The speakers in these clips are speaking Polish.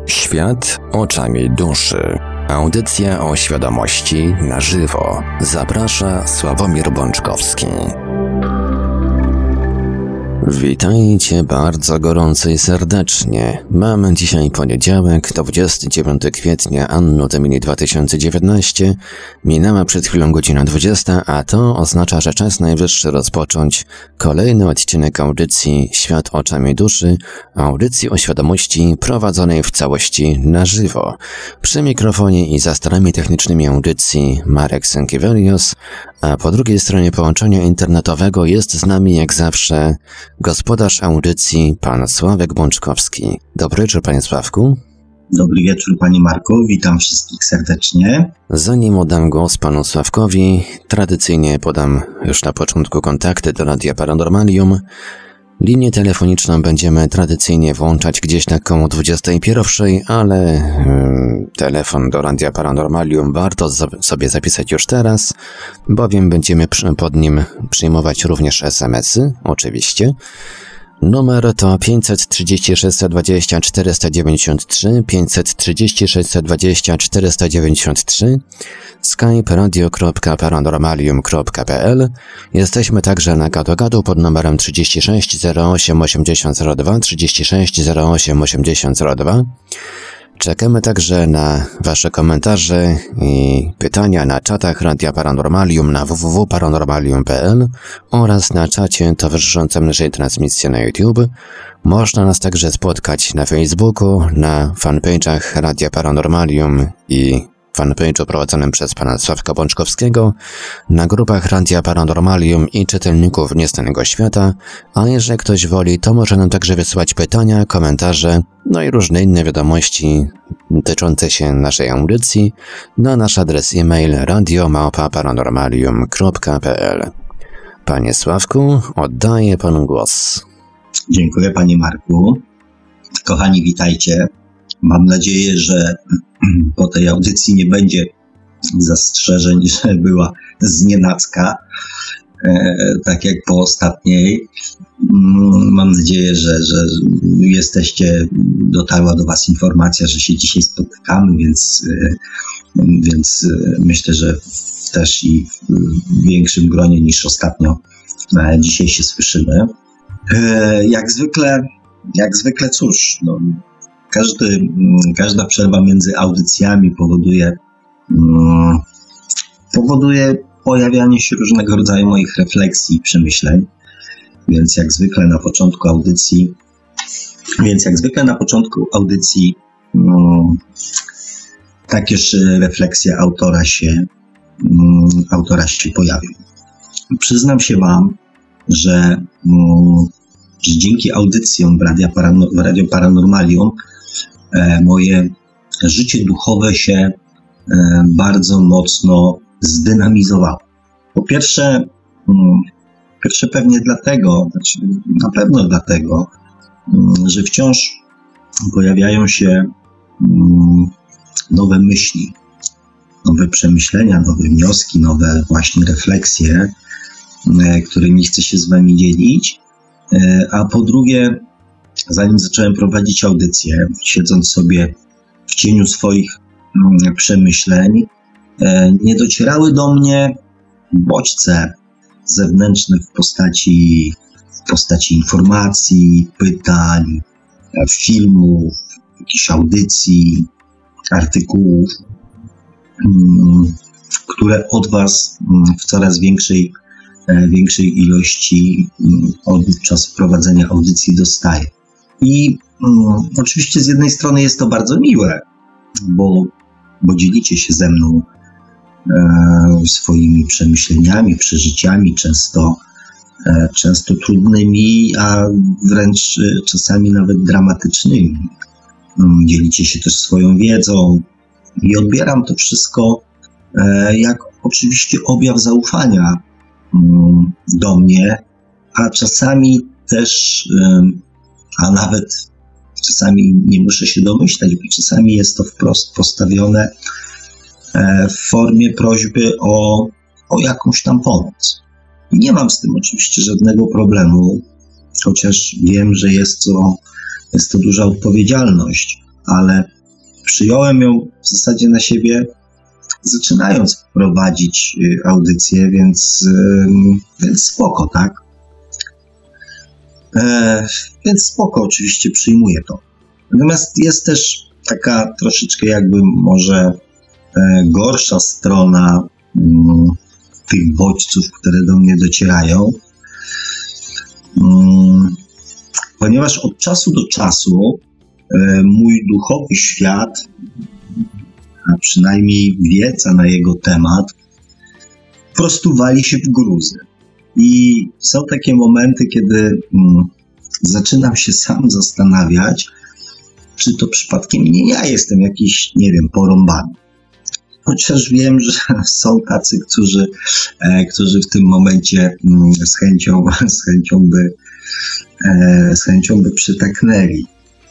Świat oczami duszy. Audycja o świadomości na żywo. Zaprasza Sławomir Bączkowski. Witajcie bardzo gorąco i serdecznie. Mamy dzisiaj poniedziałek, 29 kwietnia Anno Domini 2019. Minęła przed chwilą godzina 20, a to oznacza, że czas najwyższy rozpocząć kolejny odcinek audycji Świat oczami duszy, audycji o świadomości prowadzonej w całości na żywo. Przy mikrofonie i za starami technicznymi audycji Marek Sękiewelios, a po drugiej stronie połączenia internetowego jest z nami jak zawsze gospodarz audycji, pan Sławek Bączkowski. Dobry wieczór, panie Sławku. Dobry wieczór, panie Marku. Witam wszystkich serdecznie. Zanim oddam głos panu Sławkowi, tradycyjnie podam już na początku kontakty do Radia Paranormalium. Linię telefoniczną będziemy tradycyjnie włączać gdzieś na koło 21, ale telefon do Radia Paranormalium warto sobie zapisać już teraz, bowiem będziemy pod nim przyjmować również SMS-y, oczywiście. Numer to 530 620 493, 530 620 493, skype radio.paranormalium.pl. Jesteśmy także na gadu pod numerem 36 08 8002, 36 08 8002. Czekamy także na wasze komentarze i pytania na czatach Radia Paranormalium na www.paranormalium.pl oraz na czacie towarzyszącym naszej transmisji na YouTube. Można nas także spotkać na Facebooku, na fanpage'ach Radia Paranormalium i fanpage'u prowadzonym przez pana Sławka Bączkowskiego, na grupach Radia Paranormalium i czytelników Nieznanego Świata, a jeżeli ktoś woli, to może nam także wysyłać pytania, komentarze, no i różne inne wiadomości dotyczące się naszej audycji na nasz adres e-mail radio@paranormalium.pl. Panie Sławku, oddaję panu głos. Dziękuję, panie Marku. Kochani, witajcie. Mam nadzieję, że po tej audycji nie będzie zastrzeżeń, że była znienacka, tak jak po ostatniej. Mam nadzieję, że dotarła do was informacja, że się dzisiaj spotykamy, więc myślę, że też i w większym gronie niż ostatnio dzisiaj się słyszymy. Jak zwykle cóż, no, każda przerwa między audycjami powoduje pojawianie się różnego rodzaju moich refleksji i przemyśleń, więc jak zwykle na początku audycji takież refleksje autora się pojawią. Przyznam się wam, że dzięki audycjom w Radio Paranormalium moje życie duchowe się bardzo mocno zdynamizowało. Po pierwsze pewnie dlatego, na pewno dlatego, że wciąż pojawiają się nowe myśli, nowe przemyślenia, nowe wnioski, nowe właśnie refleksje, którymi chcę się z wami dzielić. A po drugie, zanim zacząłem prowadzić audycję, siedząc sobie w cieniu swoich przemyśleń, nie docierały do mnie bodźce zewnętrzne w postaci informacji, pytań, filmów, jakichś audycji, artykułów, które od was w coraz większej ilości od czasu prowadzenia audycji dostaję. I oczywiście z jednej strony jest to bardzo miłe, bo dzielicie się ze mną swoimi przemyśleniami, przeżyciami, często trudnymi, a wręcz czasami nawet dramatycznymi. Dzielicie się też swoją wiedzą i odbieram to wszystko jak oczywiście objaw zaufania do mnie, a czasami też, a nawet czasami nie muszę się domyślać, bo czasami jest to wprost postawione w formie prośby o jakąś tam pomoc. I nie mam z tym oczywiście żadnego problemu, chociaż wiem, że jest to duża odpowiedzialność, ale przyjąłem ją w zasadzie na siebie, zaczynając prowadzić audycję, więc spoko, tak? Więc spoko, oczywiście przyjmuję to. Natomiast jest też taka troszeczkę jakby może gorsza strona tych bodźców, które do mnie docierają, ponieważ od czasu do czasu mój duchowy świat, a przynajmniej wiedza na jego temat, po prostu wali się w gruzy. I są takie momenty, kiedy zaczynam się sam zastanawiać, czy to przypadkiem nie ja jestem jakiś, nie wiem, porąbany. Chociaż wiem, że są tacy, którzy w tym momencie z chęcią by przytaknęli,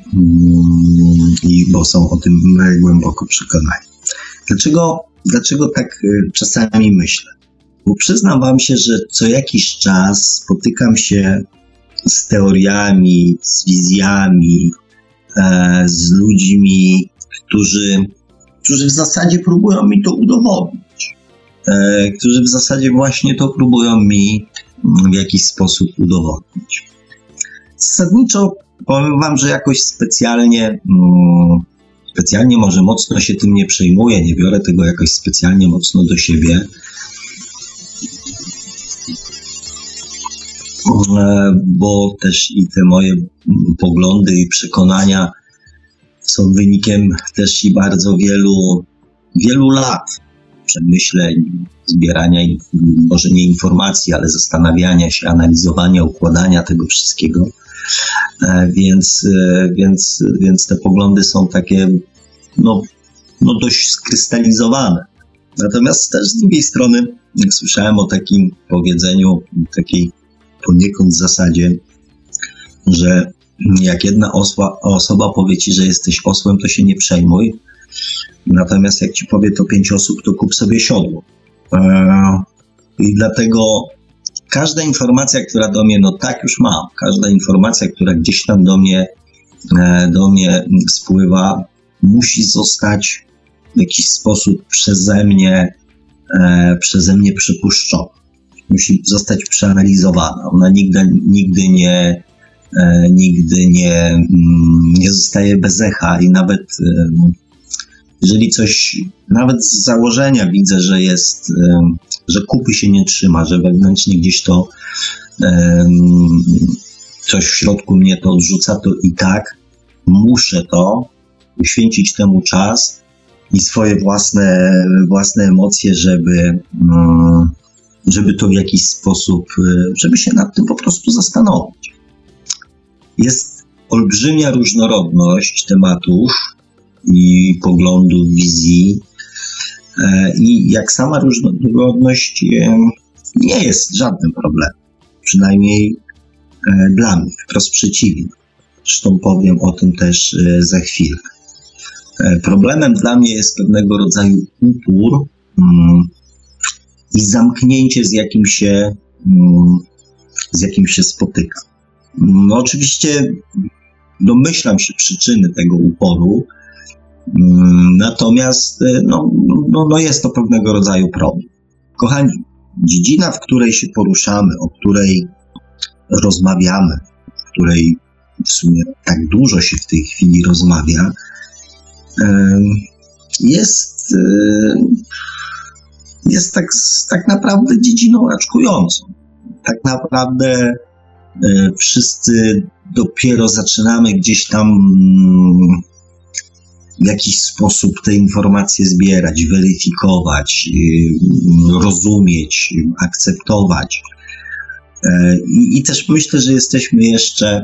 bo są o tym głęboko przekonani. Dlaczego tak czasami myślę? Bo przyznam wam się, że co jakiś czas spotykam się z teoriami, z wizjami, z ludźmi, którzy w zasadzie próbują mi to udowodnić. Którzy w zasadzie właśnie to próbują mi w jakiś sposób udowodnić. Zasadniczo powiem wam, że jakoś specjalnie może mocno się tym nie przejmuję, nie biorę tego jakoś specjalnie mocno do siebie, bo też i te moje poglądy i przekonania są wynikiem też i bardzo wielu lat przemyśleń, zbierania, może nie informacji, ale zastanawiania się, analizowania, układania tego wszystkiego. Więc te poglądy są takie dość skrystalizowane. Natomiast też z drugiej strony słyszałem o takim powiedzeniu, takiej poniekąd zasadzie, że jak jedna osoba powie ci, że jesteś osłem, to się nie przejmuj. Natomiast jak ci powie to 5 osób, to kup sobie siodło. I dlatego każda informacja, która do mnie, tak już mam, każda informacja, która gdzieś tam do mnie spływa, musi zostać w jakiś sposób przeze mnie przepuszczona. Musi zostać przeanalizowana. Ona nigdy nie zostaje bez echa i nawet jeżeli coś, nawet z założenia widzę, że kupy się nie trzyma, że wewnętrznie gdzieś to coś w środku mnie to odrzuca, to i tak muszę to uświęcić temu czas i swoje własne emocje, żeby to w jakiś sposób, żeby się nad tym po prostu zastanowić. Jest olbrzymia różnorodność tematów i poglądów, wizji i jak sama różnorodność nie jest żadnym problemem, przynajmniej dla mnie, wprost przeciwnie. Zresztą powiem o tym też za chwilę. Problemem dla mnie jest pewnego rodzaju upór i zamknięcie, z jakim się spotykam. Oczywiście domyślam się przyczyny tego uporu, natomiast jest to pewnego rodzaju problem. Kochani, dziedzina, w której się poruszamy, o której rozmawiamy, w której w sumie tak dużo się w tej chwili rozmawia, jest tak naprawdę dziedziną raczkującą. Tak naprawdę wszyscy dopiero zaczynamy gdzieś tam w jakiś sposób te informacje zbierać, weryfikować, rozumieć, akceptować. I też myślę, że jesteśmy jeszcze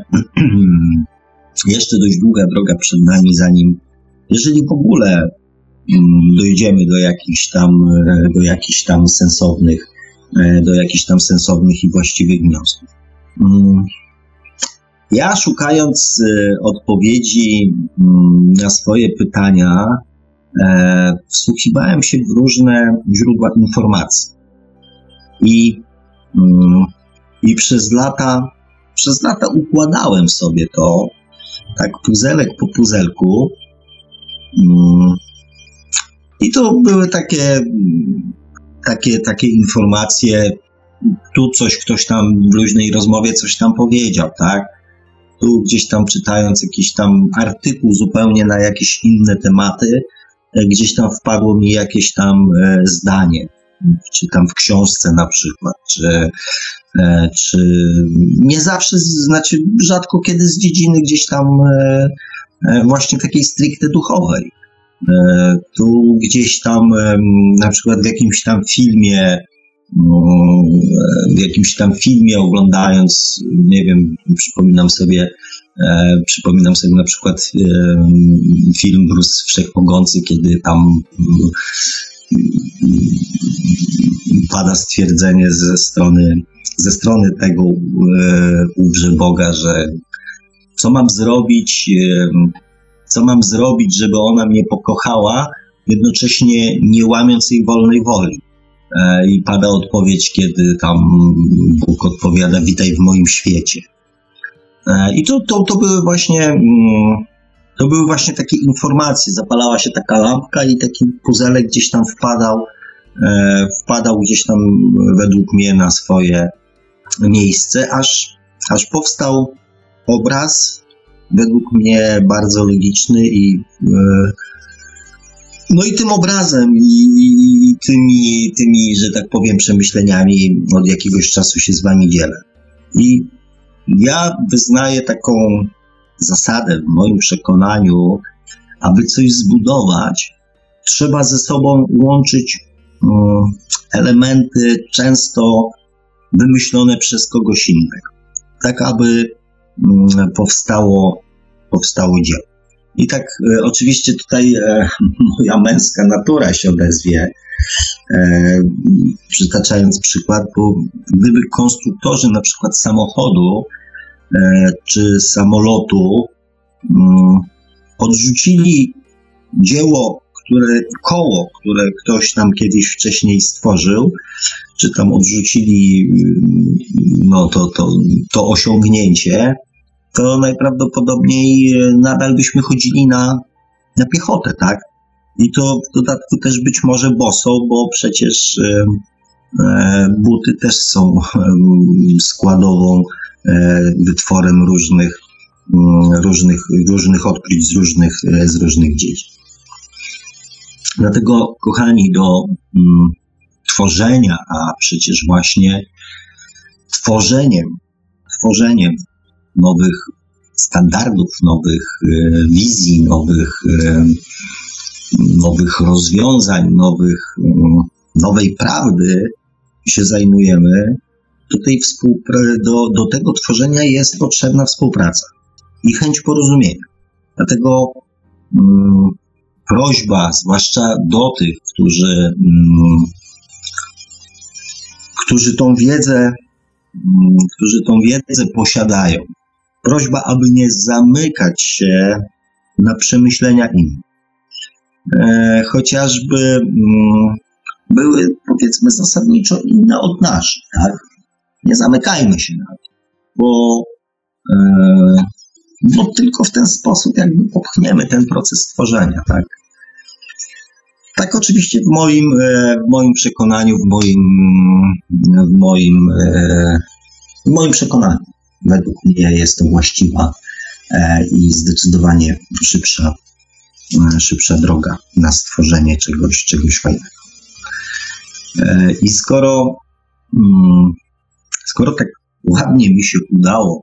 dość długa droga przed nami, jeżeli w ogóle dojdziemy do jakichś tam sensownych i właściwych wniosków. Ja, szukając odpowiedzi na swoje pytania, wsłuchiwałem się w różne źródła informacji. I przez lata układałem sobie to, tak puzelek po puzelku, I to były takie informacje, tu ktoś tam w luźnej rozmowie coś tam powiedział, tak? Tu gdzieś tam czytając jakiś tam artykuł zupełnie na jakieś inne tematy, gdzieś tam wpadło mi jakieś tam zdanie, czy tam w książce na przykład, czy nie zawsze, znaczy rzadko kiedy z dziedziny gdzieś tam właśnie takiej stricte duchowej. Tu gdzieś tam na przykład w jakimś tam filmie oglądając, nie wiem, przypominam sobie na przykład film Bruce Wszechmogący, kiedy tam pada stwierdzenie ze strony tego ówrze Boga, że co mam zrobić, żeby ona mnie pokochała, jednocześnie nie łamiąc jej wolnej woli. I pada odpowiedź, kiedy tam Bóg odpowiada: witaj w moim świecie. I to były właśnie takie informacje. Zapalała się taka lampka i taki puzelek gdzieś tam wpadał gdzieś tam według mnie na swoje miejsce, aż powstał obraz, według mnie bardzo logiczny i tym obrazem i tymi, że tak powiem, przemyśleniami od jakiegoś czasu się z wami dzielę. I ja wyznaję taką zasadę w moim przekonaniu: aby coś zbudować, trzeba ze sobą łączyć elementy często wymyślone przez kogoś innego, tak aby powstało dzieło. I tak oczywiście tutaj moja męska natura się odezwie, przytaczając przykład, bo gdyby konstruktorzy na przykład samochodu czy samolotu odrzucili koło, które ktoś tam kiedyś wcześniej stworzył, czy tam odrzucili to osiągnięcie, to najprawdopodobniej nadal byśmy chodzili na piechotę, tak? I to w dodatku też być może boso, bo przecież buty też są składową wytworem różnych odkryć z różnych dziedzin. Dlatego, kochani, do tworzenia, a przecież właśnie tworzeniem nowych standardów, nowych wizji, nowych rozwiązań, nowej prawdy się zajmujemy, do tego tworzenia jest potrzebna współpraca i chęć porozumienia. Dlatego prośba, zwłaszcza do tych, którzy tą wiedzę posiadają, prośba, aby nie zamykać się na przemyślenia innych. Chociażby były, powiedzmy, zasadniczo inne od naszych, tak? Nie zamykajmy się na to, bo tylko w ten sposób jakby popchniemy ten proces tworzenia, tak? Tak oczywiście w moim przekonaniu, w moim przekonaniu, według mnie jest to właściwa i zdecydowanie szybsza droga na stworzenie czegoś fajnego. I skoro tak ładnie mi się udało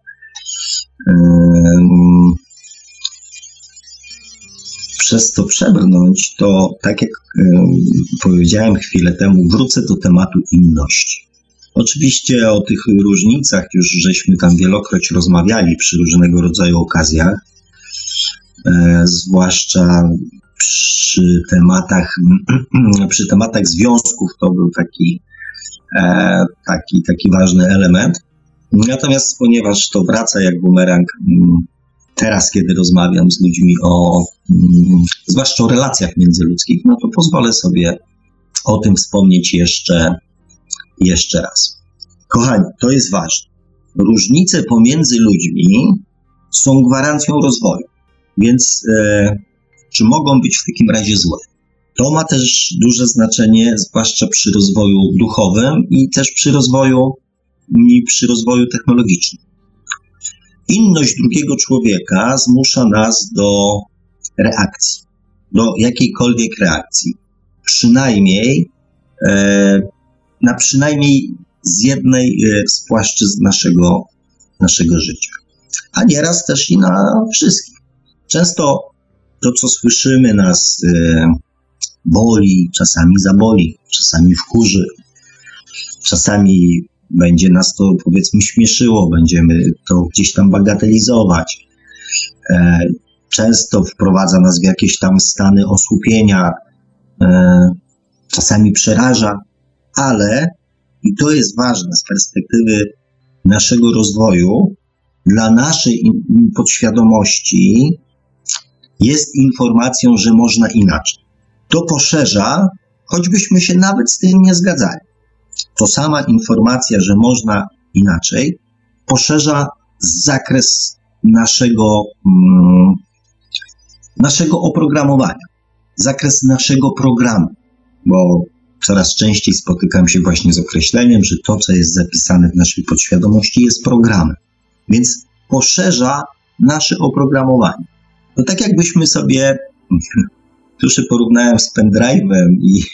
przez to przebrnąć, to tak jak powiedziałem chwilę temu, wrócę do tematu inności. Oczywiście o tych różnicach już żeśmy tam wielokroć rozmawiali przy różnego rodzaju okazjach, zwłaszcza przy tematach związków. To był taki ważny element. Natomiast ponieważ to wraca jak bumerang teraz, kiedy rozmawiam z ludźmi zwłaszcza o relacjach międzyludzkich, no to pozwolę sobie o tym wspomnieć jeszcze raz. Kochani, to jest ważne. Różnice pomiędzy ludźmi są gwarancją rozwoju, więc czy mogą być w takim razie złe. To ma też duże znaczenie, zwłaszcza przy rozwoju duchowym i też przy rozwoju technologicznym. Inność drugiego człowieka zmusza nas do reakcji, do jakiejkolwiek reakcji. Przynajmniej z jednej z płaszczyzn naszego życia. A nieraz też i na wszystkich. Często to, co słyszymy, nas boli, czasami zaboli, czasami wkurzy, czasami będzie nas to, powiedzmy, śmieszyło, będziemy to gdzieś tam bagatelizować. Często wprowadza nas w jakieś tam stany osłupienia, czasami przeraża, ale, i to jest ważne z perspektywy naszego rozwoju, dla naszej podświadomości jest informacją, że można inaczej. To poszerza, choćbyśmy się nawet z tym nie zgadzali. To sama informacja, że można inaczej, poszerza zakres naszego oprogramowania, zakres naszego programu, bo coraz częściej spotykam się właśnie z określeniem, że to, co jest zapisane w naszej podświadomości, jest programem. Więc poszerza nasze oprogramowanie. To tak jakbyśmy sobie, tuż porównałem z pendrive'em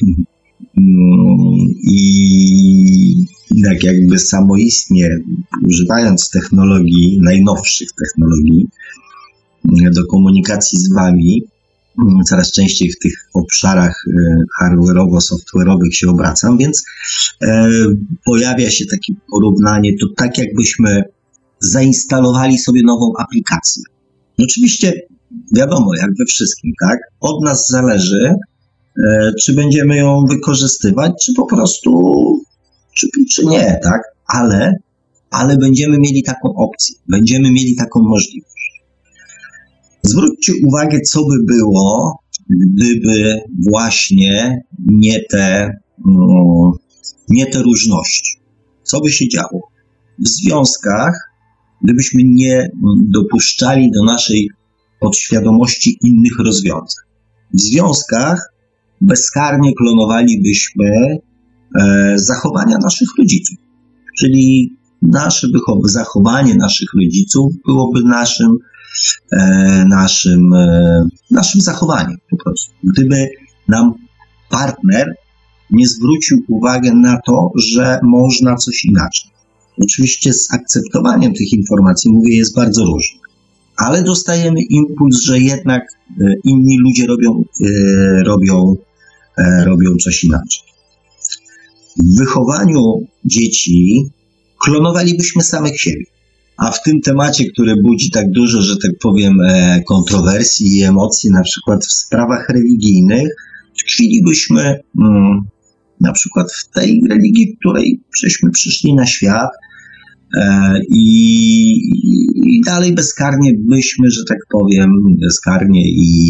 i tak jakby samoistnie, używając technologii, najnowszych technologii do komunikacji z wami, coraz częściej w tych obszarach hardware'owo-software'owych się obracam, więc pojawia się takie porównanie, to tak jakbyśmy zainstalowali sobie nową aplikację. No oczywiście wiadomo, jak we wszystkim, tak? Od nas zależy, czy będziemy ją wykorzystywać, czy po prostu, czy nie, tak? Ale będziemy mieli taką opcję, będziemy mieli taką możliwość. Zwróćcie uwagę, co by było, gdyby właśnie nie te różności. Co by się działo? W związkach, gdybyśmy nie dopuszczali do naszej podświadomości innych rozwiązań. W związkach bezkarnie klonowalibyśmy zachowania naszych rodziców. Czyli zachowanie naszych rodziców byłoby naszym zachowaniem po prostu. Gdyby nam partner nie zwrócił uwagi na to, że można coś inaczej. Oczywiście z akceptowaniem tych informacji, mówię, jest bardzo różnie. Ale dostajemy impuls, że jednak inni ludzie robią coś inaczej. W wychowaniu dzieci klonowalibyśmy samych siebie. A w tym temacie, który budzi tak dużo, że tak powiem, kontrowersji i emocji, na przykład w sprawach religijnych, tkwilibyśmy na przykład w tej religii, w której żeśmy przyszli na świat, i dalej bezkarnie byśmy, że tak powiem, bezkarnie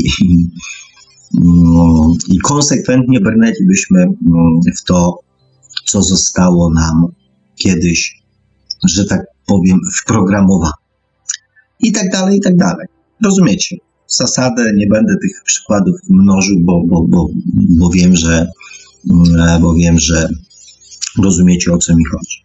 i konsekwentnie brnęlibyśmy w to, co zostało nam kiedyś, że tak powiem, wprogramowane. I tak dalej, i tak dalej. Rozumiecie? Zasadę nie będę tych przykładów mnożył, bo wiem, że rozumiecie, o co mi chodzi.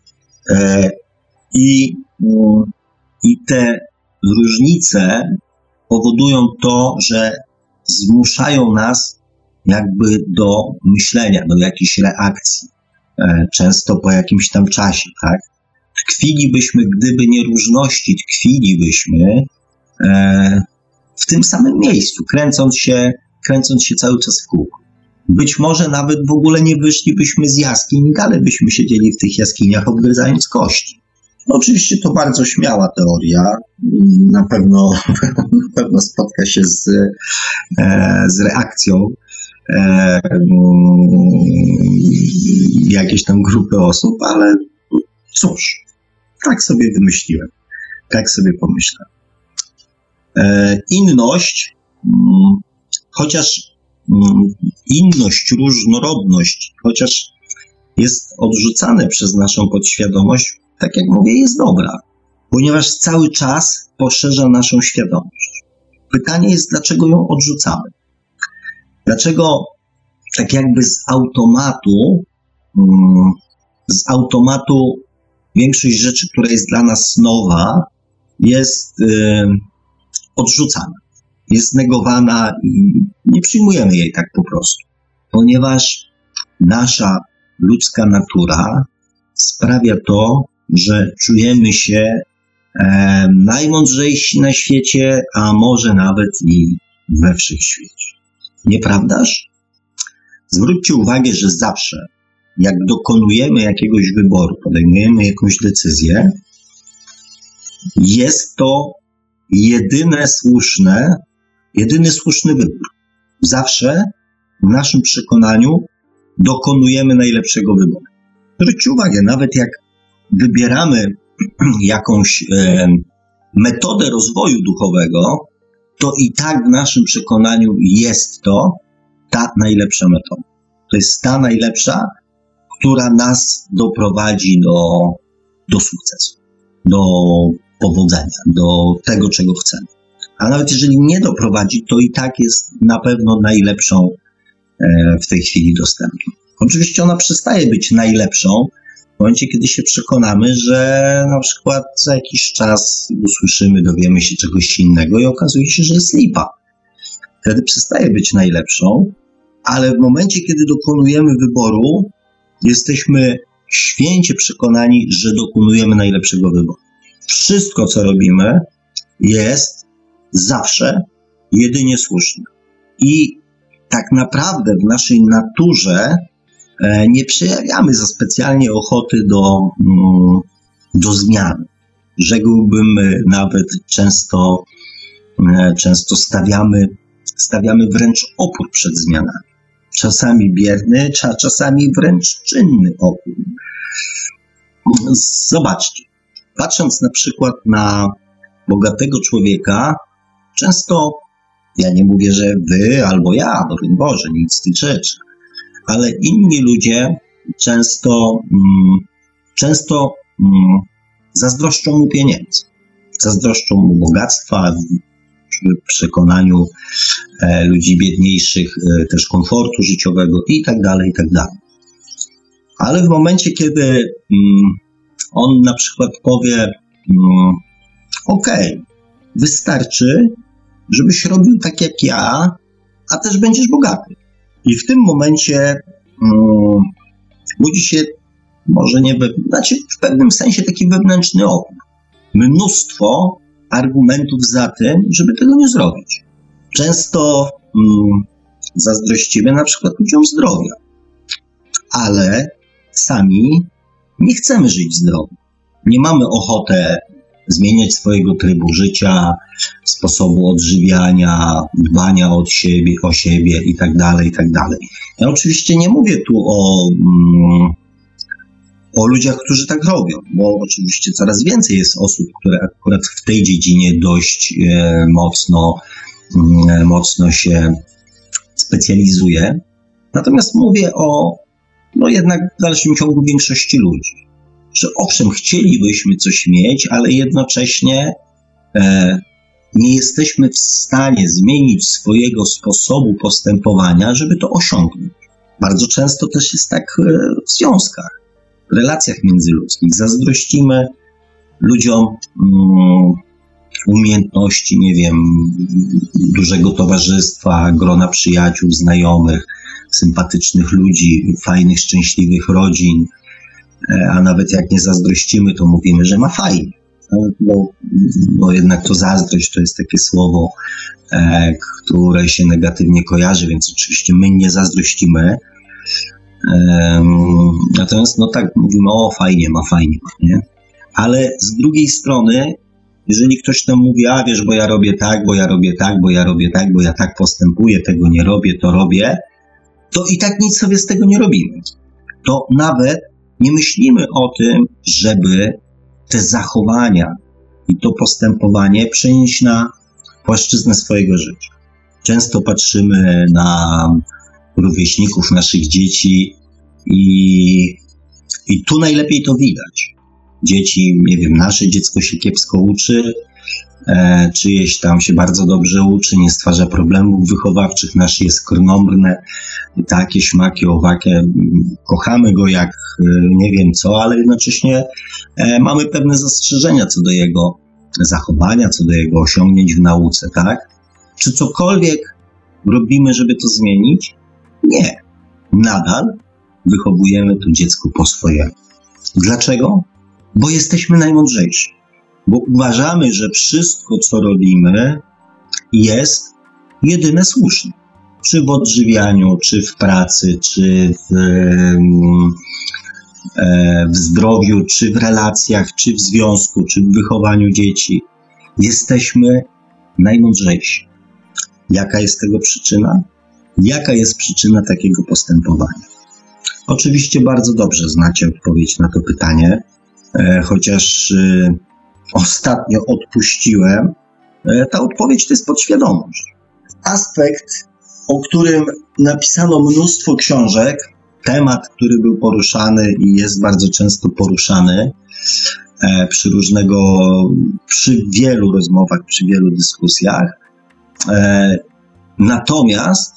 I te różnice powodują to, że zmuszają nas jakby do myślenia, do jakiejś reakcji, często po jakimś tam czasie, tak? Gdyby nie różności, tkwilibyśmy w tym samym miejscu, kręcąc się cały czas w kółko. Być może nawet w ogóle nie wyszlibyśmy z jaskiń i dalej byśmy siedzieli w tych jaskiniach, obgryzając kości. Oczywiście to bardzo śmiała teoria. Na pewno spotka się z reakcją jakiejś tam grupy osób, ale cóż, tak sobie wymyśliłem, tak sobie pomyślałem. Różnorodność, chociaż jest odrzucane przez naszą podświadomość, tak jak mówię, jest dobra, ponieważ cały czas poszerza naszą świadomość. Pytanie jest, dlaczego ją odrzucamy? Dlaczego tak jakby z automatu większość rzeczy, która jest dla nas nowa, jest odrzucana, jest negowana i nie przyjmujemy jej tak po prostu, ponieważ nasza ludzka natura sprawia to, że czujemy się najmądrzejsi na świecie, a może nawet i we wszechświecie. Nieprawdaż? Zwróćcie uwagę, że zawsze, jak dokonujemy jakiegoś wyboru, podejmujemy jakąś decyzję, jest to jedyny słuszny wybór. Zawsze w naszym przekonaniu dokonujemy najlepszego wyboru. Zwróćcie uwagę, nawet jak wybieramy jakąś metodę rozwoju duchowego, to i tak w naszym przekonaniu jest to ta najlepsza metoda. To jest ta najlepsza, która nas doprowadzi do sukcesu, do powodzenia, do tego, czego chcemy. A nawet jeżeli nie doprowadzi, to i tak jest na pewno najlepszą w tej chwili dostępną. Oczywiście ona przestaje być najlepszą w momencie, kiedy się przekonamy, że na przykład za jakiś czas usłyszymy, dowiemy się czegoś innego i okazuje się, że jest lipa. Wtedy przestaje być najlepszą, ale w momencie, kiedy dokonujemy wyboru, jesteśmy święcie przekonani, że dokonujemy najlepszego wyboru. Wszystko, co robimy, jest zawsze jedynie słuszne. I tak naprawdę w naszej naturze nie przejawiamy za specjalnie ochoty do zmian. Rzekłbym nawet często stawiamy wręcz opór przed zmianami. Czasami bierny, a czasami wręcz czynny opór. Zobaczcie, patrząc na przykład na bogatego człowieka, często, ja nie mówię, że wy albo ja, broń Boże, nic z tych rzeczy, ale inni ludzie często zazdroszczą mu pieniędzy, zazdroszczą mu bogactwa, w przekonaniu ludzi biedniejszych też komfortu życiowego i tak dalej, i tak dalej. Ale w momencie, kiedy on na przykład powie okej, wystarczy, żebyś robił tak jak ja, a też będziesz bogaty. I w tym momencie budzi się może nie, w pewnym sensie taki wewnętrzny opór. Mnóstwo argumentów za tym, żeby tego nie zrobić. Często zazdrościmy na przykład ludziom zdrowia, ale sami nie chcemy żyć zdrowo. Nie mamy ochoty zmieniać swojego trybu życia, sposobu odżywiania, dbania o siebie i tak dalej, i tak dalej. Ja oczywiście nie mówię tu o ludziach, którzy tak robią, bo oczywiście coraz więcej jest osób, które akurat w tej dziedzinie dość mocno się specjalizuje. Natomiast mówię jednak w dalszym ciągu większości ludzi, że owszem, chcielibyśmy coś mieć, ale jednocześnie nie jesteśmy w stanie zmienić swojego sposobu postępowania, żeby to osiągnąć. Bardzo często też jest tak w związkach, w relacjach międzyludzkich. Zazdrościmy ludziom umiejętności, nie wiem, dużego towarzystwa, grona przyjaciół, znajomych, sympatycznych ludzi, fajnych, szczęśliwych rodzin, a nawet jak nie zazdrościmy, to mówimy, że ma fajnie. Bo jednak to zazdrość to jest takie słowo, które się negatywnie kojarzy, więc oczywiście my nie zazdrościmy. Natomiast tak mówimy, fajnie ma, nie? Ale z drugiej strony, jeżeli ktoś nam mówi, wiesz, bo ja robię tak, bo ja robię tak, bo ja robię tak, bo ja tak postępuję, tego nie robię, to robię, to i tak nic sobie z tego nie robimy. To nawet nie myślimy o tym, żeby te zachowania i to postępowanie przenieść na płaszczyznę swojego życia. Często patrzymy na rówieśników naszych dzieci i tu najlepiej to widać. Dzieci, nie wiem, nasze dziecko się kiepsko uczy, czyjeś tam się bardzo dobrze uczy, nie stwarza problemów wychowawczych, nasze jest krnąbrne, takie, śmakie, owakie, kochamy go jak nie wiem co, ale jednocześnie mamy pewne zastrzeżenia co do jego zachowania, co do jego osiągnięć w nauce, tak? Czy cokolwiek robimy, żeby to zmienić? Nie. Nadal wychowujemy to dziecko po swojemu. Dlaczego? Bo jesteśmy najmądrzejsi. Bo uważamy, że wszystko, co robimy, jest jedyne słuszne. Czy w odżywianiu, czy w pracy, czy w zdrowiu, czy w relacjach, czy w związku, czy w wychowaniu dzieci. Jesteśmy najmądrzejsi. Jaka jest tego przyczyna? Jaka jest przyczyna takiego postępowania? Oczywiście bardzo dobrze znacie odpowiedź na to pytanie, chociaż ostatnio odpuściłem. Ta odpowiedź to jest podświadomość. Aspekt, o którym napisano mnóstwo książek, temat, który był poruszany i jest bardzo często poruszany przy wielu rozmowach, przy wielu dyskusjach. Natomiast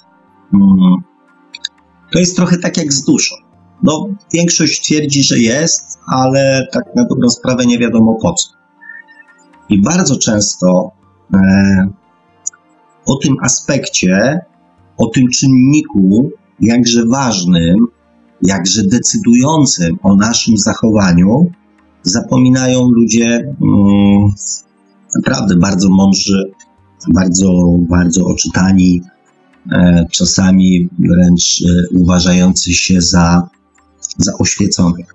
to jest trochę tak jak z duszą. No, większość twierdzi, że jest, ale tak na dobrą sprawę nie wiadomo po co. I bardzo często o tym aspekcie, o tym czynniku, jakże ważnym, jakże decydującym o naszym zachowaniu, zapominają ludzie naprawdę bardzo mądrzy, bardzo oczytani, czasami wręcz uważający się za oświeconych.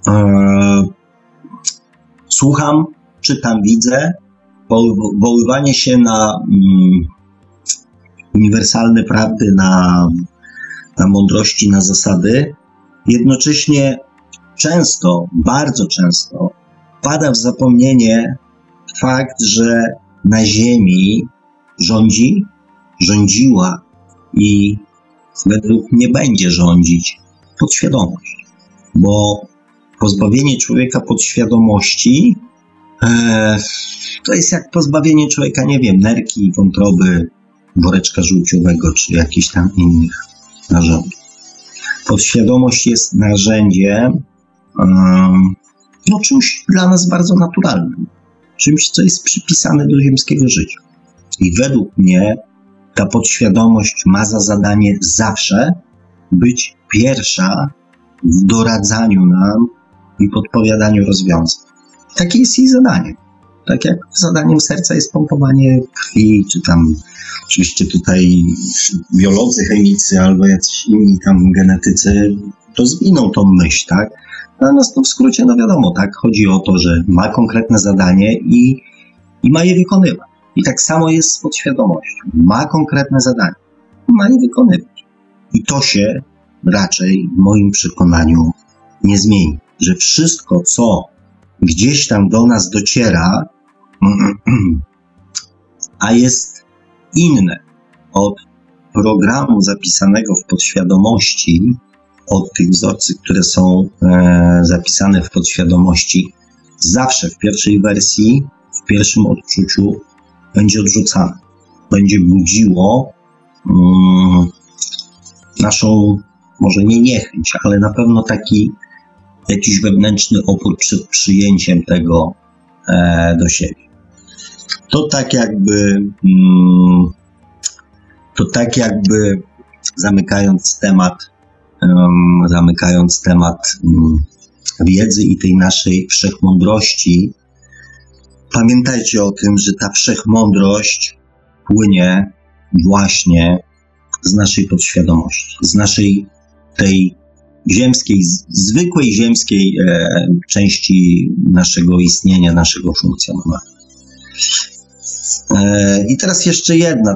Słucham, czytam, widzę, powoływanie się na uniwersalne prawdy, na mądrości, na zasady, jednocześnie często, bardzo często pada w zapomnienie fakt, że na Ziemi rządziła i według mnie będzie rządzić podświadomość. Bo pozbawienie człowieka podświadomości to jest jak pozbawienie człowieka, nie wiem, nerki, wątroby, woreczka żółciowego czy jakichś tam innych narządów. Podświadomość jest narzędziem, czymś dla nas bardzo naturalnym, czymś, co jest przypisane do ziemskiego życia. I według mnie ta podświadomość ma za zadanie zawsze być pierwsza w doradzaniu nam i podpowiadaniu rozwiązań. Takie jest jej zadanie. Tak jak zadaniem serca jest pompowanie krwi, czy tam oczywiście tutaj biolodzy, chemicy albo jacyś inni tam genetycy rozwiną tą myśl, tak? Natomiast w skrócie, wiadomo, tak? Chodzi o to, że ma konkretne zadanie i ma je wykonywać. I tak samo jest z podświadomością. Ma konkretne zadanie, ma je wykonywać. I to się raczej w moim przekonaniu nie zmieni. Że wszystko, co gdzieś tam do nas dociera, a jest inne od programu zapisanego w podświadomości, od tych wzorców, które są zapisane w podświadomości, zawsze w pierwszej wersji, w pierwszym odczuciu będzie odrzucane. Będzie budziło naszą, może nie niechęć, ale na pewno taki jakiś wewnętrzny opór przed przyjęciem tego do siebie. To tak jakby zamykając temat wiedzy i tej naszej wszechmądrości, pamiętajcie o tym, że ta wszechmądrość płynie właśnie z naszej podświadomości, z naszej tej ziemskiej, zwykłej ziemskiej części naszego istnienia, naszego funkcjonowania. I teraz jeszcze jedna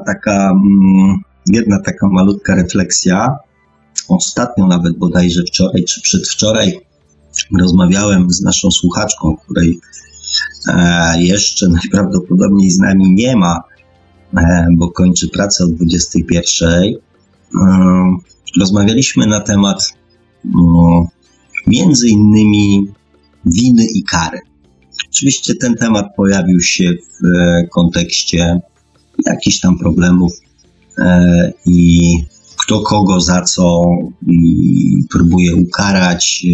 taka malutka refleksja. Ostatnio nawet bodajże wczoraj czy przedwczoraj rozmawiałem z naszą słuchaczką, której jeszcze najprawdopodobniej z nami nie ma, bo kończy pracę o 21:00. Rozmawialiśmy na temat między innymi winy i kary. Oczywiście ten temat pojawił się w kontekście jakichś tam problemów i kto kogo za co próbuje ukarać,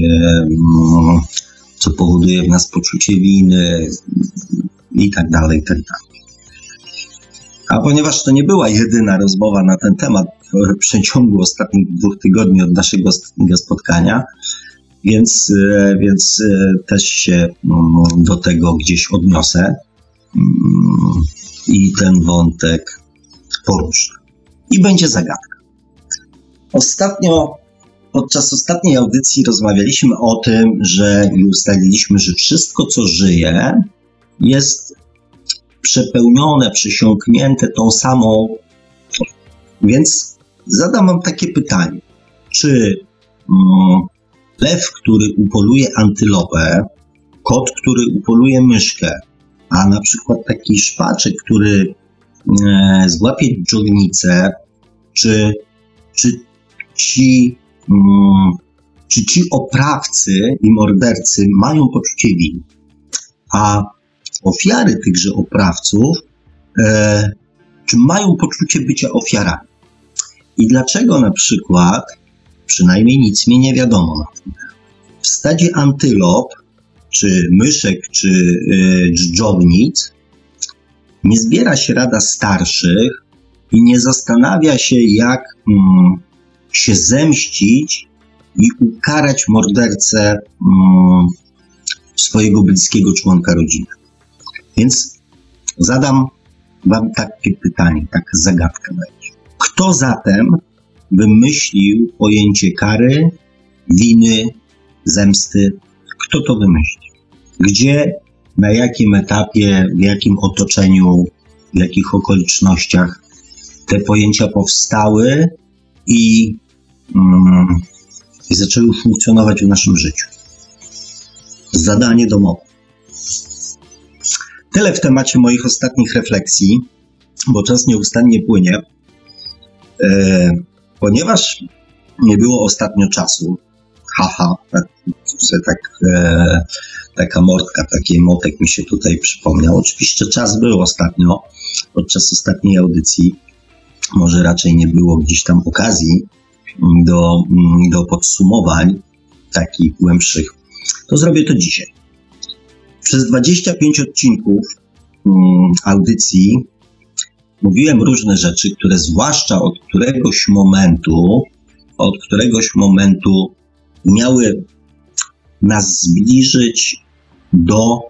co powoduje w nas poczucie winy i tak dalej, i tak dalej. A ponieważ to nie była jedyna rozmowa na ten temat w przeciągu ostatnich 2 tygodni od naszego spotkania, więc też się do tego gdzieś odniosę i ten wątek poruszę. I będzie zagadka. Podczas ostatniej audycji rozmawialiśmy o tym, że ustaliliśmy, że wszystko, co żyje, jest przepełnione, przesiąknięte tą samą. Więc zadam wam takie pytanie. Czy lew, który upoluje antylopę, kot, który upoluje myszkę, a na przykład taki szpaczek, który złapie dżownicę, czy ci oprawcy i mordercy mają poczucie winy, a ofiary tychże oprawców czy mają poczucie bycia ofiarami? I dlaczego na przykład, przynajmniej nic mi nie wiadomo, w stadzie antylop, czy myszek, czy dżdżownic nie zbiera się rada starszych i nie zastanawia się, jak się zemścić i ukarać mordercę swojego bliskiego członka rodziny. Więc zadam wam takie pytanie, taka zagadka będzie. Kto zatem wymyślił pojęcie kary, winy, zemsty? Kto to wymyślił? Gdzie, na jakim etapie, w jakim otoczeniu, w jakich okolicznościach te pojęcia powstały i zaczęły funkcjonować w naszym życiu? Zadanie domowe. Tyle w temacie moich ostatnich refleksji, bo czas nieustannie płynie. Ponieważ nie było ostatnio czasu, taka mordka, taki motek mi się tutaj przypomniał. Oczywiście czas był ostatnio, podczas ostatniej audycji. Może raczej nie było gdzieś tam okazji do podsumowań takich głębszych. To zrobię to dzisiaj. Przez 25 odcinków audycji mówiłem różne rzeczy, które zwłaszcza od któregoś momentu miały nas zbliżyć do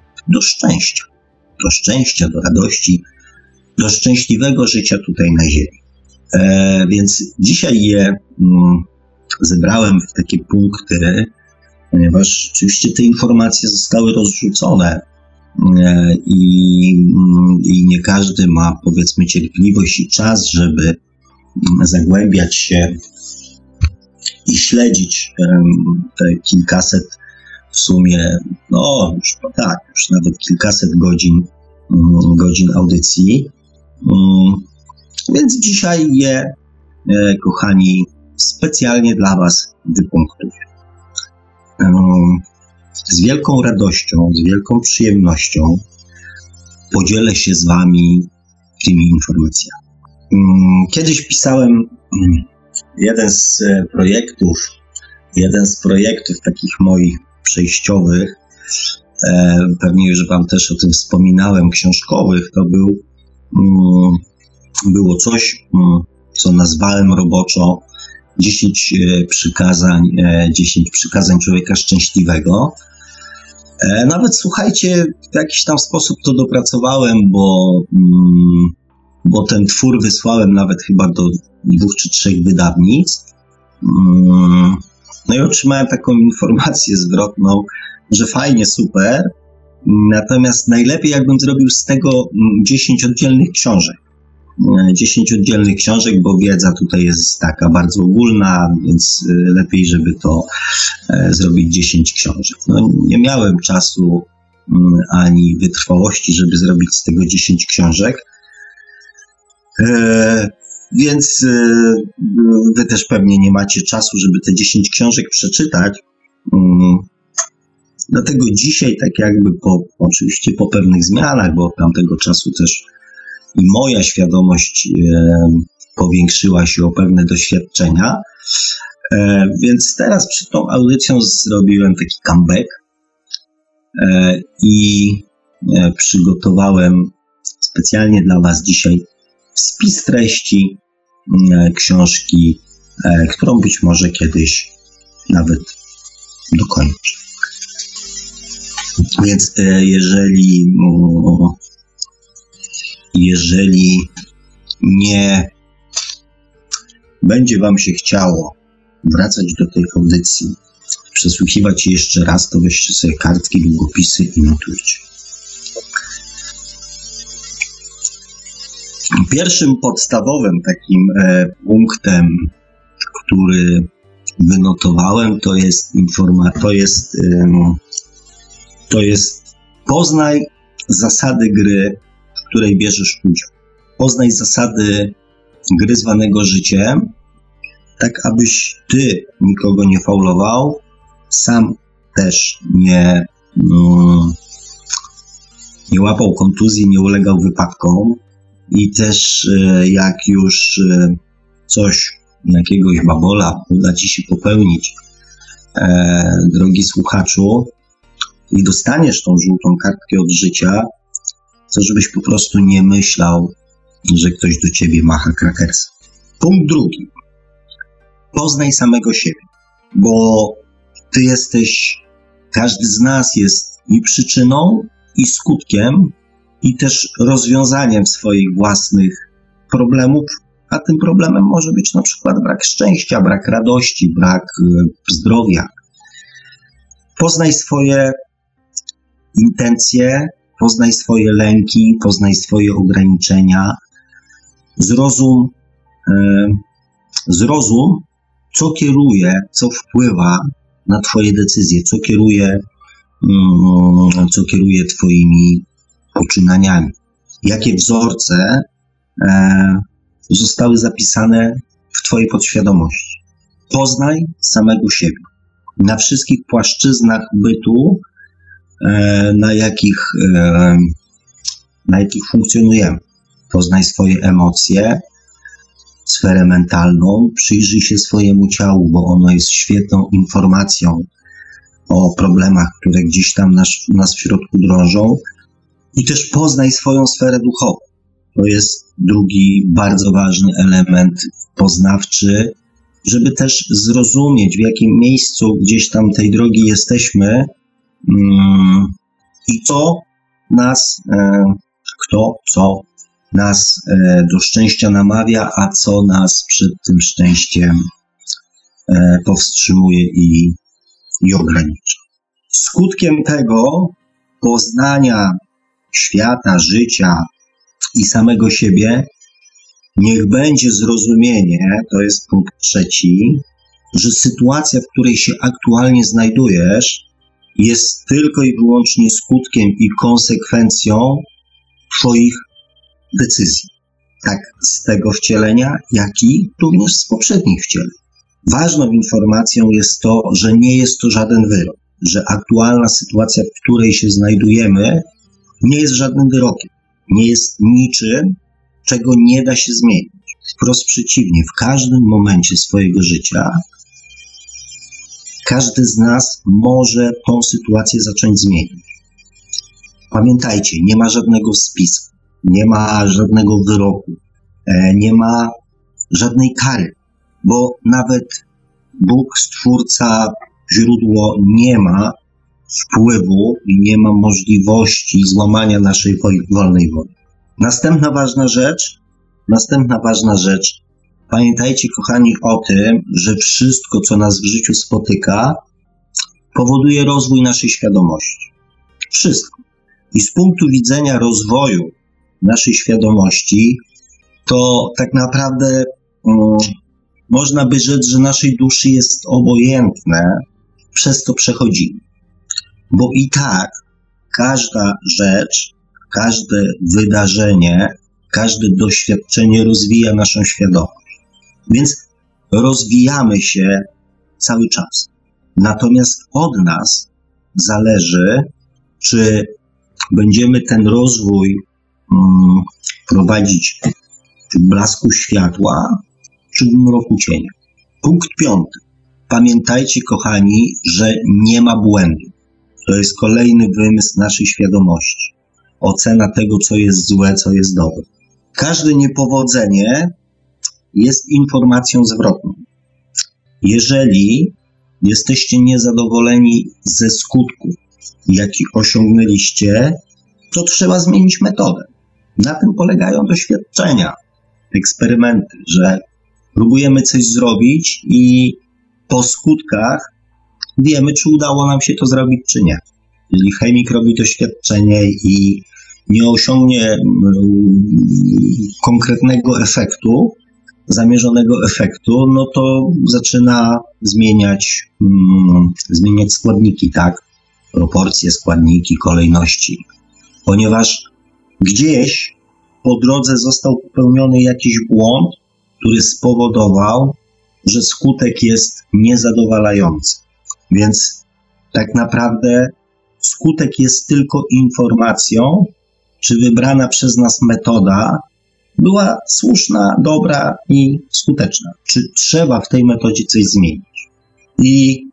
szczęścia, do radości, do szczęśliwego życia tutaj na ziemi. Więc dzisiaj je zebrałem w takie punkty, ponieważ oczywiście te informacje zostały rozrzucone i nie każdy ma, powiedzmy, cierpliwość i czas, żeby zagłębiać się i śledzić te kilkaset w sumie, już nawet kilkaset godzin audycji. Więc dzisiaj je, kochani, specjalnie dla was wypunktuję. Z wielką radością, z wielką przyjemnością podzielę się z wami tymi informacjami. Kiedyś pisałem jeden z projektów takich moich przejściowych, pewnie już wam też o tym wspominałem, książkowych, to było coś, co nazwałem roboczo 10 przykazań człowieka szczęśliwego. Nawet, słuchajcie, w jakiś tam sposób to dopracowałem, bo ten twór wysłałem nawet chyba do 2 czy 3 wydawnictw. No i otrzymałem taką informację zwrotną, że fajnie, super, natomiast najlepiej jakbym zrobił z tego 10 oddzielnych książek. 10 oddzielnych książek, bo wiedza tutaj jest taka bardzo ogólna, więc lepiej, żeby to zrobić 10 książek. No, nie miałem czasu ani wytrwałości, żeby zrobić z tego 10 książek, więc wy też pewnie nie macie czasu, żeby te 10 książek przeczytać. Dlatego dzisiaj, tak jakby oczywiście po pewnych zmianach, bo od tamtego czasu też i moja świadomość powiększyła się o pewne doświadczenia, więc teraz przed tą audycją zrobiłem taki comeback i przygotowałem specjalnie dla Was dzisiaj spis treści książki, którą być może kiedyś nawet dokończę. Więc jeżeli nie będzie Wam się chciało wracać do tej audycji, przesłuchiwać jej jeszcze raz, to weźcie sobie kartki, długopisy i notujcie. Pierwszym podstawowym takim punktem, który wynotowałem, to jest poznaj zasady gry, w której bierzesz udział. Poznaj zasady gry zwanego życiem, tak abyś ty nikogo nie faulował, sam też nie łapał kontuzji, nie ulegał wypadkom i też jak już jakiegoś babola uda ci się popełnić, drogi słuchaczu, i dostaniesz tą żółtą kartkę od życia, to żebyś po prostu nie myślał, że ktoś do ciebie macha krakersem. Punkt drugi. Poznaj samego siebie, bo każdy z nas jest i przyczyną, i skutkiem, i też rozwiązaniem swoich własnych problemów, a tym problemem może być na przykład brak szczęścia, brak radości, brak zdrowia. Poznaj swoje intencje, poznaj swoje lęki, poznaj swoje ograniczenia. Zrozum, co wpływa na twoje decyzje, co kieruje twoimi poczynaniami. Jakie wzorce zostały zapisane w twojej podświadomości. Poznaj samego siebie. Na wszystkich płaszczyznach bytu, na jakich funkcjonujemy. Poznaj swoje emocje, sferę mentalną, przyjrzyj się swojemu ciału, bo ono jest świetną informacją o problemach, które gdzieś tam nas w środku drążą, i też poznaj swoją sferę duchową. To jest drugi bardzo ważny element poznawczy, żeby też zrozumieć, w jakim miejscu gdzieś tam tej drogi jesteśmy i co nas do szczęścia namawia, a co nas przed tym szczęściem powstrzymuje i ogranicza. Skutkiem tego poznania świata, życia i samego siebie niech będzie zrozumienie, to jest punkt trzeci, że sytuacja, w której się aktualnie znajdujesz, jest tylko i wyłącznie skutkiem i konsekwencją twoich decyzji. Tak z tego wcielenia, jak i również z poprzednich wcieleń. Ważną informacją jest to, że nie jest to żaden wyrok, że aktualna sytuacja, w której się znajdujemy, nie jest żadnym wyrokiem, nie jest niczym, czego nie da się zmienić. Wprost przeciwnie, w każdym momencie swojego życia każdy z nas może tą sytuację zacząć zmienić. Pamiętajcie, nie ma żadnego spisku, nie ma żadnego wyroku, nie ma żadnej kary, bo nawet Bóg, Stwórca, źródło nie ma wpływu i nie ma możliwości złamania naszej wolnej woli. Następna ważna rzecz. Pamiętajcie, kochani, o tym, że wszystko, co nas w życiu spotyka, powoduje rozwój naszej świadomości. Wszystko. I z punktu widzenia rozwoju naszej świadomości, to tak naprawdę można by rzec, że naszej duszy jest obojętne, przez to przechodzimy. Bo i tak każda rzecz, każde wydarzenie, każde doświadczenie rozwija naszą świadomość. Więc rozwijamy się cały czas. Natomiast od nas zależy, czy będziemy ten rozwój prowadzić w blasku światła, czy w mroku cienia. Punkt 5. Pamiętajcie, kochani, że nie ma błędu. To jest kolejny wymysł naszej świadomości. Ocena tego, co jest złe, co jest dobre. Każde niepowodzenie jest informacją zwrotną. Jeżeli jesteście niezadowoleni ze skutku, jaki osiągnęliście, to trzeba zmienić metodę. Na tym polegają doświadczenia, eksperymenty, że próbujemy coś zrobić i po skutkach wiemy, czy udało nam się to zrobić, czy nie. Jeżeli chemik robi doświadczenie i nie osiągnie konkretnego efektu, zamierzonego efektu, no to zaczyna zmieniać składniki, tak? Proporcje, składniki, kolejności. Ponieważ gdzieś po drodze został popełniony jakiś błąd, który spowodował, że skutek jest niezadowalający. Więc tak naprawdę skutek jest tylko informacją, czy wybrana przez nas metoda była słuszna, dobra i skuteczna. Czy trzeba w tej metodzie coś zmienić. I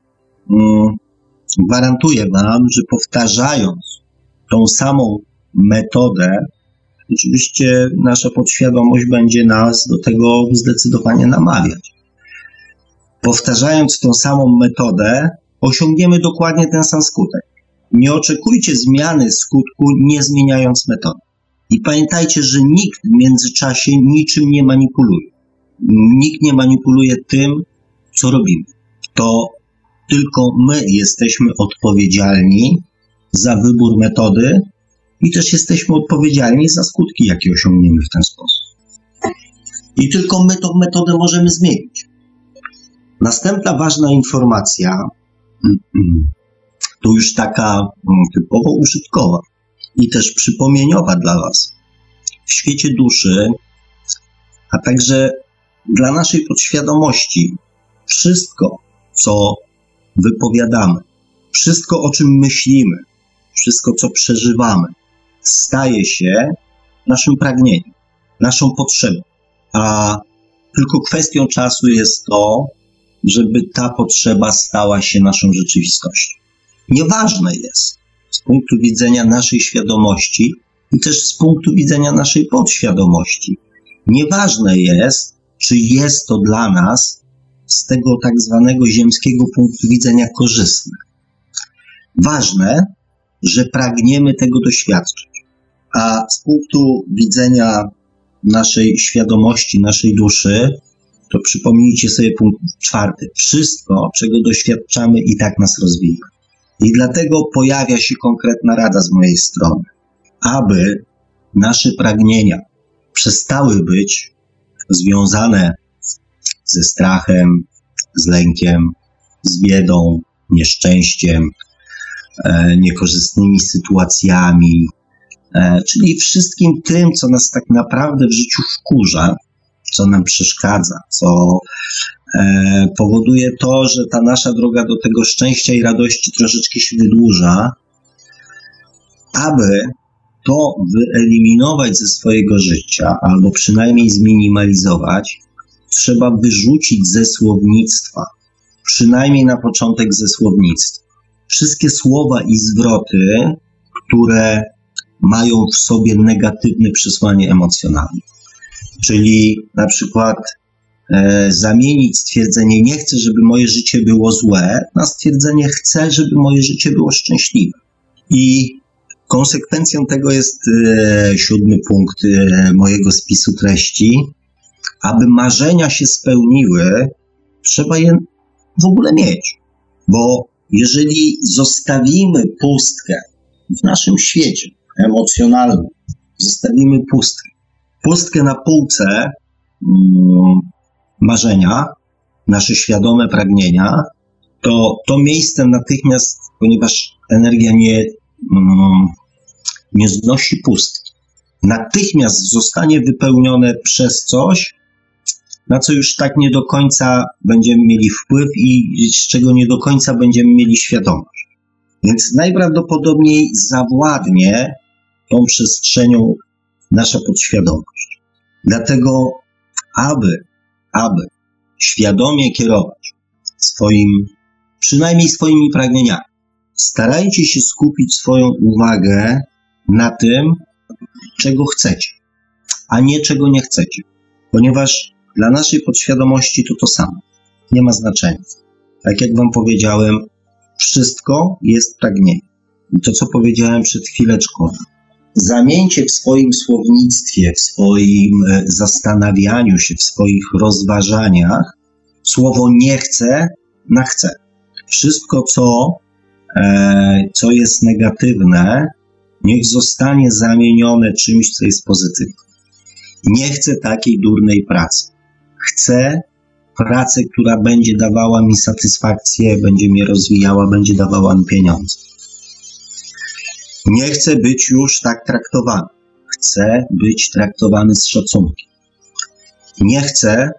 gwarantuję Wam, że powtarzając tą samą metodę, oczywiście nasza podświadomość będzie nas do tego zdecydowanie namawiać. Powtarzając tą samą metodę, osiągniemy dokładnie ten sam skutek. Nie oczekujcie zmiany skutku, nie zmieniając metody. I pamiętajcie, że nikt w międzyczasie niczym nie manipuluje. Nikt nie manipuluje tym, co robimy. To tylko my jesteśmy odpowiedzialni za wybór metody i też jesteśmy odpowiedzialni za skutki, jakie osiągniemy w ten sposób. I tylko my tą metodę możemy zmienić. Następna ważna informacja, to już taka typowo użytkowa i też przypomnieniowa dla Was. W świecie duszy, a także dla naszej podświadomości, wszystko, co wypowiadamy, wszystko, o czym myślimy, wszystko, co przeżywamy, staje się naszym pragnieniem, naszą potrzebą. A tylko kwestią czasu jest to, żeby ta potrzeba stała się naszą rzeczywistością. Nieważne jest z punktu widzenia naszej świadomości i też z punktu widzenia naszej podświadomości. Nieważne jest, czy jest to dla nas z tego tak zwanego ziemskiego punktu widzenia korzystne. Ważne, że pragniemy tego doświadczyć. A z punktu widzenia naszej świadomości, naszej duszy, to przypomnijcie sobie punkt 4. Wszystko, czego doświadczamy, i tak nas rozwija. I dlatego pojawia się konkretna rada z mojej strony. Aby nasze pragnienia przestały być związane ze strachem, z lękiem, z biedą, nieszczęściem, niekorzystnymi sytuacjami, czyli wszystkim tym, co nas tak naprawdę w życiu wkurza, co nam przeszkadza, co powoduje to, że ta nasza droga do tego szczęścia i radości troszeczkę się wydłuża. Aby to wyeliminować ze swojego życia, albo przynajmniej zminimalizować, trzeba wyrzucić ze słownictwa, przynajmniej na początek ze słownictwa, wszystkie słowa i zwroty, które mają w sobie negatywne przesłanie emocjonalne. Czyli na przykład zamienić stwierdzenie "nie chcę, żeby moje życie było złe" na stwierdzenie "chcę, żeby moje życie było szczęśliwe". I konsekwencją tego jest 7. punkt mojego spisu treści. Aby marzenia się spełniły, trzeba je w ogóle mieć. Bo jeżeli zostawimy pustkę w naszym świecie emocjonalnym, zostawimy pustkę na półce marzenia, nasze świadome pragnienia, to miejsce natychmiast, ponieważ energia nie znosi pustki, natychmiast zostanie wypełnione przez coś, na co już tak nie do końca będziemy mieli wpływ i z czego nie do końca będziemy mieli świadomość. Więc najprawdopodobniej zawładnie tą przestrzenią nasza podświadomość. Dlatego, aby świadomie kierować przynajmniej swoimi pragnieniami, starajcie się skupić swoją uwagę na tym, czego chcecie, a nie czego nie chcecie. Ponieważ dla naszej podświadomości to samo. Nie ma znaczenia. Tak jak wam powiedziałem, wszystko jest pragnieniem. I to, co powiedziałem przed chwileczką, zamieńcie w swoim słownictwie, w swoim zastanawianiu się, w swoich rozważaniach słowo nie chcę na chcę. Wszystko, co jest negatywne, niech zostanie zamienione czymś, co jest pozytywne. Nie chcę takiej durnej pracy. Chcę pracę, która będzie dawała mi satysfakcję, będzie mnie rozwijała, będzie dawała mi pieniądze. Nie chcę być już tak traktowany. Chcę być traktowany z szacunkiem. Nie chcę,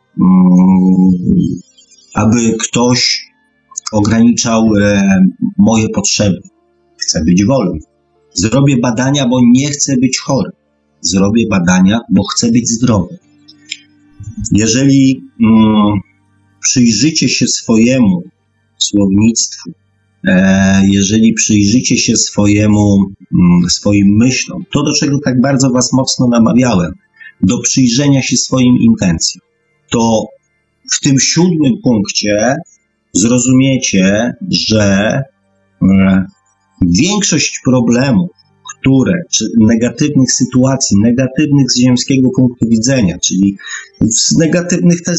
aby ktoś ograniczał moje potrzeby. Chcę być wolny. Zrobię badania, bo nie chcę być chory. Zrobię badania, bo chcę być zdrowy. Jeżeli przyjrzycie się swojemu słownictwu, jeżeli przyjrzycie się swoim myślom, to do czego tak bardzo was mocno namawiałem, do przyjrzenia się swoim intencjom, to w tym 7. punkcie zrozumiecie, że większość problemów, czy negatywnych sytuacji, negatywnych z ziemskiego punktu widzenia, czyli z negatywnych też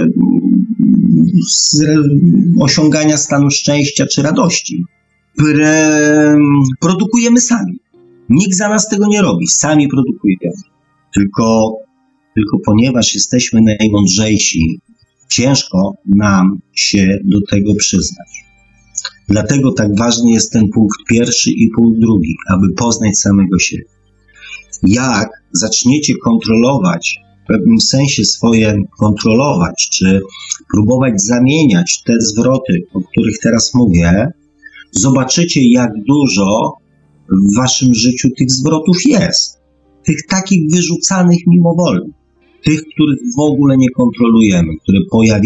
z osiągania stanu szczęścia czy radości, produkujemy sami. Nikt za nas tego nie robi, sami produkujemy. Tylko ponieważ jesteśmy najmądrzejsi, ciężko nam się do tego przyznać. Dlatego tak ważny jest ten punkt 1 i punkt 2, aby poznać samego siebie. Jak zaczniecie kontrolować, w pewnym sensie kontrolować, czy próbować zamieniać te zwroty, o których teraz mówię, zobaczycie, jak dużo w waszym życiu tych zwrotów jest. Tych takich wyrzucanych mimowolnie. Tych, których w ogóle nie kontrolujemy, które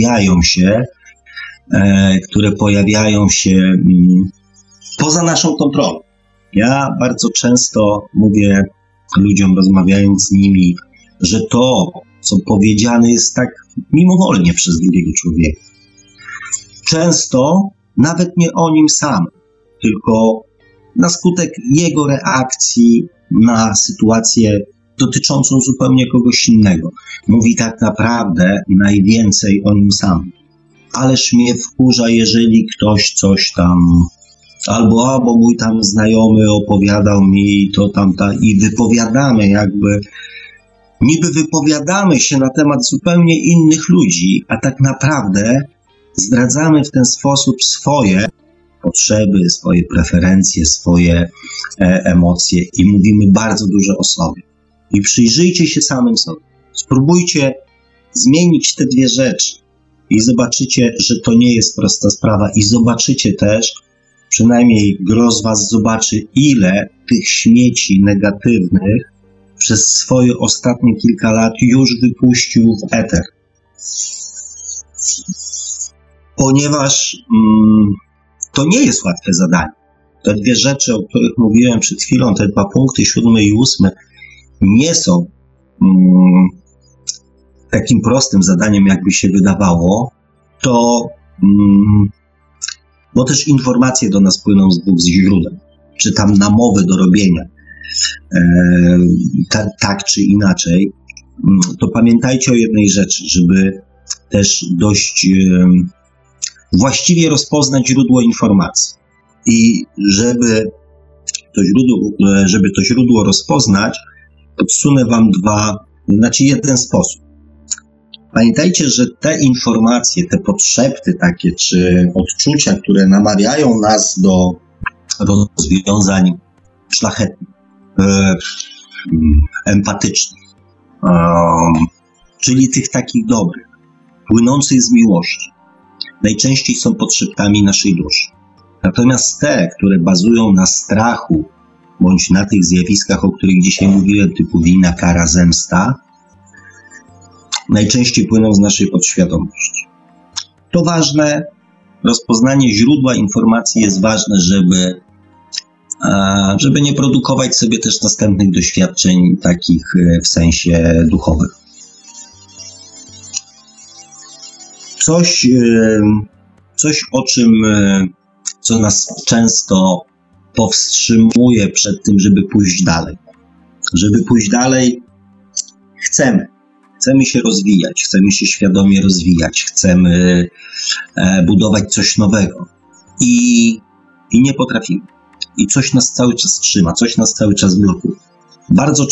pojawiają się poza naszą kontrolą. Ja bardzo często mówię ludziom, rozmawiając z nimi, że to, co powiedziane jest tak mimowolnie przez drugiego człowieka. Często nawet nie o nim samym, tylko na skutek jego reakcji na sytuację dotyczącą zupełnie kogoś innego. Mówi tak naprawdę najwięcej o nim samym. Ależ mnie wkurza, jeżeli ktoś coś tam, albo mój tam znajomy opowiadał mi to i wypowiadamy niby wypowiadamy się na temat zupełnie innych ludzi, a tak naprawdę zdradzamy w ten sposób swoje potrzeby, swoje preferencje, swoje emocje i mówimy bardzo dużo o sobie. I przyjrzyjcie się samym sobie. Spróbujcie zmienić te dwie rzeczy i zobaczycie, że to nie jest prosta sprawa i zobaczycie też, przynajmniej gro z was zobaczy, ile tych śmieci negatywnych przez swoje ostatnie kilka lat już wypuścił w eter. Ponieważ to nie jest łatwe zadanie. Te dwie rzeczy, o których mówiłem przed chwilą, te 2 punkty, 7 i 8, nie są takim prostym zadaniem, jakby się wydawało, bo też informacje do nas płyną z 2 źródeł, czy tam namowy do robienia, tak czy inaczej, to pamiętajcie o jednej rzeczy, żeby też dość właściwie rozpoznać źródło informacji. I żeby to źródło rozpoznać, podsunę wam jeden sposób. Pamiętajcie, że te informacje, te podszepty takie, czy odczucia, które namawiają nas do rozwiązań szlachetnych, empatycznych, czyli tych takich dobrych, płynących z miłości, najczęściej są podszeptami naszej duszy. Natomiast te, które bazują na strachu, bądź na tych zjawiskach, o których dzisiaj mówiłem, typu wina, kara, zemsta, najczęściej płyną z naszej podświadomości. To ważne, rozpoznanie źródła informacji jest ważne, żeby nie produkować sobie też następnych doświadczeń takich w sensie duchowym. Coś co nas często powstrzymuje przed tym, żeby pójść dalej. Żeby pójść dalej, chcemy się rozwijać, chcemy się świadomie rozwijać, chcemy budować coś nowego i nie potrafimy. I coś nas cały czas trzyma, coś nas cały czas blokuje. Bardzo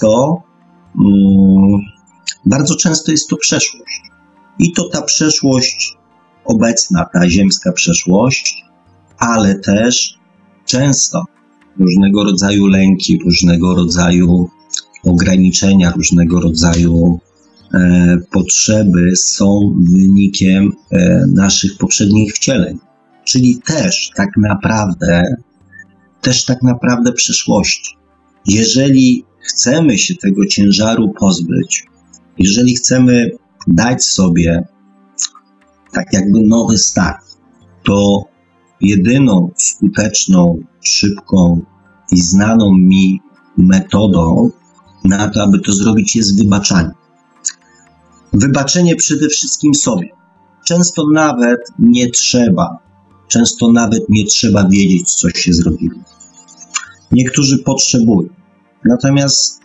często jest to przeszłość. I to ta przeszłość obecna, ta ziemska przeszłość, ale też często różnego rodzaju lęki, różnego rodzaju ograniczenia, różnego rodzaju potrzeby są wynikiem naszych poprzednich wcieleń. Czyli też tak naprawdę przeszłości. Jeżeli chcemy się tego ciężaru pozbyć, jeżeli chcemy dać sobie tak jakby nowy start, to jedyną skuteczną, szybką i znaną mi metodą na to, aby to zrobić, jest wybaczanie. Wybaczenie przede wszystkim sobie. Często nawet nie trzeba wiedzieć, co się zrobiło. Niektórzy potrzebują. Natomiast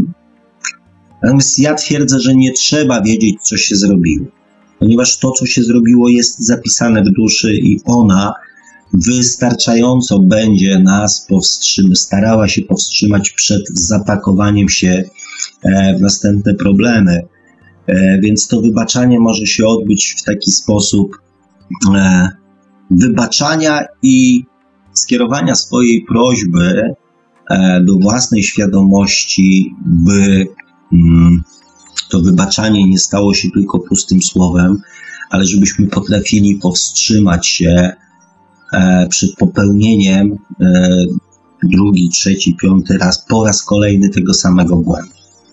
ja twierdzę, że nie trzeba wiedzieć, co się zrobiło. Ponieważ to, co się zrobiło, jest zapisane w duszy i ona wystarczająco będzie nas starała się powstrzymać przed zapakowaniem się w następne problemy. Więc to wybaczanie może się odbyć w taki sposób wybaczania i skierowania swojej prośby do własnej świadomości, by to wybaczanie nie stało się tylko pustym słowem, ale żebyśmy potrafili powstrzymać się przed popełnieniem drugi, trzeci, piąty raz, po raz kolejny tego samego błędu.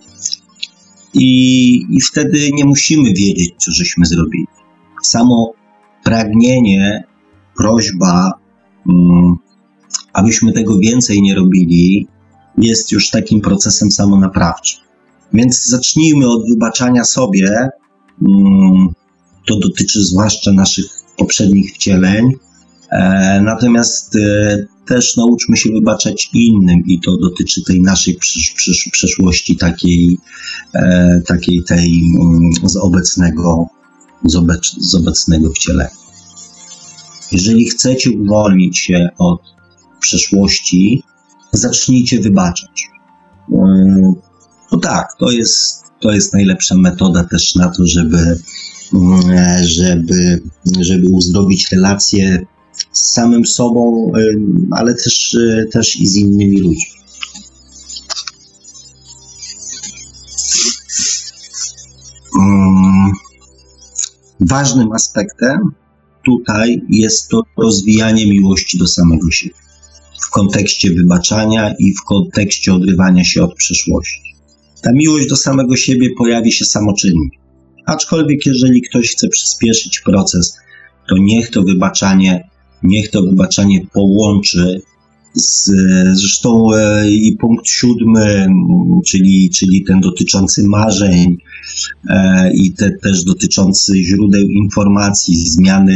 I wtedy nie musimy wiedzieć, co żeśmy zrobili. Samo pragnienie, prośba, abyśmy tego więcej nie robili, jest już takim procesem samonaprawczym. Więc zacznijmy od wybaczania sobie. To dotyczy zwłaszcza naszych poprzednich wcieleń. Natomiast też nauczmy się wybaczać innym i to dotyczy tej naszej przeszłości, takiej tej z obecnego wcielenia. Jeżeli chcecie uwolnić się od przeszłości, zacznijcie wybaczać. No tak, to jest najlepsza metoda też na to, żeby uzdrowić relacje z samym sobą, ale też i z innymi ludźmi. Ważnym aspektem tutaj jest to rozwijanie miłości do samego siebie w kontekście wybaczania i w kontekście odrywania się od przeszłości. Ta miłość do samego siebie pojawi się samoczynnie. Aczkolwiek jeżeli ktoś chce przyspieszyć proces, to niech to wybaczanie połączy zresztą i punkt 7, czyli ten dotyczący marzeń i też dotyczący źródeł informacji,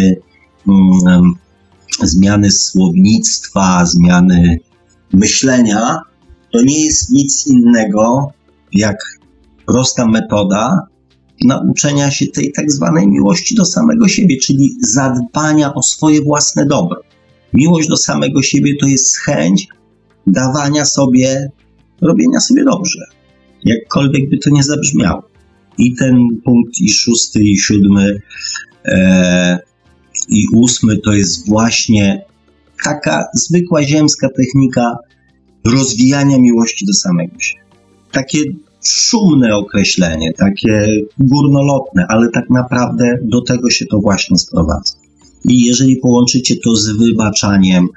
zmiany słownictwa, zmiany myślenia, to nie jest nic innego jak prosta metoda nauczenia się tej tak zwanej miłości do samego siebie, czyli zadbania o swoje własne dobro. Miłość do samego siebie to jest chęć dawania sobie, robienia sobie dobrze, jakkolwiek by to nie zabrzmiało. I ten punkt, i 6, i 7, i 8 to jest właśnie taka zwykła ziemska technika rozwijania miłości do samego siebie. Takie szumne określenie, takie górnolotne, ale tak naprawdę do tego się to właśnie sprowadza. I jeżeli połączycie to z wybaczaniem,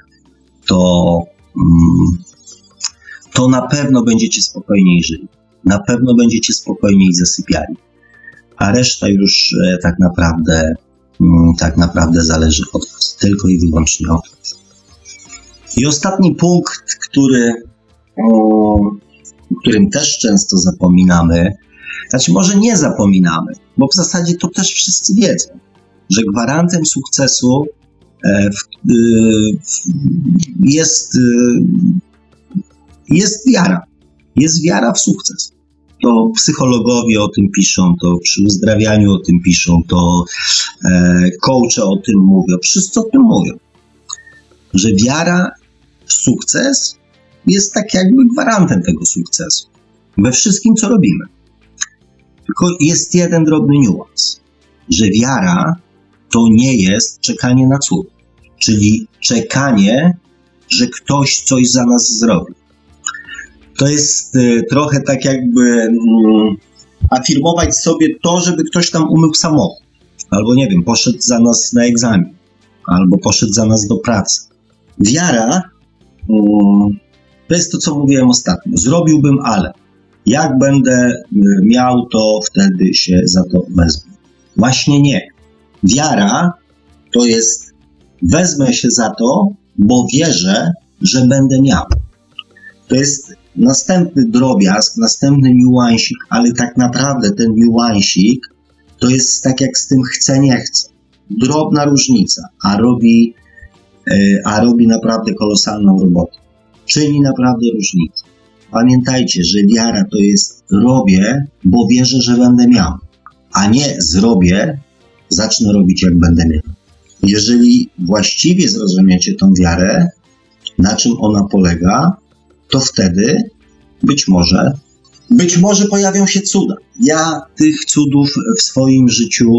to na pewno będziecie spokojniej żyli. Na pewno będziecie spokojniej zasypiali. A reszta już tak naprawdę zależy od was. Tylko i wyłącznie od was. I ostatni punkt, o którym też często zapominamy, znaczy może nie zapominamy, bo w zasadzie to też wszyscy wiedzą, że gwarantem sukcesu jest wiara. Jest wiara w sukces. To psychologowie o tym piszą, to przy uzdrawianiu o tym piszą, to coache o tym mówią, wszyscy o tym mówią, że wiara w sukces jest tak jakby gwarantem tego sukcesu we wszystkim, co robimy. Tylko jest jeden drobny niuans, że wiara to nie jest czekanie na cud, czyli czekanie, że ktoś coś za nas zrobi. To jest trochę tak jakby afirmować sobie to, żeby ktoś tam umył samochód, albo nie wiem, poszedł za nas na egzamin, albo poszedł za nas do pracy. Wiara to jest to, co mówiłem ostatnio. Zrobiłbym, ale jak będę miał, to wtedy się za to wezmę. Właśnie nie. Wiara to jest wezmę się za to, bo wierzę, że będę miał. To jest następny drobiazg, następny niuansik, ale tak naprawdę ten niuansik to jest tak jak z tym chcę, nie chcę. Drobna różnica, a robi naprawdę kolosalną robotę. Czyni naprawdę różnicę. Pamiętajcie, że wiara to jest robię, bo wierzę, że będę miał, a nie zrobię, zacznę robić, jak będę miał. Jeżeli właściwie zrozumiecie tą wiarę, na czym ona polega, to wtedy być może pojawią się cuda. Ja tych cudów w swoim życiu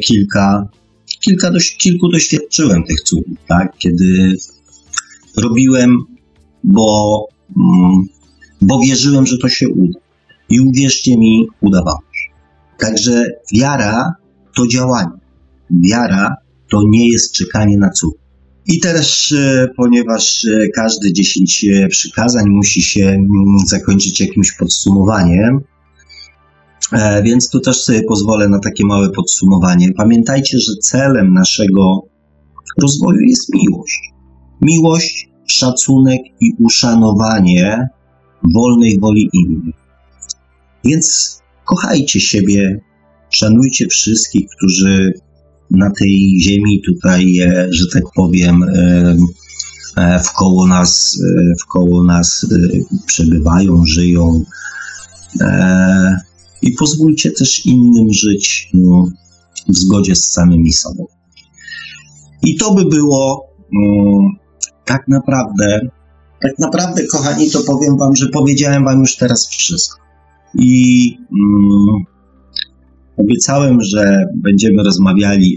kilku doświadczyłem tych cudów, tak? Kiedy robiłem, bo wierzyłem, że to się uda. I uwierzcie mi, udawało się. Także wiara to działanie. Wiara to nie jest czekanie na cud. I teraz, ponieważ każde 10 przykazań musi się zakończyć jakimś podsumowaniem, więc tu też sobie pozwolę na takie małe podsumowanie. Pamiętajcie, że celem naszego rozwoju jest miłość. Miłość, szacunek i uszanowanie wolnej woli innych. Więc kochajcie siebie, szanujcie wszystkich, którzy na tej ziemi tutaj, że tak powiem, wkoło nas przebywają, żyją. I pozwólcie też innym żyć w zgodzie z samymi sobą. I to by było tak naprawdę, kochani, to powiem wam, że powiedziałem wam już teraz wszystko. I obiecałem, że będziemy rozmawiali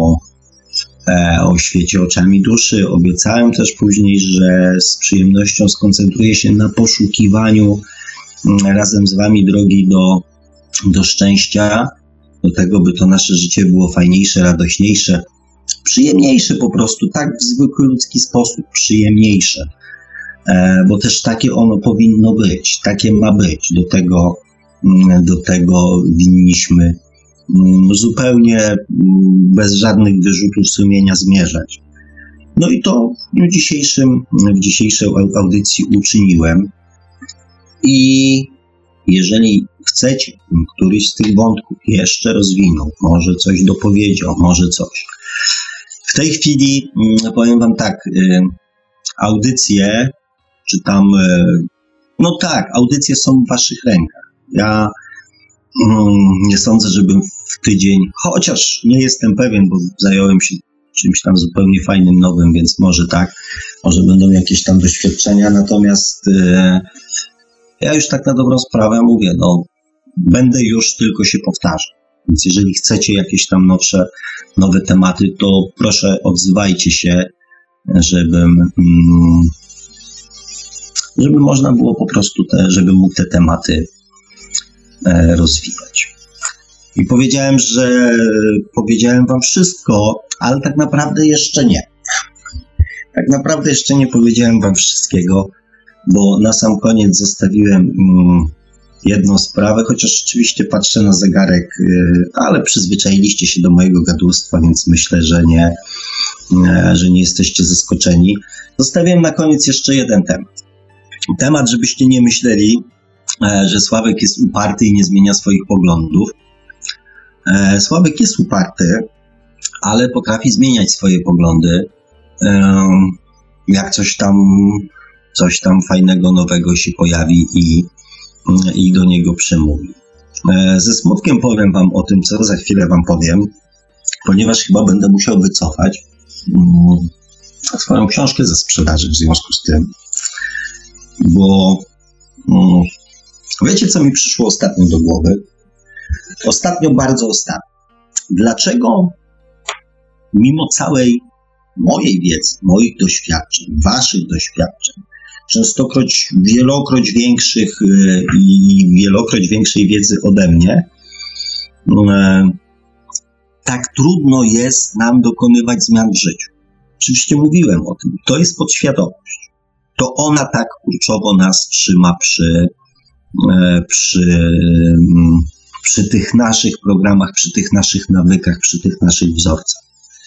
o świecie oczami duszy. Obiecałem też później, że z przyjemnością skoncentruję się na poszukiwaniu razem z wami drogi do szczęścia, do tego, by to nasze życie było fajniejsze, radośniejsze, przyjemniejsze po prostu, tak w zwykły ludzki sposób, przyjemniejsze, bo też takie ono powinno być, takie ma być, do tego winniśmy zupełnie bez żadnych wyrzutów sumienia zmierzać. No i to w dzisiejszej audycji uczyniłem. I jeżeli chcecie któryś z tych wątków jeszcze rozwinął, może coś dopowiedział, może coś. W tej chwili powiem wam tak, audycje, czy tam, no tak, audycje są w waszych rękach. Ja nie sądzę, żebym w tydzień, chociaż nie jestem pewien, bo zająłem się czymś tam zupełnie fajnym, nowym, więc może tak, może będą jakieś tam doświadczenia, natomiast ja już tak na dobrą sprawę mówię, no będę już tylko się powtarzał, więc jeżeli chcecie jakieś tam nowe tematy, to proszę odzywajcie się, żeby można było po prostu żeby mógł te tematy rozwijać. I powiedziałem wam wszystko, ale tak naprawdę jeszcze nie. Tak naprawdę jeszcze nie powiedziałem wam wszystkiego, bo na sam koniec zostawiłem jedną sprawę, chociaż oczywiście patrzę na zegarek, ale przyzwyczailiście się do mojego gadulstwa, więc myślę, że nie jesteście zaskoczeni. Zostawiłem na koniec jeszcze jeden temat. Temat, żebyście nie myśleli, że Sławek jest uparty i nie zmienia swoich poglądów. Sławek jest uparty, ale potrafi zmieniać swoje poglądy, jak coś tam fajnego, nowego się pojawi i do niego przemówi. Ze smutkiem powiem wam o tym, co za chwilę wam powiem, ponieważ chyba będę musiał wycofać swoją książkę ze sprzedaży w związku z tym, bo wiecie, co mi przyszło ostatnio do głowy? Bardzo ostatnio. Dlaczego mimo całej mojej wiedzy, moich doświadczeń, waszych doświadczeń, częstokroć wielokroć większych i wielokroć większej wiedzy ode mnie, tak trudno jest nam dokonywać zmian w życiu? Oczywiście mówiłem o tym. To jest podświadomość. To ona tak kurczowo nas trzyma przy tych naszych programach, przy tych naszych nawykach, przy tych naszych wzorcach.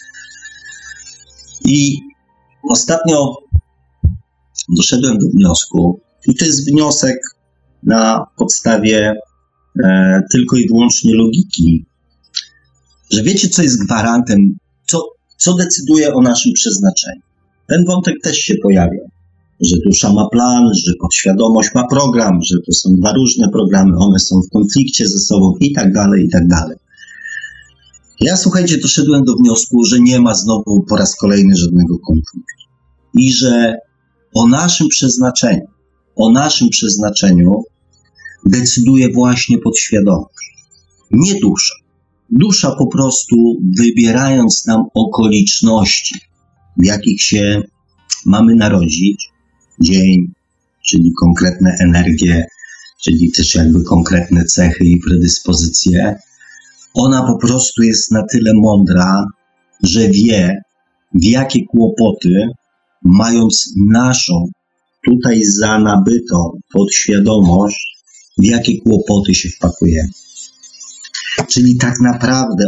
I ostatnio doszedłem do wniosku, i to jest wniosek na podstawie tylko i wyłącznie logiki, że wiecie, co jest gwarantem, co decyduje o naszym przeznaczeniu. Ten wątek też się pojawia, że dusza ma plan, że podświadomość ma program, że to są dwa różne programy, one są w konflikcie ze sobą i tak dalej, i tak dalej. Ja, słuchajcie, doszedłem do wniosku, że nie ma znowu po raz kolejny żadnego konfliktu. I że o naszym przeznaczeniu decyduje właśnie podświadomość, nie dusza. Dusza po prostu, wybierając nam okoliczności, w jakich się mamy narodzić, dzień, czyli konkretne energie, czyli też jakby konkretne cechy i predyspozycje, ona po prostu jest na tyle mądra, że wie, w jakie kłopoty, mając naszą tutaj zanabytą podświadomość, w jakie kłopoty się wpakujemy. Czyli tak naprawdę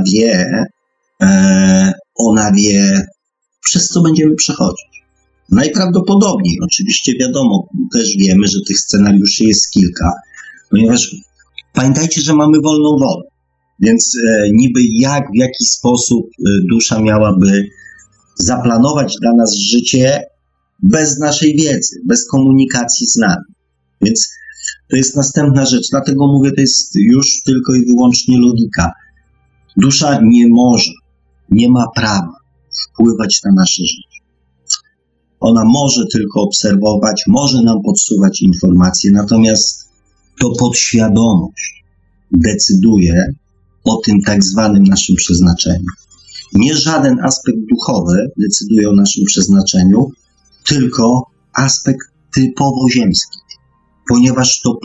ona wie, przez co będziemy przechodzić. Najprawdopodobniej, oczywiście wiadomo, też wiemy, że tych scenariuszy jest kilka, ponieważ pamiętajcie, że mamy wolną wolę, więc niby w jaki sposób dusza miałaby zaplanować dla nas życie bez naszej wiedzy, bez komunikacji z nami. Więc to jest następna rzecz, dlatego mówię, to jest już tylko i wyłącznie logika. Dusza nie ma prawa wpływać na nasze życie. Ona może tylko obserwować, może nam podsuwać informacje, natomiast to podświadomość decyduje o tym tak zwanym naszym przeznaczeniu. Nie żaden aspekt duchowy decyduje o naszym przeznaczeniu, tylko aspekt typowo ziemski, ponieważ to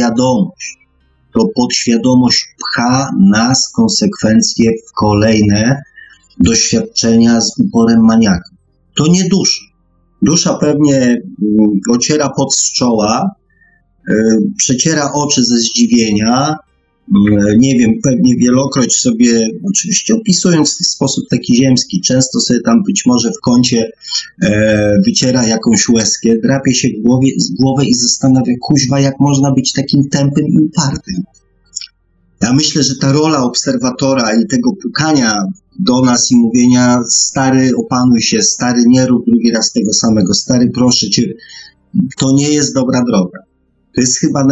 podświadomość pcha nas konsekwencje w kolejne doświadczenia z uporem maniaka. To nie dusza. Dusza pewnie ociera pot z czoła, przeciera oczy ze zdziwienia, nie wiem, pewnie wielokroć sobie, oczywiście opisując w sposób taki ziemski, często sobie tam być może w kącie wyciera jakąś łezkę, drapie się głowę i zastanawia, kuźwa, jak można być takim tępym i upartym. Ja myślę, że ta rola obserwatora i tego pukania do nas i mówienia, stary, opanuj się, stary, nie rób drugi raz tego samego, stary, proszę cię, to nie jest dobra droga. To jest chyba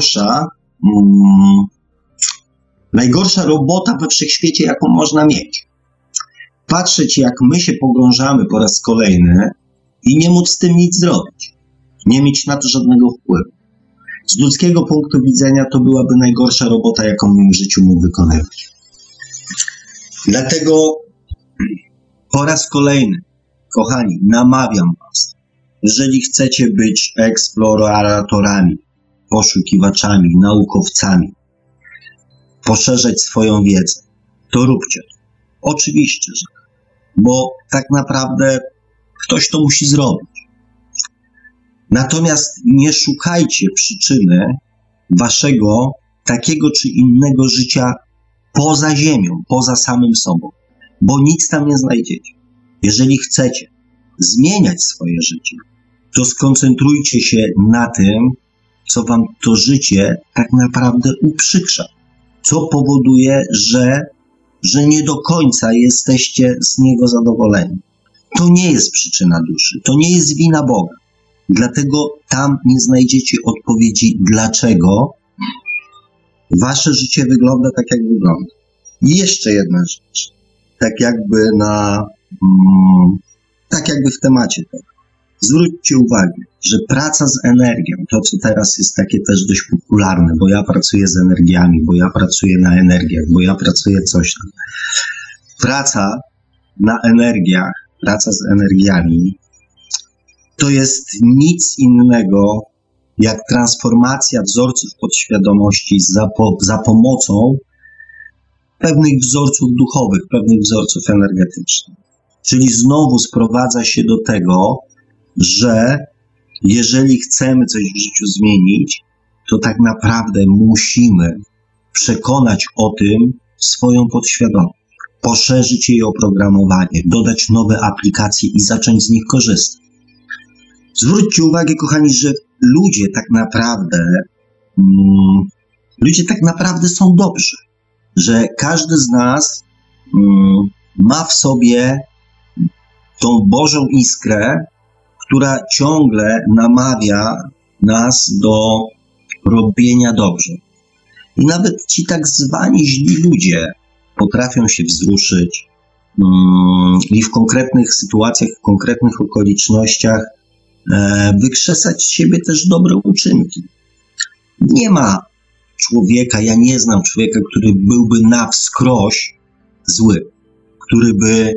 najgorsza robota we wszechświecie, jaką można mieć. Patrzeć, jak my się pogrążamy po raz kolejny i nie móc z tym nic zrobić. Nie mieć na to żadnego wpływu. Z ludzkiego punktu widzenia to byłaby najgorsza robota, jaką bym w życiu mógł wykonywać. Dlatego po raz kolejny, kochani, namawiam was, jeżeli chcecie być eksploratorami, poszukiwaczami, naukowcami, poszerzać swoją wiedzę, to róbcie to. Oczywiście, że bo tak naprawdę ktoś to musi zrobić. Natomiast nie szukajcie przyczyny waszego takiego czy innego życia poza ziemią, poza samym sobą, bo nic tam nie znajdziecie. Jeżeli chcecie zmieniać swoje życie, to skoncentrujcie się na tym, co wam to życie tak naprawdę uprzykrza, co powoduje, że nie do końca jesteście z niego zadowoleni. To nie jest przyczyna duszy, to nie jest wina Boga. Dlatego tam nie znajdziecie odpowiedzi, dlaczego wasze życie wygląda tak, jak wygląda. I jeszcze jedna rzecz, tak jakby w temacie tego. Zwróćcie uwagę, że praca z energią, to co teraz jest takie też dość popularne, bo ja pracuję z energiami, bo ja pracuję na energiach, bo ja pracuję coś tam. Praca na energiach, praca z energiami to jest nic innego jak transformacja wzorców podświadomości za pomocą pewnych wzorców duchowych, pewnych wzorców energetycznych. Czyli znowu sprowadza się do tego, że jeżeli chcemy coś w życiu zmienić, to tak naprawdę musimy przekonać o tym swoją podświadomość, poszerzyć jej oprogramowanie, dodać nowe aplikacje i zacząć z nich korzystać. Zwróćcie uwagę, kochani, że ludzie tak naprawdę są dobrzy, że każdy z nas ma w sobie tą Bożą iskrę, która ciągle namawia nas do robienia dobrze. I nawet ci tak zwani źli ludzie potrafią się wzruszyć i w konkretnych sytuacjach, w konkretnych okolicznościach wykrzesać z siebie też dobre uczynki. Nie ma człowieka, ja nie znam człowieka, który byłby na wskroś zły, który by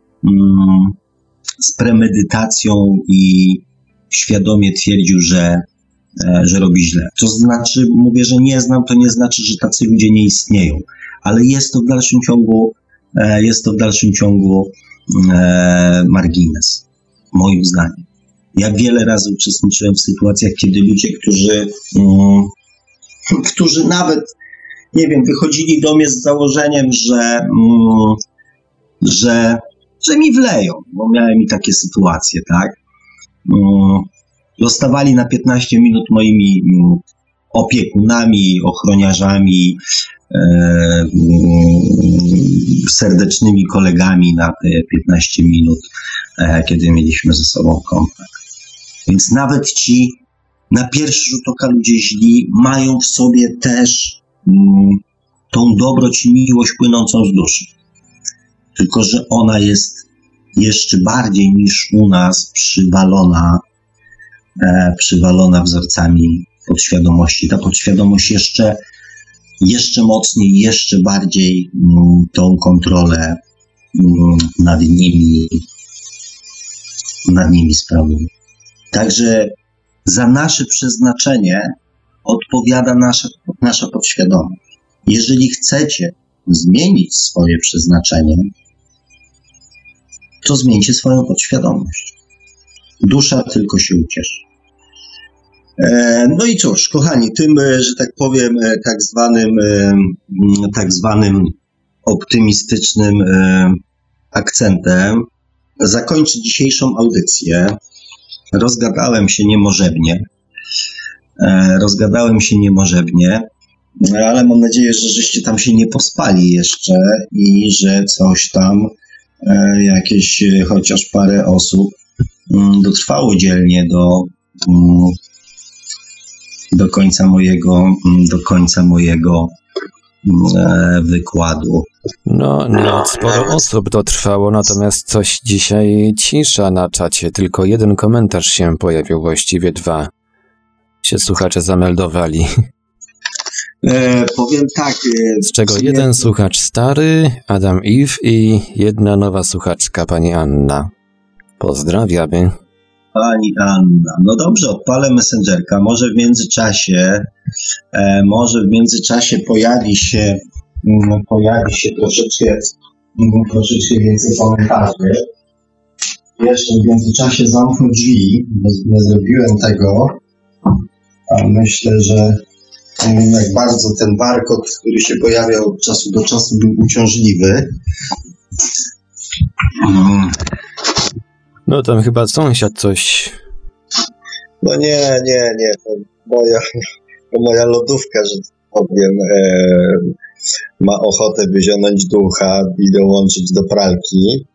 z premedytacją i świadomie twierdził, że robi źle. To znaczy, mówię, że nie znam, to nie znaczy, że tacy ludzie nie istnieją, ale jest to w dalszym ciągu margines, moim zdaniem. Ja wiele razy uczestniczyłem w sytuacjach, kiedy ludzie, którzy nawet, nie wiem, wychodzili do mnie z założeniem, że mi wleją, bo miałem i takie sytuacje, tak? Zostawali na 15 minut moimi opiekunami, ochroniarzami, serdecznymi kolegami na te 15 minut, kiedy mieliśmy ze sobą kontakt. Więc nawet ci na pierwszy rzut oka ludzie źli mają w sobie też tą dobroć i miłość płynącą z duszy. Tylko że ona jest jeszcze bardziej niż u nas przywalona wzorcami podświadomości. Ta podświadomość jeszcze mocniej, jeszcze bardziej tą kontrolę nad nimi sprawuje. Także za nasze przeznaczenie odpowiada nasza podświadomość. Jeżeli chcecie zmienić swoje przeznaczenie, to zmieńcie swoją podświadomość. Dusza tylko się ucieszy. No i cóż, kochani, tym, że tak powiem, tak zwanym optymistycznym akcentem zakończę dzisiejszą audycję. Rozgadałem się niemożebnie, ale mam nadzieję, że żeście tam się nie pospali jeszcze i że coś tam, jakieś chociaż parę osób dotrwało dzielnie do końca mojego wykładu. No, nawet sporo osób dotrwało, natomiast coś dzisiaj cisza na czacie. Tylko jeden komentarz się pojawił, właściwie dwa się słuchacze zameldowali. Powiem tak. Z czego jeden słuchacz stary, Adam Eve, i jedna nowa słuchaczka, pani Anna. Pozdrawiamy. Pani Anna. No dobrze, odpalę Messengerka. Może w międzyczasie pojawi się troszeczkę pożyczyć więcej komentarzy. Jeszcze w międzyczasie zamknę drzwi, bo nie zrobiłem tego. A myślę, że jak bardzo ten warkot, który się pojawiał od czasu do czasu, był uciążliwy. No tam chyba sąsiad coś... No nie. To moja lodówka, że tak powiem, ma ochotę wyzionąć ducha i dołączyć do pralki.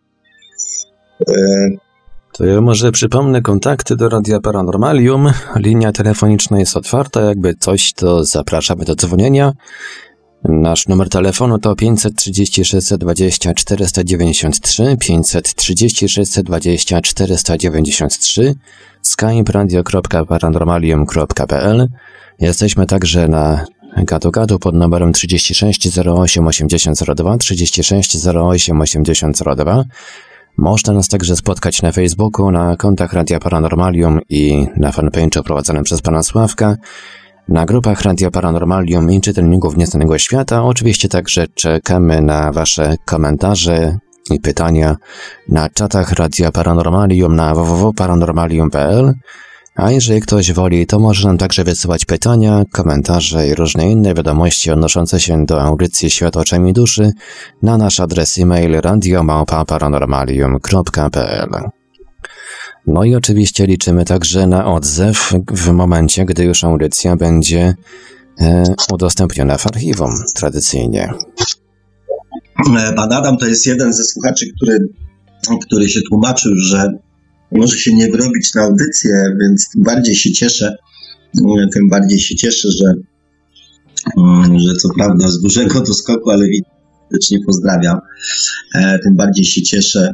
To ja może przypomnę kontakty do Radia Paranormalium. Linia telefoniczna jest otwarta, jakby coś, to zapraszamy do dzwonienia. Nasz numer telefonu to 530 620 493, 530 620 493, skype radio.paranormalium.pl. Jesteśmy także na gadu pod numerem 36 08 80 02, 36 08 80 02. Można nas także spotkać na Facebooku, na kontach Radia Paranormalium i na fanpage'u prowadzonym przez pana Sławka, na grupach Radia Paranormalium i czytelników Nieznanego Świata. Oczywiście także czekamy na wasze komentarze i pytania na czatach Radia Paranormalium na www.paranormalium.pl. A jeżeli ktoś woli, to może nam także wysyłać pytania, komentarze i różne inne wiadomości odnoszące się do audycji Świat oczami duszy na nasz adres e-mail radio@paranormalium.pl. No i oczywiście liczymy także na odzew w momencie, gdy już audycja będzie udostępniona w archiwum tradycyjnie. Pan Adam to jest jeden ze słuchaczy, który się tłumaczył, że może się nie wyrobić na audycję, więc tym bardziej się cieszę, że co prawda z dużego doskoku, ale serdecznie pozdrawiam. Tym bardziej się cieszę,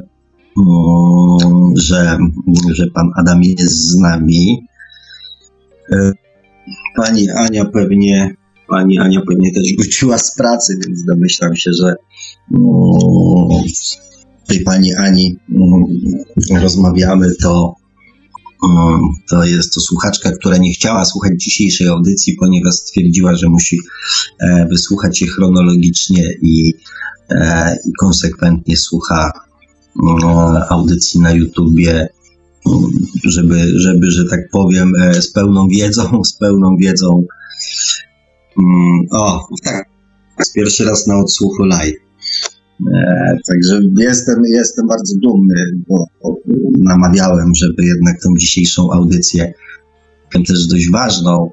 że pan Adam jest z nami. Pani Ania pewnie też wróciła z pracy, więc domyślam się, że tej pani Ani rozmawiamy, to jest to słuchaczka, która nie chciała słuchać dzisiejszej audycji, ponieważ stwierdziła, że musi wysłuchać się chronologicznie i konsekwentnie słucha audycji na YouTubie, żeby, że tak powiem, z pełną wiedzą. Tak, pierwszy raz na odsłuchu live. Także jestem bardzo dumny, bo namawiałem, żeby jednak tą dzisiejszą audycję, też dość ważną,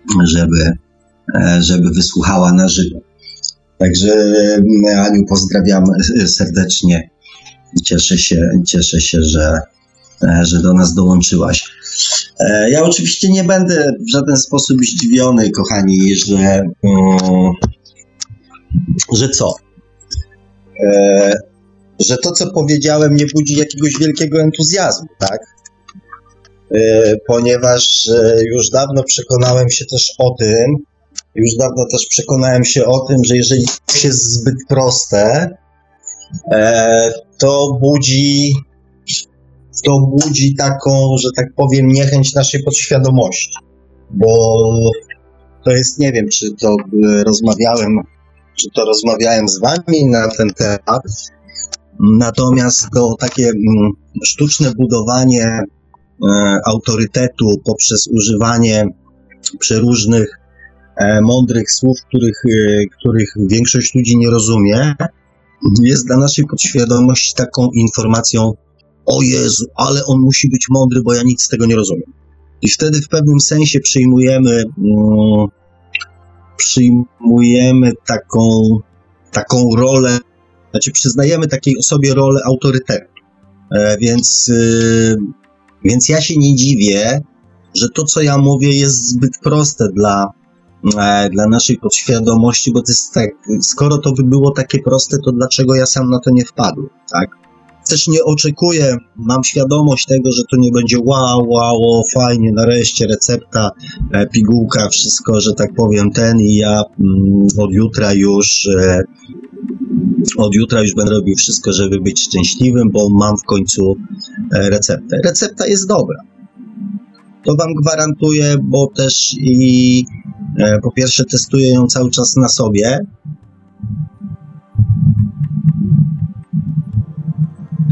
żeby wysłuchała na żywo. Także Aniu, pozdrawiam serdecznie. Cieszę się, że do nas dołączyłaś. Ja oczywiście nie będę w żaden sposób zdziwiony, kochani, że co? Że to, co powiedziałem, nie budzi jakiegoś wielkiego entuzjazmu, tak? Ponieważ już dawno przekonałem się też o tym, że jeżeli coś jest zbyt proste, to budzi taką, że tak powiem, niechęć naszej podświadomości. Bo to jest, nie wiem, czy to rozmawiałem z wami na ten temat, natomiast to takie sztuczne budowanie autorytetu poprzez używanie przeróżnych mądrych słów, których większość ludzi nie rozumie, jest dla naszej podświadomości taką informacją: o Jezu, ale on musi być mądry, bo ja nic z tego nie rozumiem. I wtedy w pewnym sensie przyjmujemy taką rolę, znaczy przyznajemy takiej osobie rolę autorytetu. Więc ja się nie dziwię, że to, co ja mówię, jest zbyt proste dla naszej podświadomości, bo to jest tak, skoro to by było takie proste, to dlaczego ja sam na to nie wpadłem, tak? Też nie oczekuję, mam świadomość tego, że to nie będzie wow, fajnie, nareszcie recepta, pigułka, wszystko, że tak powiem, i ja od jutra już będę robił wszystko, żeby być szczęśliwym, bo mam w końcu receptę. Recepta jest dobra. To wam gwarantuję, bo też po pierwsze testuję ją cały czas na sobie.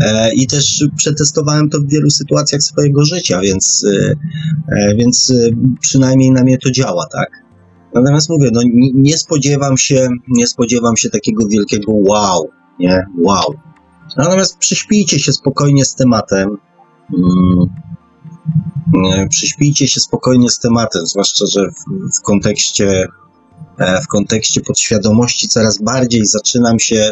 I też przetestowałem to w wielu sytuacjach swojego życia, więc przynajmniej na mnie to działa, tak? Natomiast mówię, no nie spodziewam się takiego wielkiego wow, nie? Wow. Natomiast przyśpijcie się spokojnie z tematem. Przyśpijcie się spokojnie z tematem, zwłaszcza, że w kontekście podświadomości coraz bardziej zaczynam się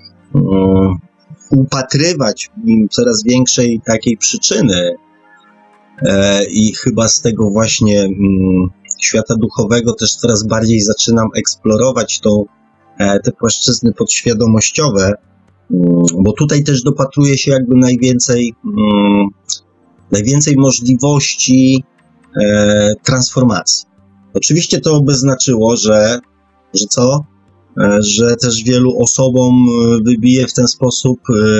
upatrywać coraz większej takiej przyczyny i chyba z tego właśnie świata duchowego też coraz bardziej zaczynam eksplorować te płaszczyzny podświadomościowe, bo tutaj też dopatruję się jakby najwięcej możliwości transformacji. Oczywiście to by znaczyło, że co? Że też wielu osobom wybije w ten sposób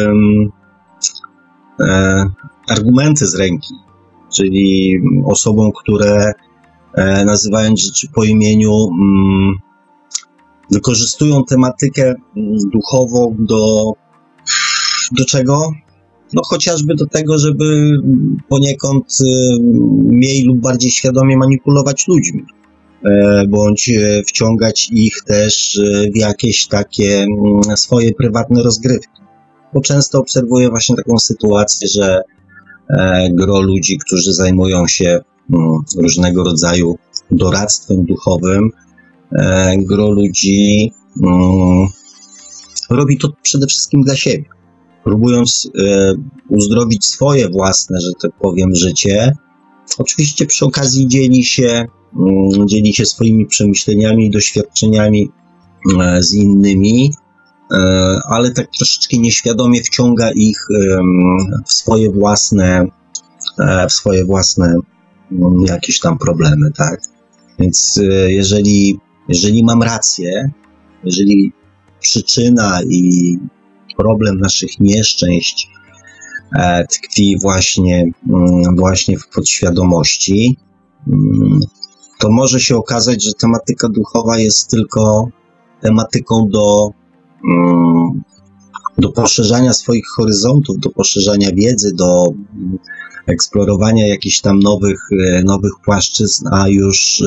argumenty z ręki, czyli osobom, które nazywając rzeczy po imieniu wykorzystują tematykę duchową do czego? No chociażby do tego, żeby poniekąd mniej lub bardziej świadomie manipulować ludźmi, bądź wciągać ich też w jakieś takie swoje prywatne rozgrywki. Bo często obserwuję właśnie taką sytuację, że gro ludzi, którzy zajmują się różnego rodzaju doradztwem duchowym, gro ludzi robi to przede wszystkim dla siebie, próbując uzdrowić swoje własne, że tak powiem, życie. Oczywiście przy okazji dzieli się swoimi przemyśleniami i doświadczeniami z innymi, ale tak troszeczkę nieświadomie wciąga ich w swoje własne jakieś tam problemy, tak? Więc jeżeli mam rację, jeżeli przyczyna i problem naszych nieszczęść tkwi właśnie w podświadomości, to może się okazać, że tematyka duchowa jest tylko tematyką do poszerzania swoich horyzontów, do poszerzania wiedzy, do eksplorowania jakichś tam nowych płaszczyzn, a już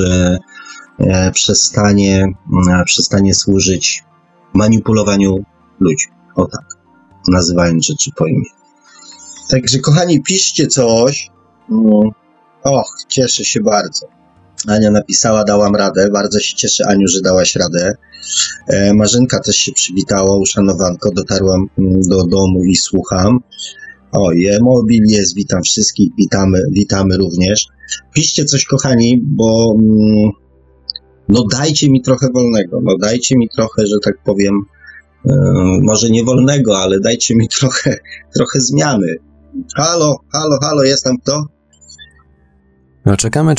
przestanie służyć manipulowaniu ludzi. O tak, nazywając rzeczy po imię. Także kochani, piszcie coś. Cieszę się bardzo. Ania napisała, dałam radę. Bardzo się cieszę, Aniu, że dałaś radę. Marzynka też się przywitała, uszanowanko. Dotarłam do domu i słucham. Mobil jest, witam wszystkich, witamy również. Piszcie coś, kochani, bo dajcie mi trochę wolnego, dajcie mi trochę, że tak powiem, może nie wolnego, ale dajcie mi trochę zmiany. Halo, jest tam kto? No czekamy.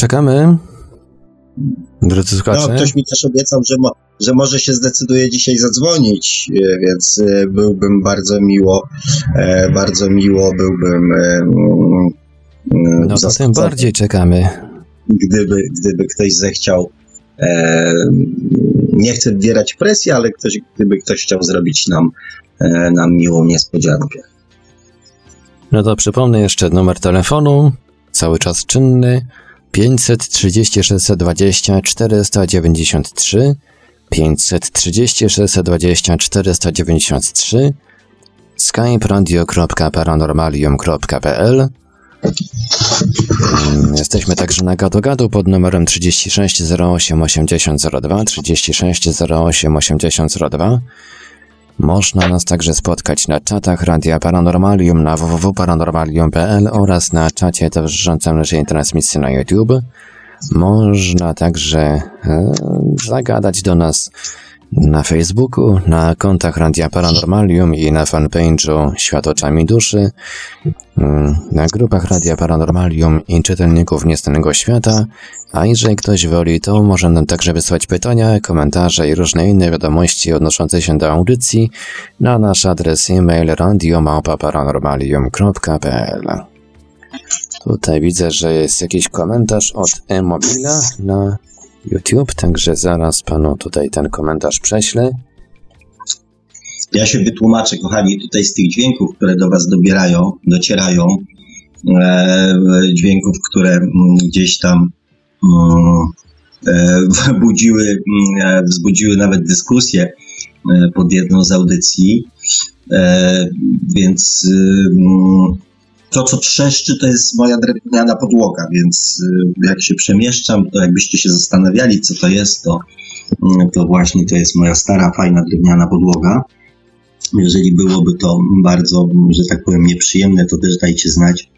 Drodzy słuchacze. Ktoś mi też obiecał, że może się zdecyduje dzisiaj zadzwonić, więc byłbym bardzo miło byłbym to tym bardziej czekamy. Gdyby ktoś zechciał, nie chcę wywierać presji, ale gdyby ktoś chciał zrobić nam miłą niespodziankę. No to przypomnę jeszcze numer telefonu, cały czas czynny, 530 620 493, 530 620 493, skype radio.paranormalium.pl. Jesteśmy także na gadu pod numerem 36 08 8002, 36 08 8002. Można nas także spotkać na czatach Radia Paranormalium na www.paranormalium.pl oraz na czacie towarzyszącym naszej transmisji na YouTube. Można także zagadać do nas na Facebooku, na kontach Radia Paranormalium i na fanpage'u Świat oczami duszy, na grupach Radia Paranormalium i czytelników Nieznanego Świata, a jeżeli ktoś woli, to może nam także wysłać pytania, komentarze i różne inne wiadomości odnoszące się do audycji na nasz adres e-mail radio@paranormalium.pl. Tutaj widzę, że jest jakiś komentarz od e-mobila na YouTube, także zaraz panu tutaj ten komentarz prześlę. Ja się wytłumaczę, kochani, tutaj z tych dźwięków, które do was docierają, dźwięków, które gdzieś tam wzbudziły nawet dyskusję pod jedną z audycji, więc to, co trzeszczy, to jest moja drewniana podłoga, więc jak się przemieszczam, to jakbyście się zastanawiali, co to jest, to właśnie to jest moja stara, fajna drewniana podłoga. Jeżeli byłoby to bardzo, że tak powiem, nieprzyjemne, to też dajcie znać.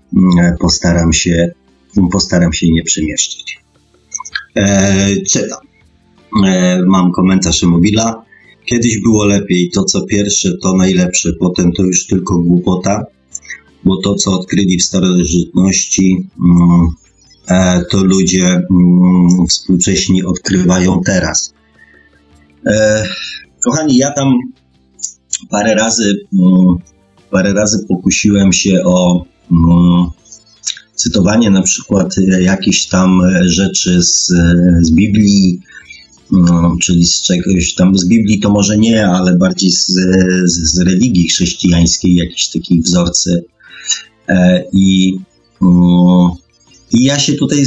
Postaram się nie przemieszczać. Czytam. Mam komentarz Emobila. Kiedyś było lepiej, to co pierwsze to najlepsze, potem to już tylko głupota, bo to co odkryli w starożytności, to ludzie współcześni odkrywają teraz. Kochani, ja tam parę razy pokusiłem się o cytowanie na przykład jakichś tam rzeczy z Biblii, czyli z czegoś tam z Biblii to może nie, ale bardziej z religii chrześcijańskiej, jakieś takie wzorce. I ja się tutaj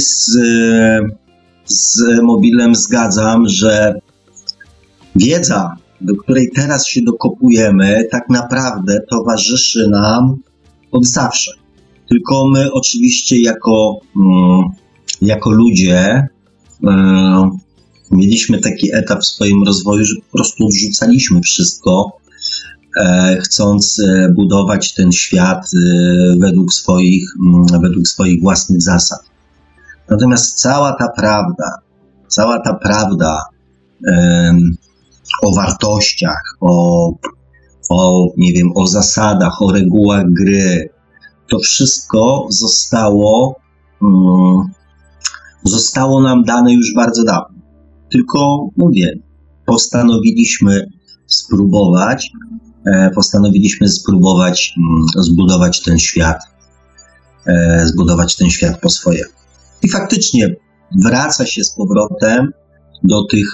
z Mobilem zgadzam, że wiedza, do której teraz się dokopujemy, tak naprawdę towarzyszy nam od zawsze. Tylko my oczywiście jako ludzie mieliśmy taki etap w swoim rozwoju, że po prostu odrzucaliśmy wszystko, chcąc budować ten świat według swoich własnych zasad. Natomiast cała ta prawda o wartościach, nie wiem, o zasadach, o regułach gry, to wszystko zostało nam dane już bardzo dawno. Tylko, mówię, postanowiliśmy spróbować zbudować ten świat po swojemu. I faktycznie wraca się z powrotem do tych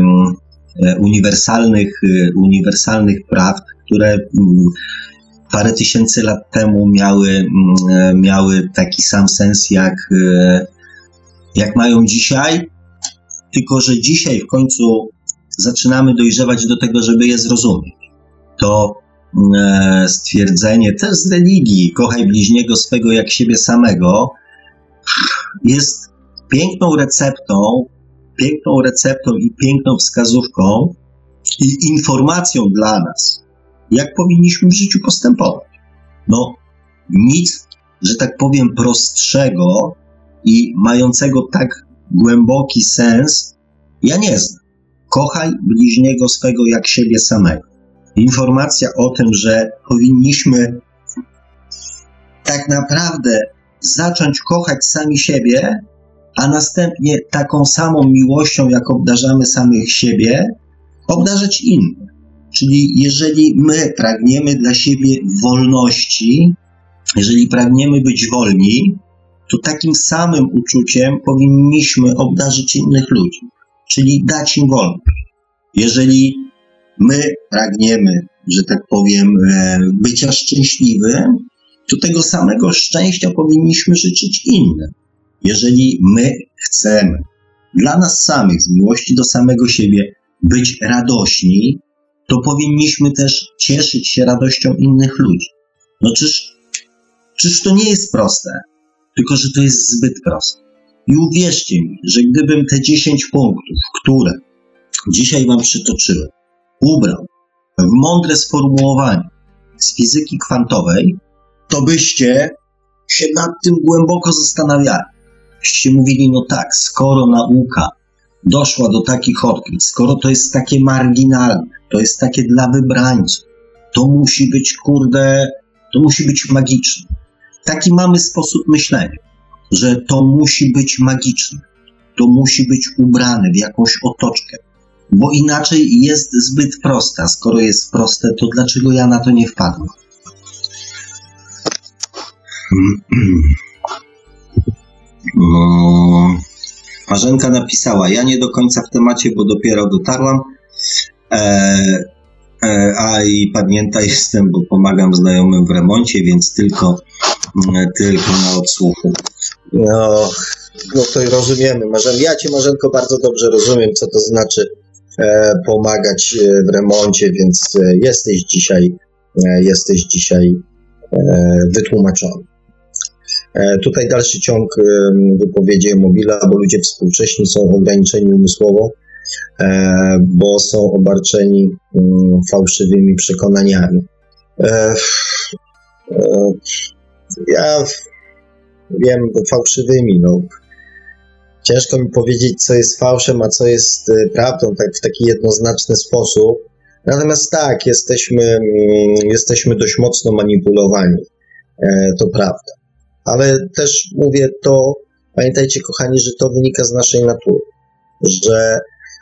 uniwersalnych prawd, które parę tysięcy lat temu miały taki sam sens, jak mają dzisiaj, tylko że dzisiaj w końcu zaczynamy dojrzewać do tego, żeby je zrozumieć. To stwierdzenie też z religii, kochaj bliźniego swego jak siebie samego, jest piękną receptą i piękną wskazówką i informacją dla nas, jak powinniśmy w życiu postępować. No, nic, że tak powiem, prostszego i mającego tak głęboki sens ja nie znam. Kochaj bliźniego swego jak siebie samego. Informacja o tym, że powinniśmy tak naprawdę zacząć kochać sami siebie, a następnie taką samą miłością, jak obdarzamy samych siebie, obdarzać innych. Czyli jeżeli my pragniemy dla siebie wolności, jeżeli pragniemy być wolni, to takim samym uczuciem powinniśmy obdarzyć innych ludzi, czyli dać im wolność. Jeżeli my pragniemy, że tak powiem, bycia szczęśliwym, to tego samego szczęścia powinniśmy życzyć innym. Jeżeli my chcemy dla nas samych, z miłości do samego siebie, być radośni, to powinniśmy też cieszyć się radością innych ludzi. No czyż to nie jest proste, tylko że to jest zbyt proste. I uwierzcie mi, że gdybym te 10 punktów, które dzisiaj wam przytoczyłem, ubrał w mądre sformułowanie z fizyki kwantowej, to byście się nad tym głęboko zastanawiali. Byście mówili, no tak, skoro nauka doszła do takich odkryć, skoro to jest takie marginalne, to jest takie dla wybrańców, to musi być, to musi być magiczne. Taki mamy sposób myślenia, że to musi być magiczne, to musi być ubrane w jakąś otoczkę, bo inaczej jest zbyt proste, a skoro jest proste, to dlaczego ja na to nie wpadłem? Marzenka napisała, ja nie do końca w temacie, bo dopiero dotarłam. A i pamięta jestem, bo pomagam znajomym w remoncie, więc tylko na odsłuchu. No to rozumiemy. Ja Cię, Marzenko, bardzo dobrze rozumiem, co to znaczy pomagać w remoncie, więc jesteś dzisiaj wytłumaczony. Tutaj dalszy ciąg wypowiedzi Mobila, bo ludzie współcześni są ograniczeni umysłowo, bo są obarczeni fałszywymi przekonaniami. Ja wiem, fałszywymi, ciężko mi powiedzieć, co jest fałszem, a co jest prawdą, tak w taki jednoznaczny sposób. Natomiast tak, jesteśmy dość mocno manipulowani, to prawda. Ale też mówię to, pamiętajcie, kochani, że to wynika z naszej natury, że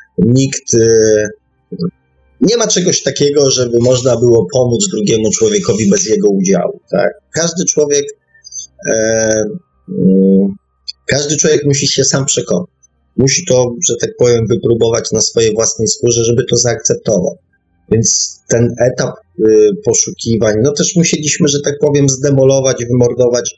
nie ma czegoś takiego, żeby można było pomóc drugiemu człowiekowi bez jego udziału, tak? Każdy człowiek musi się sam przekonać. Musi to, że tak powiem, wypróbować na swojej własnej skórze, żeby to zaakceptował. Więc ten etap poszukiwań, też musieliśmy, że tak powiem, zdemolować, wymordować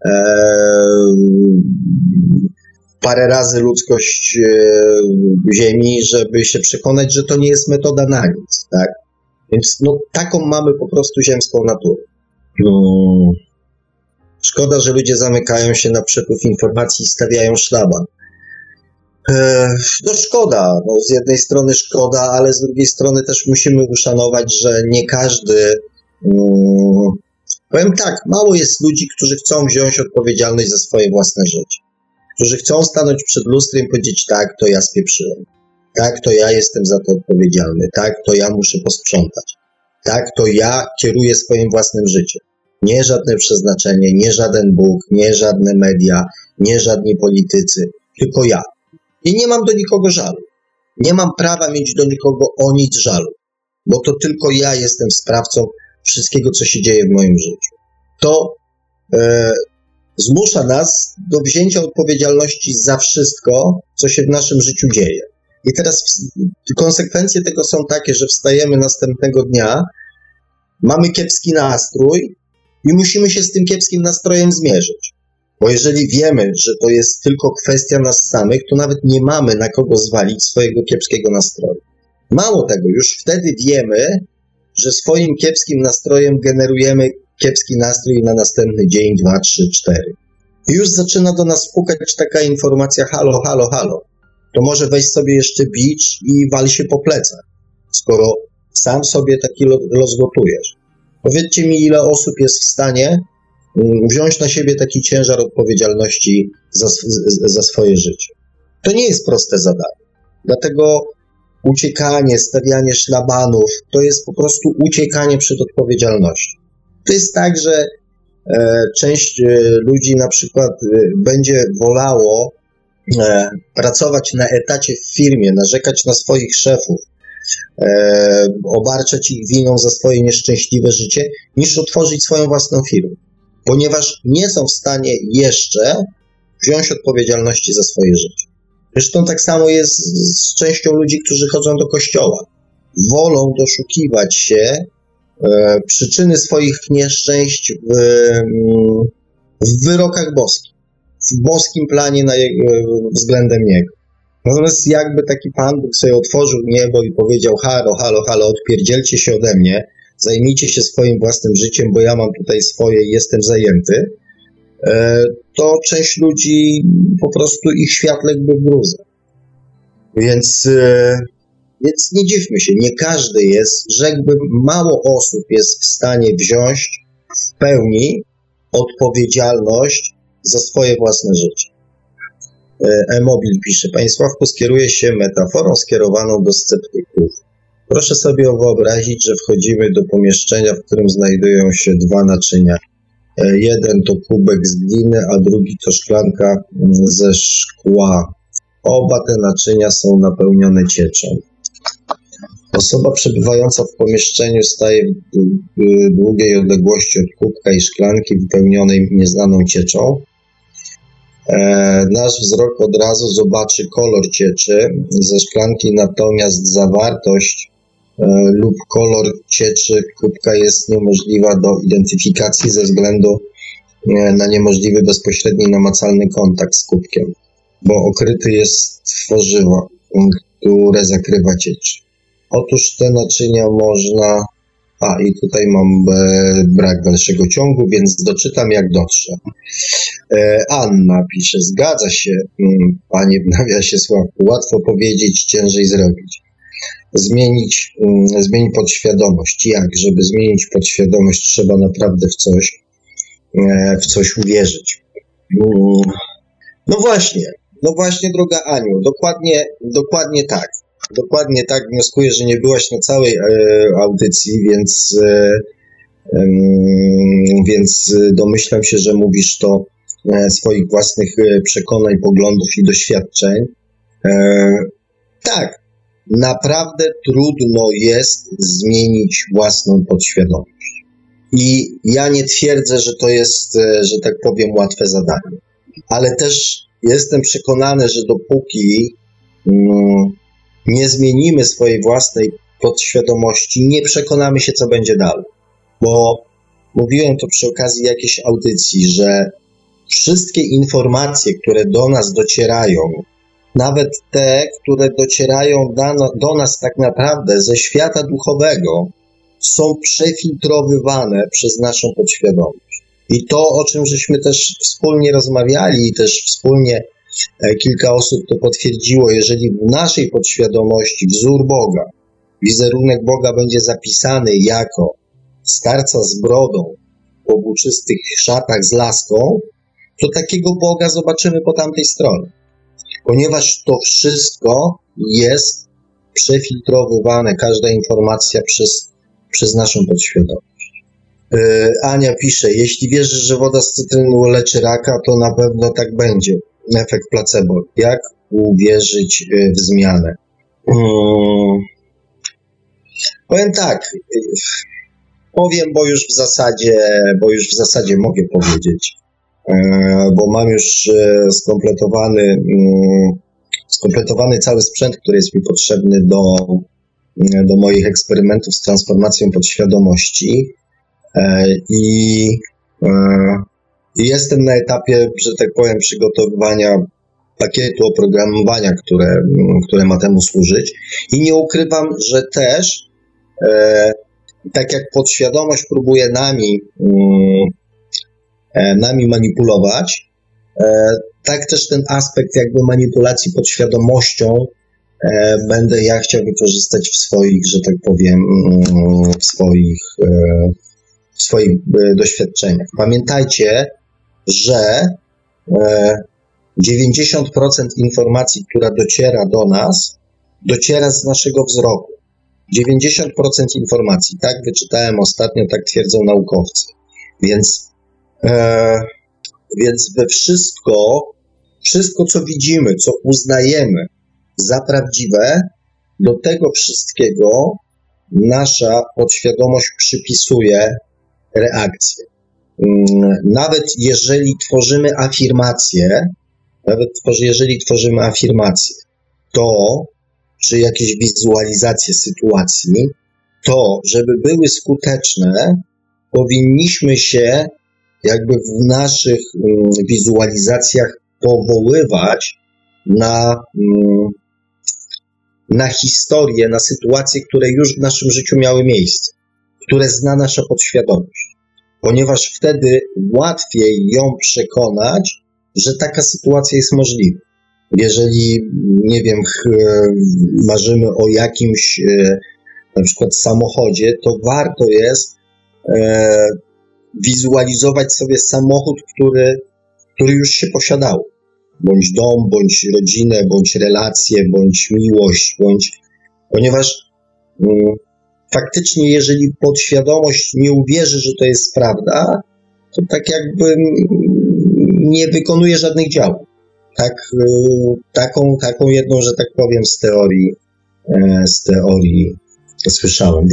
parę razy ludzkość Ziemi, żeby się przekonać, że to nie jest metoda na nic, tak? Więc taką mamy po prostu ziemską naturę. Szkoda, że ludzie zamykają się na przepływ informacji i stawiają szlaban. Szkoda, z jednej strony szkoda, ale z drugiej strony też musimy uszanować, że nie każdy... Powiem tak, mało jest ludzi, którzy chcą wziąć odpowiedzialność za swoje własne życie. Którzy chcą stanąć przed lustrem i powiedzieć, tak, to ja spieprzyłem. Tak, to ja jestem za to odpowiedzialny. Tak, to ja muszę posprzątać. Tak, to ja kieruję swoim własnym życiem. Nie żadne przeznaczenie, nie żaden Bóg, nie żadne media, nie żadni politycy, tylko ja. I nie mam do nikogo żalu. Nie mam prawa mieć do nikogo o nic żalu, bo to tylko ja jestem sprawcą wszystkiego, co się dzieje w moim życiu. To zmusza nas do wzięcia odpowiedzialności za wszystko, co się w naszym życiu dzieje. I teraz konsekwencje tego są takie, że wstajemy następnego dnia, mamy kiepski nastrój i musimy się z tym kiepskim nastrojem zmierzyć. Bo jeżeli wiemy, że to jest tylko kwestia nas samych, to nawet nie mamy na kogo zwalić swojego kiepskiego nastroju. Mało tego, już wtedy wiemy, że swoim kiepskim nastrojem generujemy kiepski nastrój na następny dzień, 2, 3, 4. I już zaczyna do nas pukać taka informacja, halo, halo, halo. To może weź sobie jeszcze bicz i wal się po plecach, skoro sam sobie taki los gotujesz. Powiedzcie mi, ile osób jest w stanie wziąć na siebie taki ciężar odpowiedzialności za swoje życie. To nie jest proste zadanie. Dlatego uciekanie, stawianie szlabanów, to jest po prostu uciekanie przed odpowiedzialnością. To jest tak, że część ludzi na przykład będzie wolało pracować na etacie w firmie, narzekać na swoich szefów, obarczać ich winą za swoje nieszczęśliwe życie, niż otworzyć swoją własną firmę. Ponieważ nie są w stanie jeszcze wziąć odpowiedzialności za swoje życie. Zresztą tak samo jest z częścią ludzi, którzy chodzą do kościoła. Wolą doszukiwać się przyczyny swoich nieszczęść w wyrokach boskich, w boskim planie względem niego. Natomiast jakby taki Pan Bóg sobie otworzył niebo i powiedział, halo, halo, halo, odpierdzielcie się ode mnie, zajmijcie się swoim własnym życiem, bo ja mam tutaj swoje i jestem zajęty, to część ludzi po prostu ich świat ległby w gruzę. Więc nie dziwmy się, nie każdy jest, rzekłbym, mało osób jest w stanie wziąć w pełni odpowiedzialność za swoje własne życie. E-Mobil pisze, Panie Sławku, skieruje się metaforą skierowaną do sceptyków. Proszę sobie wyobrazić, że wchodzimy do pomieszczenia, w którym znajdują się dwa naczynia. Jeden to kubek z gliny, a drugi to szklanka ze szkła. Oba te naczynia są napełnione cieczą. Osoba przebywająca w pomieszczeniu staje w długiej odległości od kubka i szklanki wypełnionej nieznaną cieczą. Nasz wzrok od razu zobaczy kolor cieczy, ze szklanki natomiast zawartość lub kolor cieczy kubka jest niemożliwa do identyfikacji ze względu na niemożliwy bezpośredni namacalny kontakt z kubkiem, bo okryty jest tworzywo, które zakrywa ciecz. Otóż te naczynia można... i tutaj mam brak dalszego ciągu, więc doczytam jak dotrze. Anna pisze, zgadza się, panie w nawiasie Sławku, łatwo powiedzieć, ciężej zrobić. Zmień podświadomość. Jak? Żeby zmienić podświadomość, trzeba naprawdę w coś uwierzyć. No właśnie, droga Aniu, dokładnie tak. Dokładnie tak, wnioskuję, że nie byłaś na całej audycji, więc domyślam się, że mówisz to swoich własnych przekonań, poglądów i doświadczeń. Tak, naprawdę trudno jest zmienić własną podświadomość. I ja nie twierdzę, że to jest, że tak powiem, łatwe zadanie. Ale też jestem przekonany, że dopóki nie zmienimy swojej własnej podświadomości, nie przekonamy się, co będzie dalej. Bo mówiłem to przy okazji jakiejś audycji, że wszystkie informacje, które do nas docierają, nawet te, które docierają do nas tak naprawdę ze świata duchowego, są przefiltrowywane przez naszą podświadomość. I to, o czym żeśmy też wspólnie rozmawiali i też wspólnie kilka osób to potwierdziło, jeżeli w naszej podświadomości wzór Boga, wizerunek Boga będzie zapisany jako starca z brodą, w obuczystych szatach z laską, to takiego Boga zobaczymy po tamtej stronie. Ponieważ to wszystko jest przefiltrowywane, każda informacja przez naszą podświadomość. Ania pisze, jeśli wierzysz, że woda z cytryną leczy raka, to na pewno tak będzie. Efekt placebo. Jak uwierzyć w zmianę? Powiem tak, bo już w zasadzie mogę powiedzieć, bo mam już skompletowany cały sprzęt, który jest mi potrzebny do moich eksperymentów z transformacją podświadomości i jestem na etapie, że tak powiem, przygotowywania pakietu oprogramowania, które ma temu służyć. I nie ukrywam, że też tak jak podświadomość próbuje nami manipulować, tak też ten aspekt jakby manipulacji podświadomością będę ja chciał wykorzystać w swoich, że tak powiem, w swoich doświadczeniach. Pamiętajcie, że 90% informacji, która dociera do nas, dociera z naszego wzroku. 90% informacji, tak wyczytałem ostatnio, tak twierdzą naukowcy. Więc we wszystko, co widzimy, co uznajemy za prawdziwe, do tego wszystkiego nasza podświadomość przypisuje reakcję. Nawet jeżeli tworzymy afirmacje, to, czy jakieś wizualizacje sytuacji, to, żeby były skuteczne, powinniśmy się jakby w naszych wizualizacjach powoływać na historie, na sytuacje, które już w naszym życiu miały miejsce, które zna nasza podświadomość, ponieważ wtedy łatwiej ją przekonać, że taka sytuacja jest możliwa. Jeżeli, nie wiem, marzymy o jakimś na przykład samochodzie, to warto jest wizualizować sobie samochód, który już się posiadało. Bądź dom, bądź rodzinę, bądź relacje, bądź miłość, ponieważ faktycznie, jeżeli podświadomość nie uwierzy, że to jest prawda, to tak jakby nie wykonuje żadnych działań. Taką jedną, że tak powiem, z teorii słyszałem.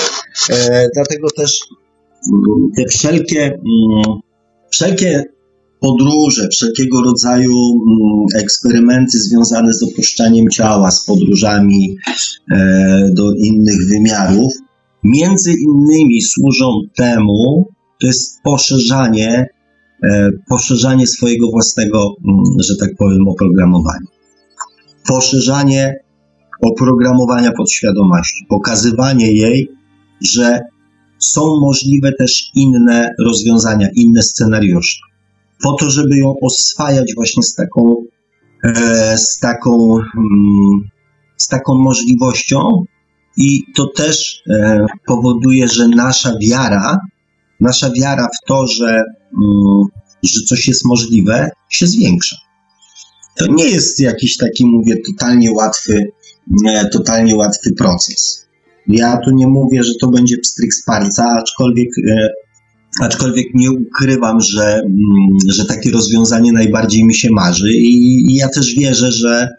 Dlatego też te wszelkie podróże, wszelkiego rodzaju eksperymenty związane z opuszczaniem ciała, z podróżami do innych wymiarów, między innymi służą temu, to jest poszerzanie swojego własnego, że tak powiem, oprogramowania. Poszerzanie oprogramowania podświadomości, pokazywanie jej, że są możliwe też inne rozwiązania, inne scenariusze. Po to, żeby ją oswajać właśnie z taką możliwością, i to też powoduje, że nasza wiara w to, że coś jest możliwe, się zwiększa. To nie jest jakiś taki, mówię, totalnie łatwy proces. Ja tu nie mówię, że to będzie pstryk z palca, aczkolwiek nie ukrywam, że takie rozwiązanie najbardziej mi się marzy i ja też wierzę,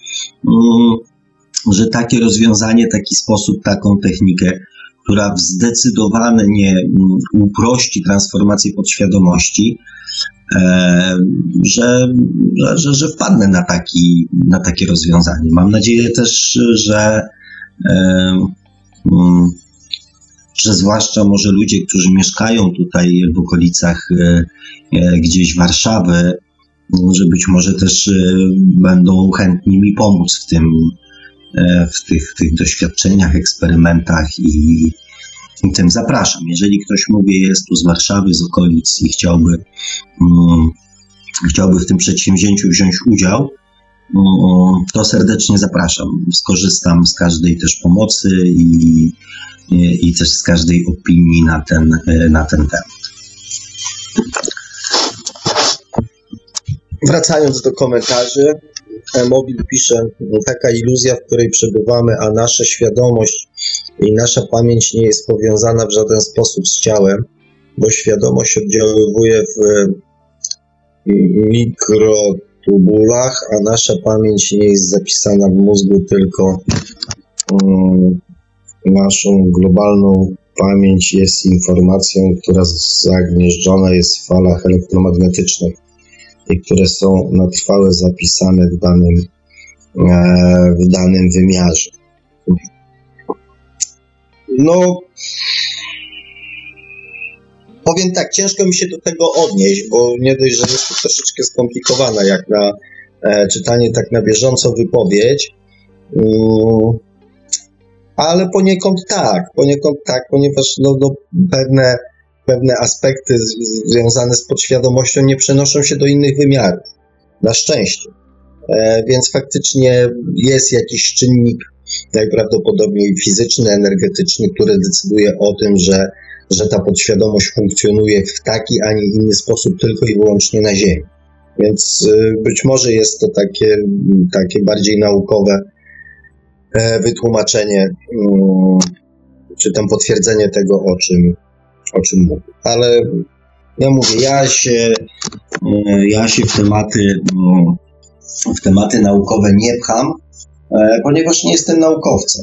że takie rozwiązanie, taki sposób, taką technikę, która w zdecydowanie uprości transformację podświadomości, że wpadnę na takie rozwiązanie. Mam nadzieję też, że zwłaszcza może ludzie, którzy mieszkają tutaj w okolicach gdzieś Warszawy, że być może też będą chętni mi pomóc w tych doświadczeniach, eksperymentach i tym zapraszam. Jeżeli ktoś, mówię, jest tu z Warszawy, z okolic i chciałby w tym przedsięwzięciu wziąć udział, to serdecznie zapraszam. Skorzystam z każdej też pomocy i też z każdej opinii na ten temat. Wracając do komentarzy, Mobil pisze: taka iluzja, w której przebywamy, a nasza świadomość i nasza pamięć nie jest powiązana w żaden sposób z ciałem, bo świadomość oddziaływuje w mikrotubulach, a nasza pamięć nie jest zapisana w mózgu, tylko naszą globalną pamięć jest informacją, która zagnieżdżona jest w falach elektromagnetycznych i które są na trwałe zapisane w danym wymiarze. No, powiem tak, ciężko mi się do tego odnieść, bo nie dość, że jest to troszeczkę skomplikowana, jak na czytanie tak na bieżąco wypowiedź, ale poniekąd tak, ponieważ pewne aspekty związane z podświadomością nie przenoszą się do innych wymiarów, na szczęście. Więc faktycznie jest jakiś czynnik, najprawdopodobniej fizyczny, energetyczny, który decyduje o tym, że ta podświadomość funkcjonuje w taki, a nie inny sposób tylko i wyłącznie na Ziemi. Więc być może jest to takie bardziej naukowe wytłumaczenie, czy tam potwierdzenie tego, o czym mówię. Ale ja mówię, ja się w tematy naukowe nie pcham, ponieważ nie jestem naukowcem.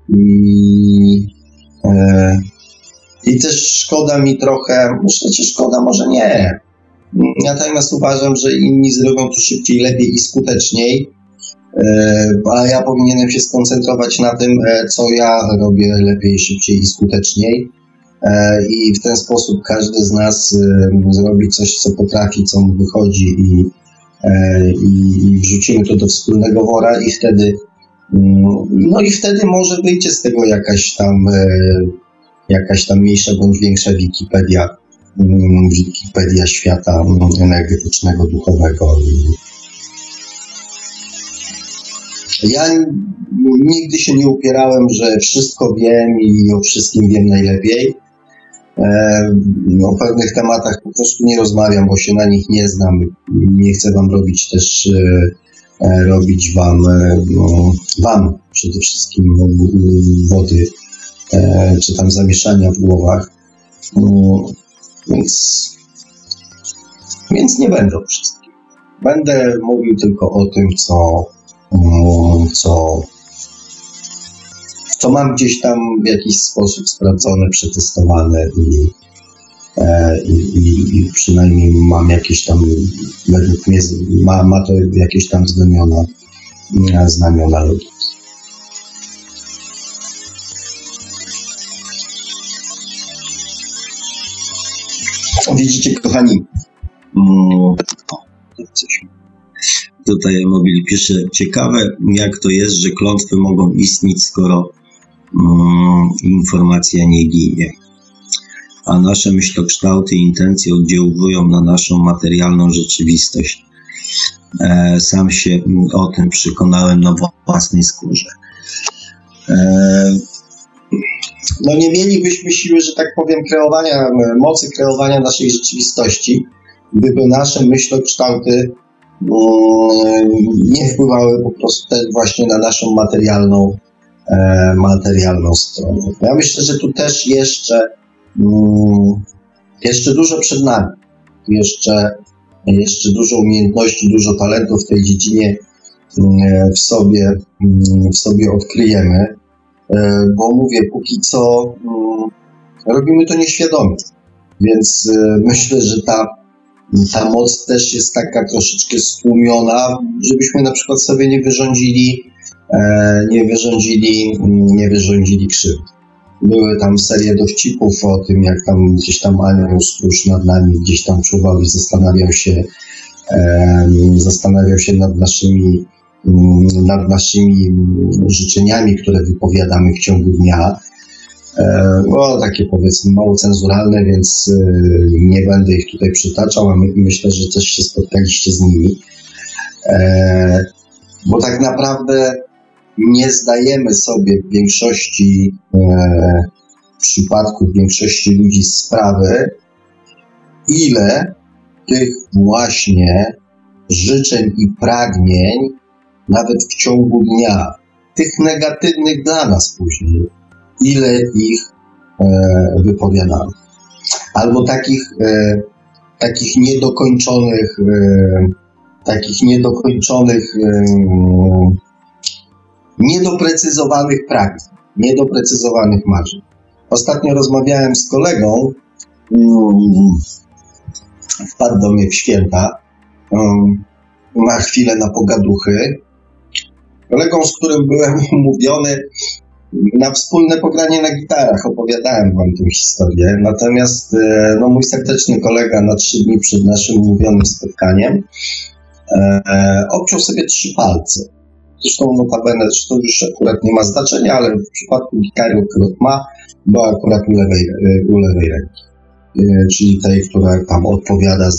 I też szkoda mi trochę, szkoda może nie. Ja natomiast uważam, że inni zrobią to szybciej, lepiej i skuteczniej, a ja powinienem się skoncentrować na tym, co ja robię lepiej, szybciej i skuteczniej. I w ten sposób każdy z nas zrobi coś, co potrafi, co mu wychodzi i wrzucimy to do wspólnego wora i wtedy może wyjdzie z tego jakaś tam mniejsza bądź większa Wikipedia świata energetycznego, duchowego. Ja nigdy się nie upierałem, że wszystko wiem i o wszystkim wiem najlepiej. O pewnych tematach po prostu nie rozmawiam, bo się na nich nie znam. Nie chcę wam robić wam przede wszystkim wody, czy tam zamieszania w głowach. Więc nie będę o wszystkim. Będę mówił tylko o tym, co mam gdzieś tam w jakiś sposób sprawdzone, przetestowane i przynajmniej mam jakieś tam, według mnie ma to jakieś tam znamiona logiki. Widzicie, kochani, coś tutaj Mobil pisze, ciekawe jak to jest, że klątwy mogą istnieć, skoro informacja nie ginie, a nasze myślokształty i intencje oddziałują na naszą materialną rzeczywistość. Sam się o tym przekonałem na własnej skórze. No nie mielibyśmy siły, że tak powiem, mocy kreowania naszej rzeczywistości, gdyby nasze myślokształty nie wpływały po prostu też właśnie na naszą materialną stronę. Ja myślę, że tu też jeszcze dużo przed nami. Jeszcze dużo umiejętności, dużo talentu w tej dziedzinie w sobie odkryjemy, bo mówię, póki co robimy to nieświadomie, więc myślę, że ta moc też jest taka troszeczkę stłumiona, żebyśmy na przykład sobie nie wyrządzili krzywdy. Były tam serie dowcipów o tym, jak tam gdzieś tam anioł stróż nad nami gdzieś tam czuwał i zastanawiał się nad naszymi życzeniami, które wypowiadamy w ciągu dnia. No, takie powiedzmy mało cenzuralne, więc nie będę ich tutaj przytaczał, a myślę, że też się spotkaliście z nimi. Bo tak naprawdę nie zdajemy sobie w większości przypadków, w większości ludzi sprawy, ile tych właśnie życzeń i pragnień, nawet w ciągu dnia, tych negatywnych dla nas później, ile ich wypowiadamy. Albo takich niedokończonych, niedoprecyzowanych pragnień, niedoprecyzowanych marzeń. Ostatnio rozmawiałem z kolegą, wpadł do mnie w święta, na chwilę na pogaduchy. Kolegą, z którym byłem umówiony na wspólne pogranie na gitarach, opowiadałem wam tę historię. Natomiast mój serdeczny kolega na 3 dni przed naszym umówionym spotkaniem obciął sobie 3 palce. Zresztą notabene, to już akurat nie ma znaczenia, ale w przypadku gitary akurat ma, bo akurat u lewej ręki. Czyli tej, która tam odpowiada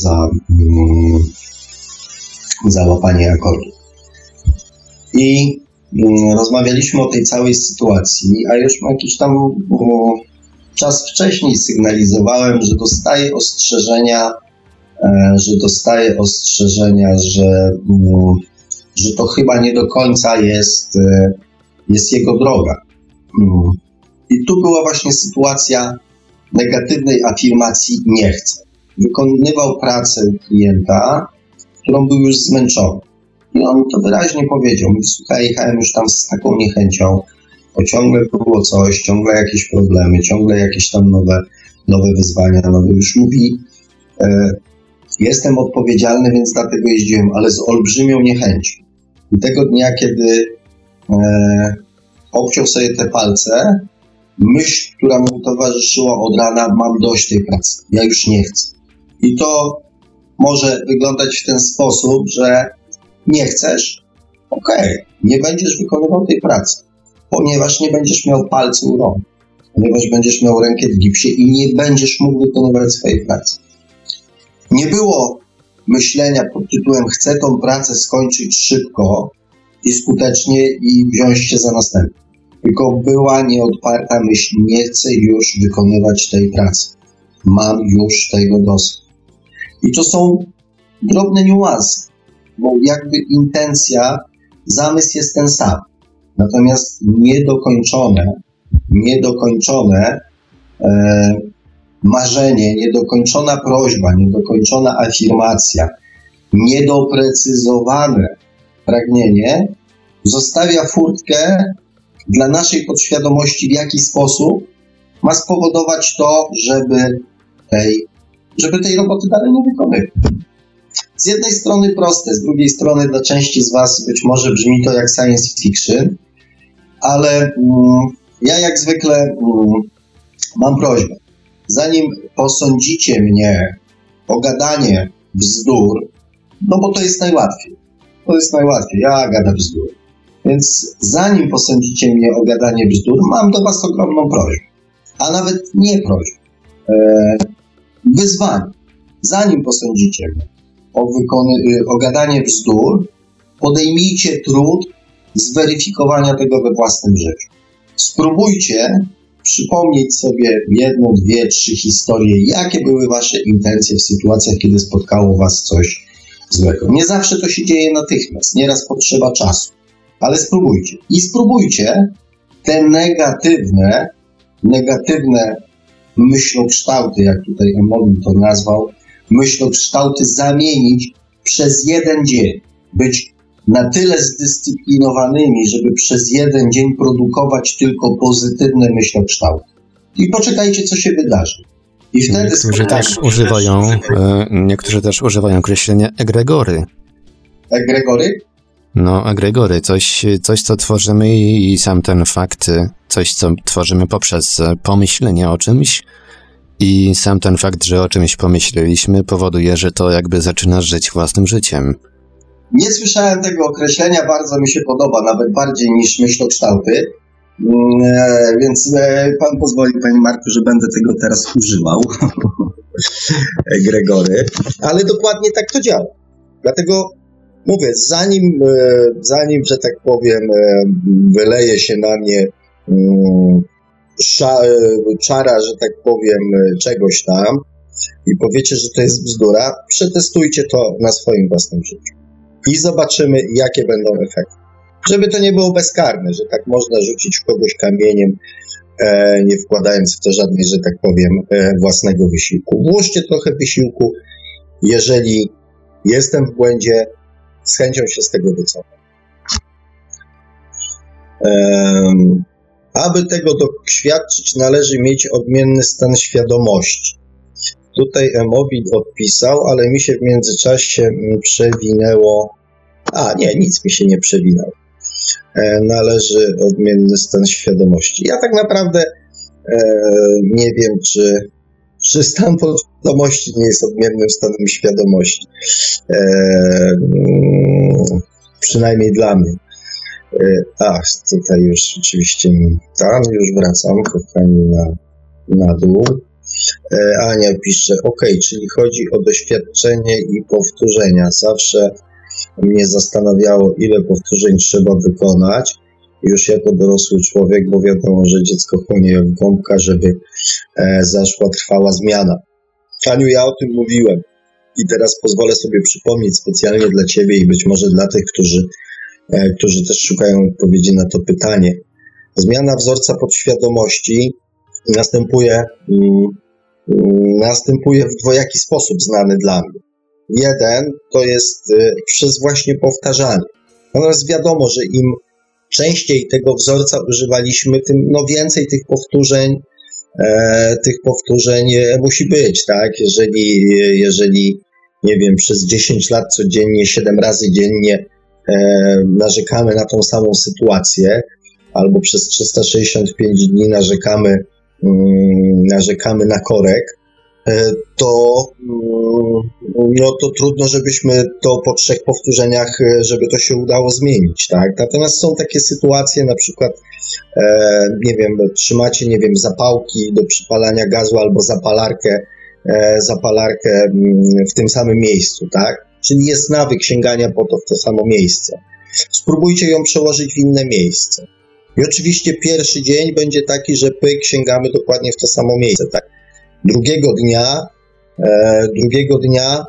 za łapanie akordów. I rozmawialiśmy o tej całej sytuacji, a już jakiś tam czas wcześniej sygnalizowałem, że dostaję ostrzeżenia, że to chyba nie do końca jest jego droga. I tu była właśnie sytuacja negatywnej afirmacji nie chcę. Wykonywał pracę u klienta, którą był już zmęczony. I on to wyraźnie powiedział. Mówi, słuchaj, jechałem już tam z taką niechęcią, bo ciągle było coś, ciągle jakieś problemy, ciągle jakieś tam nowe wyzwania. Już mówi, jestem odpowiedzialny, więc dlatego jeździłem, ale z olbrzymią niechęcią. I tego dnia, kiedy obciął sobie te palce, myśl, która mu towarzyszyła od rana, mam dość tej pracy, ja już nie chcę. I to może wyglądać w ten sposób, że nie chcesz? Okej, nie będziesz wykonywał tej pracy, ponieważ nie będziesz miał palca u rąk, ponieważ będziesz miał rękę w gipsie i nie będziesz mógł wykonywać swojej pracy. Nie było myślenia pod tytułem chcę tą pracę skończyć szybko i skutecznie i wziąć się za następną. Tylko była nieodparta myśl, nie chcę już wykonywać tej pracy. Mam już tego dosyć. I to są drobne niuanse, bo jakby intencja, zamysł jest ten sam. Natomiast niedokończone marzenie, niedokończona prośba, niedokończona afirmacja, niedoprecyzowane pragnienie zostawia furtkę dla naszej podświadomości, w jaki sposób ma spowodować to, żeby tej żeby tej roboty dalej nie wykonywać. Z jednej strony proste, z drugiej strony dla części z Was być może brzmi to jak science fiction, ale ja jak zwykle mam prośbę. Zanim posądzicie mnie o gadanie bzdur, no bo to jest najłatwiej. Ja gadam bzdur. Więc zanim posądzicie mnie o gadanie bzdur, mam do Was ogromną prośbę. A nawet nie prośbę. Wyzwanie. Zanim posądzicie mnie o gadanie bzdur, podejmijcie trud zweryfikowania tego we własnym życiu. Spróbujcie przypomnieć sobie 1, 2, 3 historie, jakie były Wasze intencje w sytuacjach, kiedy spotkało Was coś złego. Nie zawsze to się dzieje natychmiast, nieraz potrzeba czasu, ale spróbujcie. I spróbujcie te negatywne myślokształty, jak tutaj Emil to nazwał, myślokształty zamienić przez jeden dzień. Być na tyle zdyscyplinowanymi, żeby przez jeden dzień produkować tylko pozytywne myślokształty. I poczekajcie, co się wydarzy. I wtedy niektórzy też używają określenia egregory. Egregory? No, egregory, coś, co tworzymy i sam ten fakt, coś, co tworzymy poprzez pomyślenie o czymś i sam ten fakt, że o czymś pomyśleliśmy, powoduje, że to jakby zaczynasz żyć własnym życiem. Nie słyszałem tego określenia, bardzo mi się podoba, nawet bardziej niż myślokształty, więc Pan pozwoli, Panie Marku, że będę tego teraz używał, egregory, ale dokładnie tak to działa. Dlatego mówię, zanim, że tak powiem, wyleje się na mnie czara, że tak powiem, czegoś tam i powiecie, że to jest bzdura, przetestujcie to na swoim własnym życiu. I zobaczymy, jakie będą efekty. Żeby to nie było bezkarne, że tak można rzucić w kogoś kamieniem, nie wkładając w to żadnej, że tak powiem, własnego wysiłku. Włóżcie trochę wysiłku. Jeżeli jestem w błędzie, z chęcią się z tego wycofam. Aby tego doświadczyć, należy mieć odmienny stan świadomości. Tutaj Emil odpisał, ale mi się w międzyczasie przewinęło. Nic mi się nie przewinęło. Należy odmienny stan świadomości. Ja tak naprawdę nie wiem, czy stan podświadomości nie jest odmiennym stanem świadomości. Przynajmniej dla mnie. Tutaj już rzeczywiście już wracam, kochani, na dół. Ania pisze, czyli chodzi o doświadczenie i powtórzenia. Zawsze mnie zastanawiało, ile powtórzeń trzeba wykonać, już jako dorosły człowiek, bo wiadomo, że dziecko chłonie jak gąbka, żeby zaszła trwała zmiana. Aniu, ja o tym mówiłem i teraz pozwolę sobie przypomnieć specjalnie dla Ciebie i być może dla tych, którzy też szukają odpowiedzi na to pytanie. Zmiana wzorca podświadomości następuje w dwojaki sposób znany dla mnie. Jeden to jest przez właśnie powtarzanie. Natomiast wiadomo, że im częściej tego wzorca używaliśmy, tym więcej tych powtórzeń musi być, tak? Jeżeli nie wiem, przez 10 lat codziennie, 7 razy dziennie narzekamy na tą samą sytuację, albo przez 365 dni narzekamy na korek, to trudno, żebyśmy to po 3 powtórzeniach, żeby to się udało zmienić, tak? Natomiast są takie sytuacje, na przykład, trzymacie, zapałki do przypalania gazu albo zapalarkę w tym samym miejscu, tak? Czyli jest nawyk sięgania po to w to samo miejsce. Spróbujcie ją przełożyć w inne miejsce. I oczywiście pierwszy dzień będzie taki, że sięgamy dokładnie w to samo miejsce, tak? Drugiego dnia,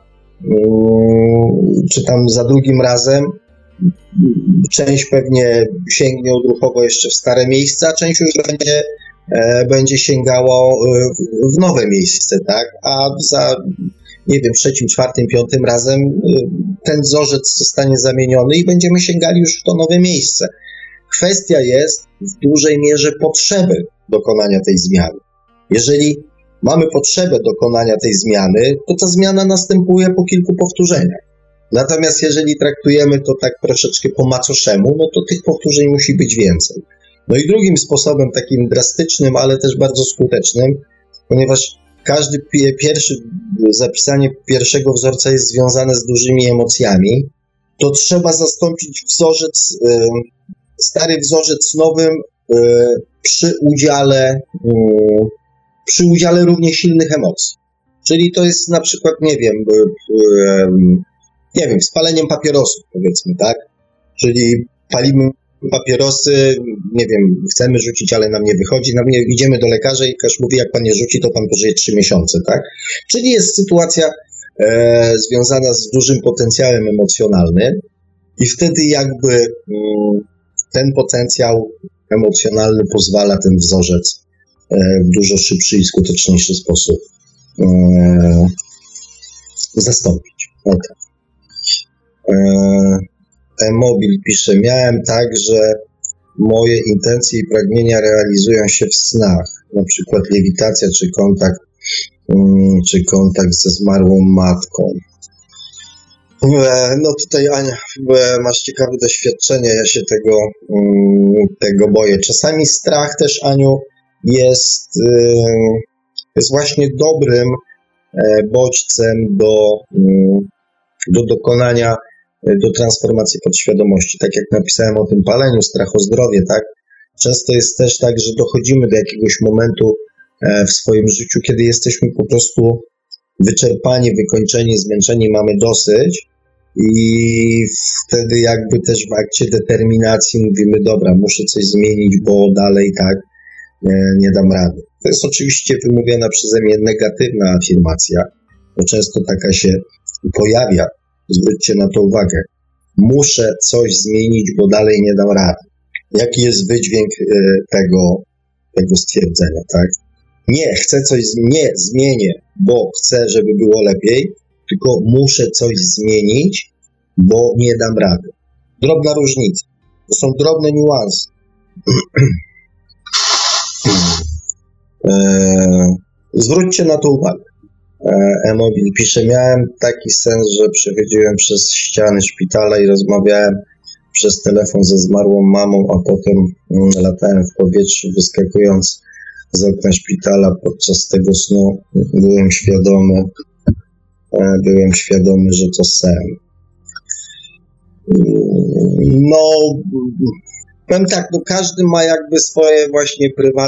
czy tam za drugim razem, część pewnie sięgnie odruchowo jeszcze w stare miejsce, a część już będzie sięgało w nowe miejsce, tak? A za, 3., 4., 5. razem ten wzorzec zostanie zamieniony i będziemy sięgali już w to nowe miejsce. Kwestia jest w dużej mierze potrzeby dokonania tej zmiany. Jeżeli mamy potrzebę dokonania tej zmiany, to ta zmiana następuje po kilku powtórzeniach. Natomiast jeżeli traktujemy to tak troszeczkę po macoszemu, no to tych powtórzeń musi być więcej. No i drugim sposobem, takim drastycznym, ale też bardzo skutecznym, ponieważ zapisanie pierwszego wzorca jest związane z dużymi emocjami, to trzeba zastąpić stary wzorzec nowym przy udziale równie silnych emocji. Czyli to jest na przykład, nie wiem, spaleniem papierosów, powiedzmy, tak? Czyli palimy papierosy, nie wiem, chcemy rzucić, ale nam nie wychodzi, idziemy do lekarza i lekarz mówi, jak pan nie rzuci, to pan pożyje 3 miesiące, tak? Czyli jest sytuacja związana z dużym potencjałem emocjonalnym i wtedy jakby ten potencjał emocjonalny pozwala ten wzorzec w dużo szybszy i skuteczniejszy sposób zastąpić. Okay. E-Mobil pisze, miałem tak, że moje intencje i pragnienia realizują się w snach, na przykład lewitacja czy kontakt ze zmarłą matką. No tutaj, Ania, masz ciekawe doświadczenie, ja się tego boję. Czasami strach też, Aniu, jest właśnie dobrym bodźcem do dokonania, do transformacji podświadomości. Tak jak napisałem o tym paleniu, strach o zdrowie, tak? Często jest też tak, że dochodzimy do jakiegoś momentu w swoim życiu, kiedy jesteśmy po prostu wyczerpani, wykończeni, zmęczeni, mamy dosyć i wtedy jakby też w akcie determinacji mówimy, dobra, muszę coś zmienić, bo dalej tak nie dam rady. To jest oczywiście wymówiona przeze mnie negatywna afirmacja, bo często taka się pojawia. Zwróćcie na to uwagę. Muszę coś zmienić, bo dalej nie dam rady. Jaki jest wydźwięk tego stwierdzenia, tak? Nie zmienię, bo chcę, żeby było lepiej, tylko muszę coś zmienić, bo nie dam rady. Drobna różnica. To są drobne niuanse. Zwróćcie na to uwagę. E-Mobil pisze, miałem taki sens, że przechodziłem przez ściany szpitala i rozmawiałem przez telefon ze zmarłą mamą, a potem latałem w powietrzu, wyskakując z okna szpitala. Podczas tego snu byłem świadomy, że to sen. No, powiem tak, no każdy ma jakby swoje właśnie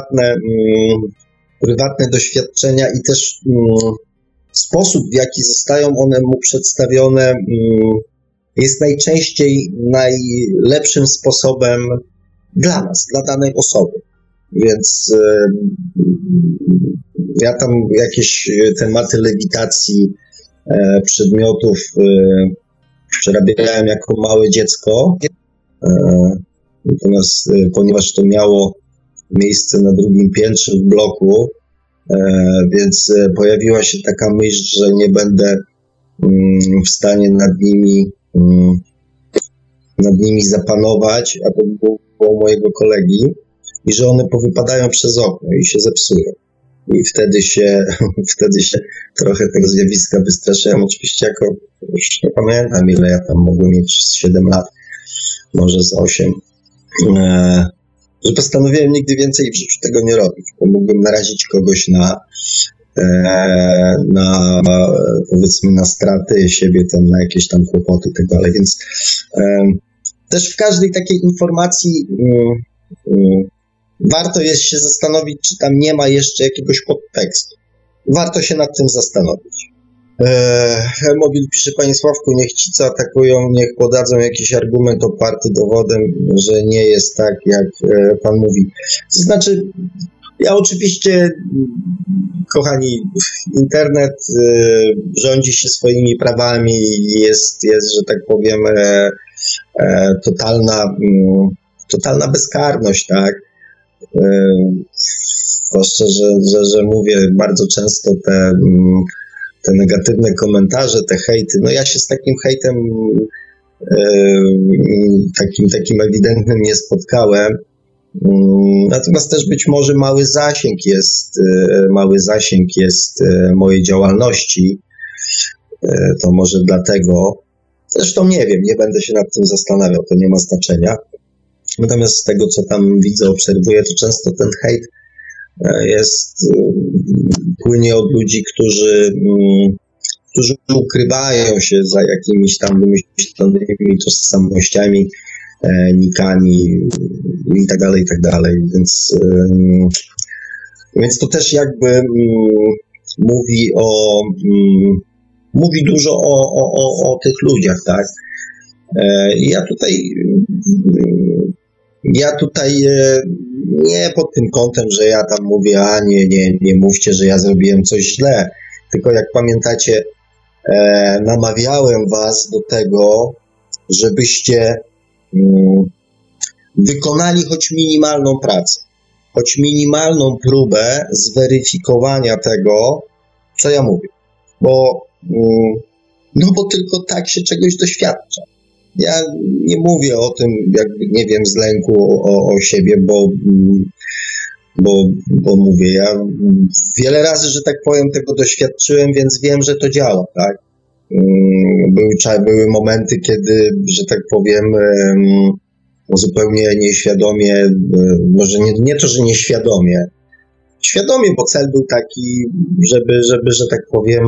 prywatne doświadczenia i też sposób, w jaki zostają one mu przedstawione, jest najczęściej najlepszym sposobem dla nas, dla danej osoby. Więc ja tam jakieś tematy lewitacji przedmiotów przerabiałem jako małe dziecko, natomiast ponieważ to miało miejsce na drugim piętrze w bloku, więc pojawiła się taka myśl, że nie będę w stanie nad nimi zapanować, a to było mojego kolegi, i że one powypadają przez okno i się zepsują. I wtedy się trochę tego zjawiska wystraszyłem. Oczywiście już nie pamiętam, ile ja tam mogłem mieć, 7 lat, może z 8, że postanowiłem nigdy więcej w życiu tego nie robić, bo mógłbym narazić kogoś powiedzmy na straty siebie, na jakieś tam kłopoty i tak dalej, więc też w każdej takiej informacji warto jest się zastanowić, czy tam nie ma jeszcze jakiegoś podtekstu. Warto się nad tym zastanowić. Mobil pisze, panie Sławku, niech ci, co atakują, niech podadzą jakiś argument oparty dowodem, że nie jest tak, jak pan mówi. To znaczy, ja oczywiście, kochani, internet rządzi się swoimi prawami, jest, że tak powiem, totalna bezkarność, tak? Zwłaszcza, że mówię, bardzo często te negatywne komentarze, te hejty, no ja się z takim hejtem takim ewidentnym nie spotkałem, Natomiast też być może mały zasięg jest mojej działalności. To może dlatego. Zresztą nie wiem, nie będę się nad tym zastanawiał, to nie ma znaczenia. Natomiast z tego, co tam widzę, obserwuję, to często ten hejt płynie od ludzi, którzy ukrywają się za jakimiś tam wymyślonymi tożsamościami, nikami i tak dalej. Więc to też jakby mówi dużo o tych ludziach, tak? Ja tutaj nie pod tym kątem, że ja tam mówię, nie mówcie, że ja zrobiłem coś źle, tylko jak pamiętacie, namawiałem was do tego, żebyście wykonali choć minimalną pracę, choć minimalną próbę zweryfikowania tego, co ja mówię, bo tylko tak się czegoś doświadcza. Ja nie mówię o tym, jakby, nie wiem, z lęku o siebie, bo mówię, ja wiele razy, że tak powiem, tego doświadczyłem, więc wiem, że to działa, tak? Były momenty, kiedy, że tak powiem, zupełnie nieświadomie, może nie to, że nieświadomie, świadomie, bo cel był taki, żeby że tak powiem,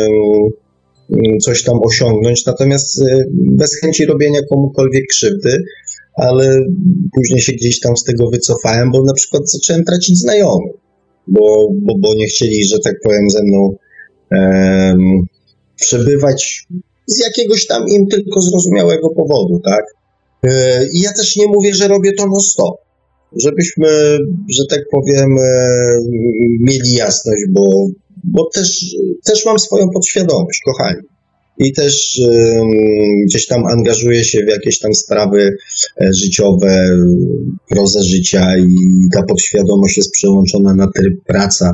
coś tam osiągnąć, natomiast bez chęci robienia komukolwiek krzywdy, ale później się gdzieś tam z tego wycofałem, bo na przykład zacząłem tracić znajomych, bo nie chcieli, że tak powiem, ze mną przebywać z jakiegoś tam im tylko zrozumiałego powodu, tak? I ja też nie mówię, że robię to non-stop, żebyśmy, że tak powiem, mieli jasność, bo też mam swoją podświadomość, kochani. I też gdzieś tam angażuję się w jakieś tam sprawy życiowe, prozę życia i ta podświadomość jest przełączona na tryb praca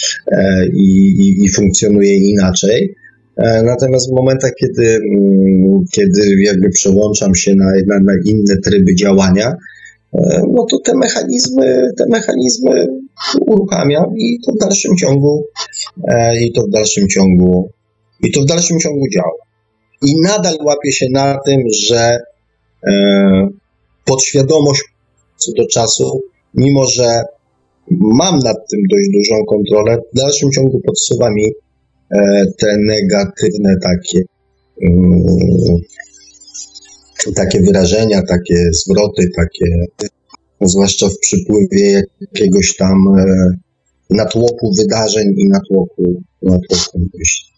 i funkcjonuje inaczej. Natomiast w momentach, kiedy jakby przełączam się na inne tryby działania, no to te mechanizmy uruchamiam i to w dalszym ciągu działa. I nadal łapię się na tym, że podświadomość co do czasu, mimo że mam nad tym dość dużą kontrolę, w dalszym ciągu podsuwa mi te negatywne takie wyrażenia, takie zwroty, zwłaszcza w przypływie jakiegoś tam natłoku wydarzeń i natłoku myśli.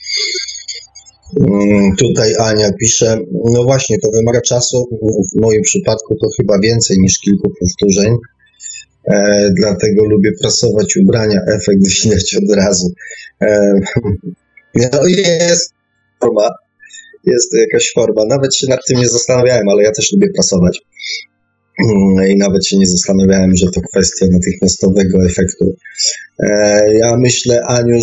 Tutaj Ania pisze, no właśnie, to wymaga czasu, w moim przypadku to chyba więcej niż kilku powtórzeń, dlatego lubię prasować ubrania, efekt widać od razu. No jest to jakaś forma, nawet się nad tym nie zastanawiałem, ale ja też lubię prasować. I nawet się nie zastanawiałem, że to kwestia natychmiastowego efektu. Ja myślę, Aniu,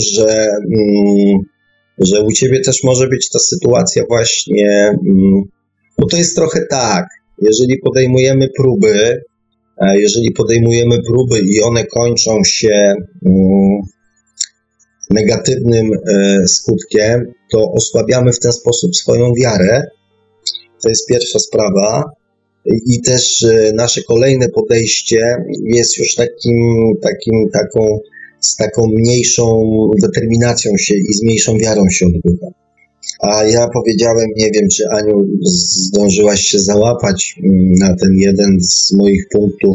że u ciebie też może być ta sytuacja właśnie, bo to jest trochę tak, jeżeli podejmujemy próby i one kończą się negatywnym skutkiem, to osłabiamy w ten sposób swoją wiarę. To jest pierwsza sprawa. I też nasze kolejne podejście jest już z taką mniejszą determinacją się i z mniejszą wiarą się odbywa. A ja powiedziałem, nie wiem, czy Aniu zdążyłaś się załapać na ten jeden z moich punktów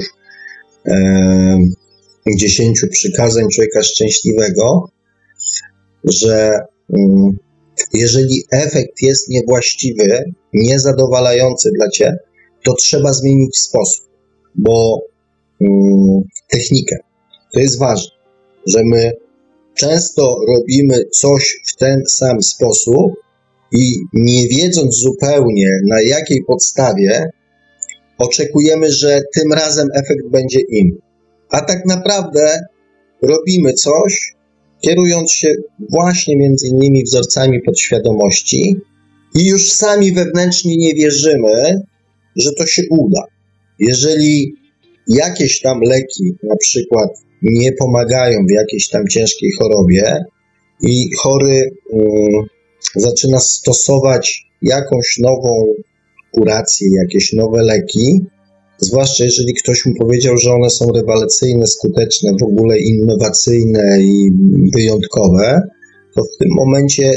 10 przykazań człowieka szczęśliwego, że jeżeli efekt jest niewłaściwy, niezadowalający dla Ciebie, to trzeba zmienić sposób, bo technikę. To jest ważne, że my często robimy coś w ten sam sposób i nie wiedząc zupełnie na jakiej podstawie, oczekujemy, że tym razem efekt będzie inny. A tak naprawdę robimy coś, kierując się właśnie między innymi wzorcami podświadomości i już sami wewnętrznie nie wierzymy, że to się uda. Jeżeli jakieś tam leki na przykład nie pomagają w jakiejś tam ciężkiej chorobie i chory zaczyna stosować jakąś nową kurację, jakieś nowe leki, zwłaszcza jeżeli ktoś mu powiedział, że one są rewelacyjne, skuteczne, w ogóle innowacyjne i wyjątkowe, to w tym momencie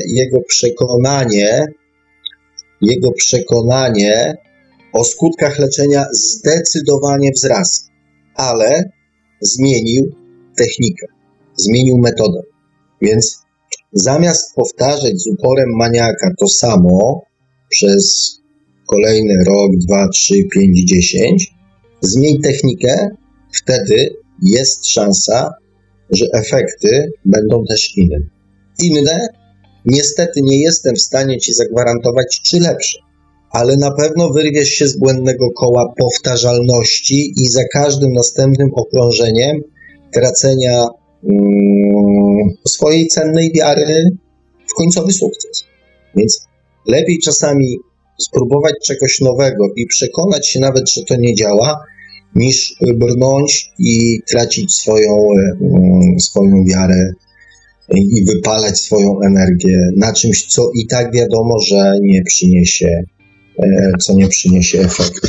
jego przekonanie o skutkach leczenia zdecydowanie wzrasta, ale zmienił technikę, zmienił metodę. Więc zamiast powtarzać z uporem maniaka to samo przez kolejny rok, 2, 3, 5, 10, zmień technikę, wtedy jest szansa, że efekty będą też inne. Inne, niestety nie jestem w stanie Ci zagwarantować, czy lepsze, ale na pewno wyrwiesz się z błędnego koła powtarzalności i za każdym następnym okrążeniem tracenia swojej cennej wiary w końcowy sukces. Więc lepiej czasami spróbować czegoś nowego i przekonać się nawet, że to nie działa, niż brnąć i tracić swoją wiarę i wypalać swoją energię na czymś, co i tak wiadomo, że nie przyniesie efektu.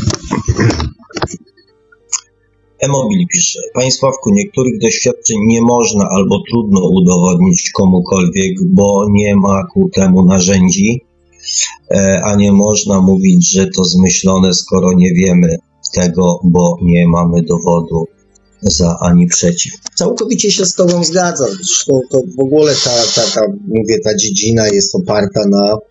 Emobil pisze: Panie Sławku, niektórych doświadczeń nie można albo trudno udowodnić komukolwiek, bo nie ma ku temu narzędzi, a nie można mówić, że to zmyślone, skoro nie wiemy tego, bo nie mamy dowodu za ani przeciw. Całkowicie się z Tobą zgadzam. Zresztą to w ogóle ta dziedzina jest oparta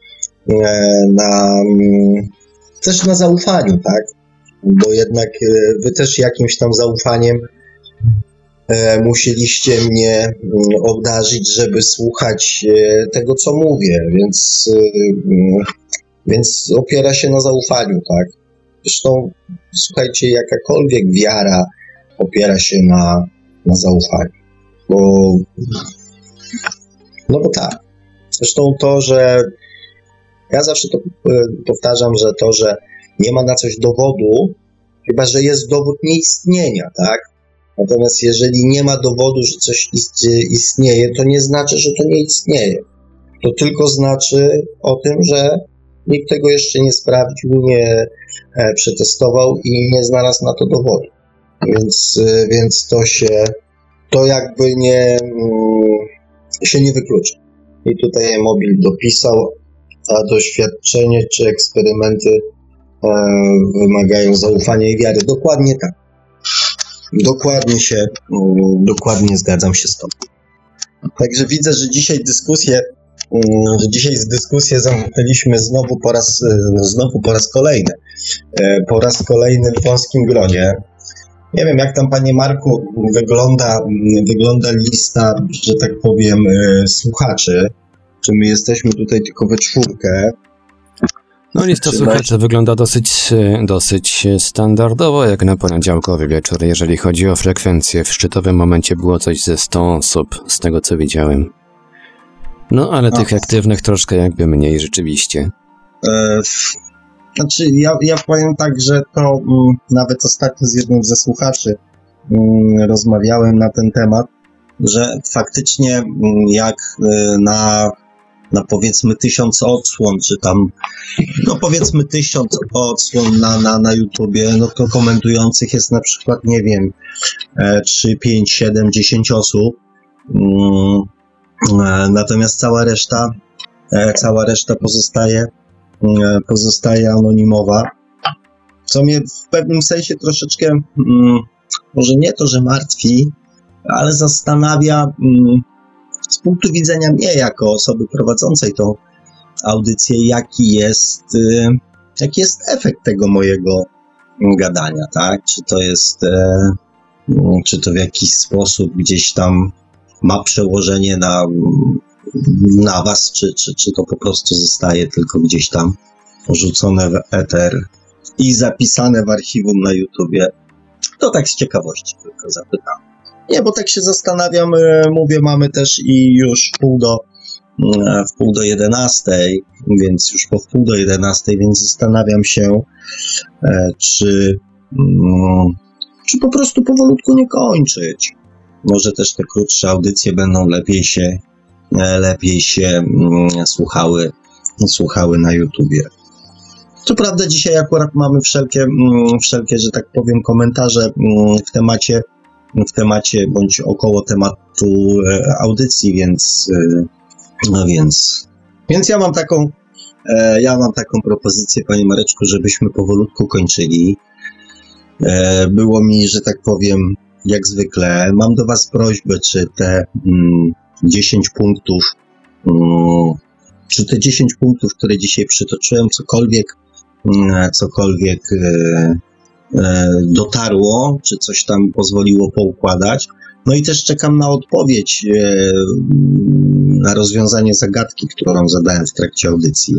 też na zaufaniu, tak? Bo jednak Wy też jakimś tam zaufaniem musieliście mnie obdarzyć, żeby słuchać tego, co mówię, więc opiera się na zaufaniu, tak? Zresztą, słuchajcie, jakakolwiek wiara opiera się na zaufaniu, bo tak. Zresztą to, że ja zawsze to powtarzam, że nie ma na coś dowodu, chyba że jest dowód nieistnienia, tak? Natomiast jeżeli nie ma dowodu, że coś istnieje, to nie znaczy, że to nie istnieje. To tylko znaczy o tym, że nikt tego jeszcze nie sprawdził, nie przetestował i nie znalazł na to dowodu. Więc to jakby się nie wyklucza. I tutaj Mobil dopisał, a doświadczenie czy eksperymenty wymagają zaufania i wiary. Dokładnie tak. Dokładnie zgadzam się z Tobą. Także widzę, że dzisiaj dyskusję zamknęliśmy znowu po raz kolejny. Po raz kolejny w wąskim gronie. Nie wiem, jak tam, Panie Marku, wygląda lista, że tak powiem, słuchaczy. Czy my jesteśmy tutaj tylko we czwórkę? No, lista słuchaczy wygląda dosyć standardowo, jak na poniedziałkowy wieczór. Jeżeli chodzi o frekwencję, w szczytowym momencie było coś ze 100 osób, z tego co widziałem. No, ale tych aktywnych troszkę jakby mniej rzeczywiście. Znaczy, ja powiem tak, że to nawet ostatnio z jednym ze słuchaczy rozmawiałem na ten temat, że faktycznie jak na powiedzmy 1000 odsłon, czy tam, no powiedzmy 1000 odsłon na YouTubie, no to komentujących jest na przykład, nie wiem, 3, 5, 7, 10 osób, natomiast cała reszta pozostaje anonimowa, co mnie w pewnym sensie troszeczkę, może nie to, że martwi, ale zastanawia z punktu widzenia mnie jako osoby prowadzącej tą audycję, jaki jest efekt tego mojego gadania, tak? Czy to w jakiś sposób gdzieś tam ma przełożenie na was, czy to po prostu zostaje tylko gdzieś tam porzucone w eter i zapisane w archiwum na YouTubie. To tak z ciekawości tylko zapytam. Nie, bo tak się zastanawiam, mówię, mamy też i już w pół do 11, więc już po wpół do 11, więc zastanawiam się, czy po prostu powolutku nie kończyć. Może też te krótsze audycje będą lepiej się słuchały na YouTubie. Co prawda dzisiaj akurat mamy wszelkie, że tak powiem, komentarze w temacie bądź około tematu audycji, więc ja mam taką propozycję, panie Mareczku, żebyśmy powolutku kończyli. Było mi, że tak powiem, jak zwykle. Mam do was prośbę, czy te 10 punktów, które dzisiaj przytoczyłem, cokolwiek dotarło, czy coś tam pozwoliło poukładać. No i też czekam na odpowiedź na rozwiązanie zagadki, którą zadałem w trakcie audycji.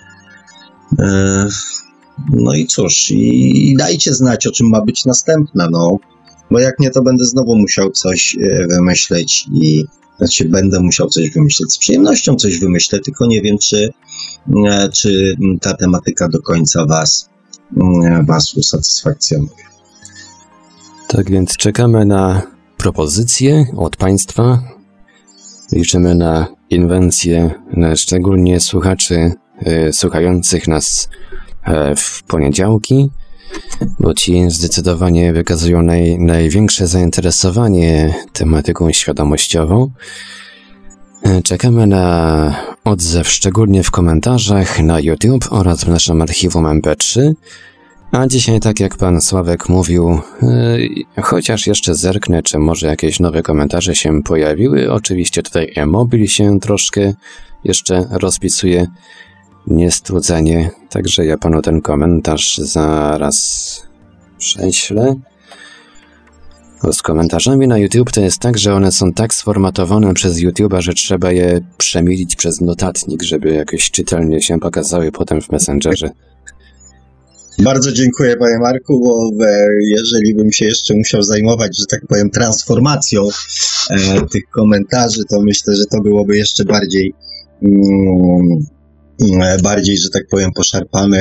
No i cóż, i dajcie znać, o czym ma być następna, bo jak nie, to będę znowu musiał coś wymyśleć będę musiał coś wymyśleć. Z przyjemnością coś wymyślę, tylko nie wiem, czy ta tematyka do końca was usatysfakcjonuje. Tak więc czekamy na propozycje od Państwa. Liczymy na inwencję, szczególnie słuchaczy słuchających nas w poniedziałki, bo ci zdecydowanie wykazują największe zainteresowanie tematyką świadomościową. Czekamy na odzew szczególnie w komentarzach na YouTube oraz w naszym archiwum MP3. A dzisiaj, tak jak pan Sławek mówił, chociaż jeszcze zerknę, czy może jakieś nowe komentarze się pojawiły. Oczywiście tutaj e-mobil się troszkę jeszcze rozpisuje niestrudzenie, także ja panu ten komentarz zaraz prześlę. Bo z komentarzami na YouTube to jest tak, że one są tak sformatowane przez YouTube'a, że trzeba je przemilić przez notatnik, żeby jakoś czytelnie się pokazały potem w Messengerze. Bardzo dziękuję, panie Marku, bo jeżeli bym się jeszcze musiał zajmować, że tak powiem, transformacją tych komentarzy, to myślę, że to byłoby jeszcze bardziej, że tak powiem, poszarpane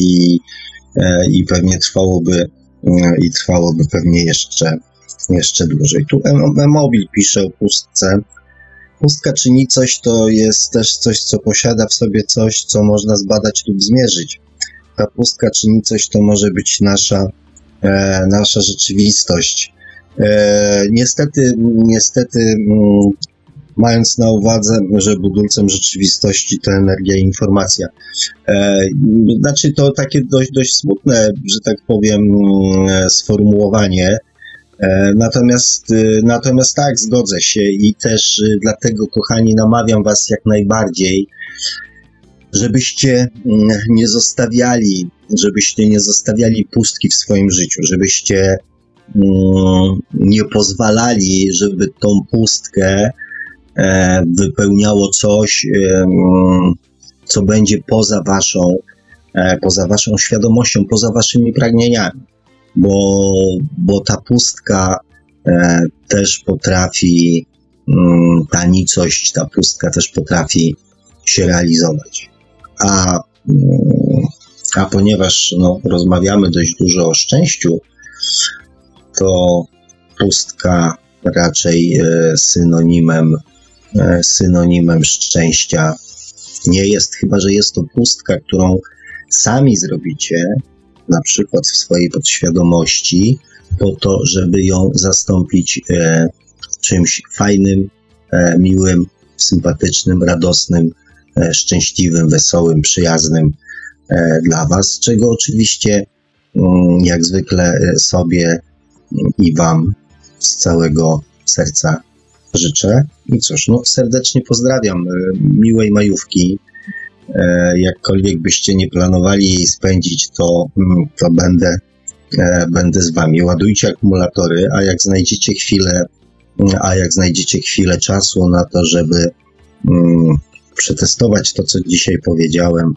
i pewnie trwałoby pewnie jeszcze dłużej. Tu e-mobil pisze o pustce. Pustka czy nicość to jest też coś, co posiada w sobie coś, co można zbadać lub zmierzyć. Ta pustka czy nicość to może być nasza rzeczywistość. Niestety, mając na uwadze, że budulcem rzeczywistości to energia i informacja. Znaczy to takie dość smutne, że tak powiem, sformułowanie. Natomiast tak, zgodzę się i też dlatego, kochani, namawiam was jak najbardziej, żebyście nie zostawiali pustki w swoim życiu, żebyście nie pozwalali, żeby tą pustkę wypełniało coś, co będzie poza waszą świadomością, poza waszymi pragnieniami, bo ta pustka też potrafi, ta nicość, ta pustka też potrafi się realizować. A ponieważ rozmawiamy dość dużo o szczęściu, to pustka raczej synonimem szczęścia nie jest, chyba że jest to pustka, którą sami zrobicie, na przykład w swojej podświadomości, po to, żeby ją zastąpić czymś fajnym, miłym, sympatycznym, radosnym, szczęśliwym, wesołym, przyjaznym dla was, czego oczywiście jak zwykle sobie i wam z całego serca życzę. I cóż, serdecznie pozdrawiam, miłej majówki. Jakkolwiek byście nie planowali jej spędzić, to będę z wami. Ładujcie akumulatory, a jak znajdziecie chwilę czasu na to, żeby przetestować to, co dzisiaj powiedziałem,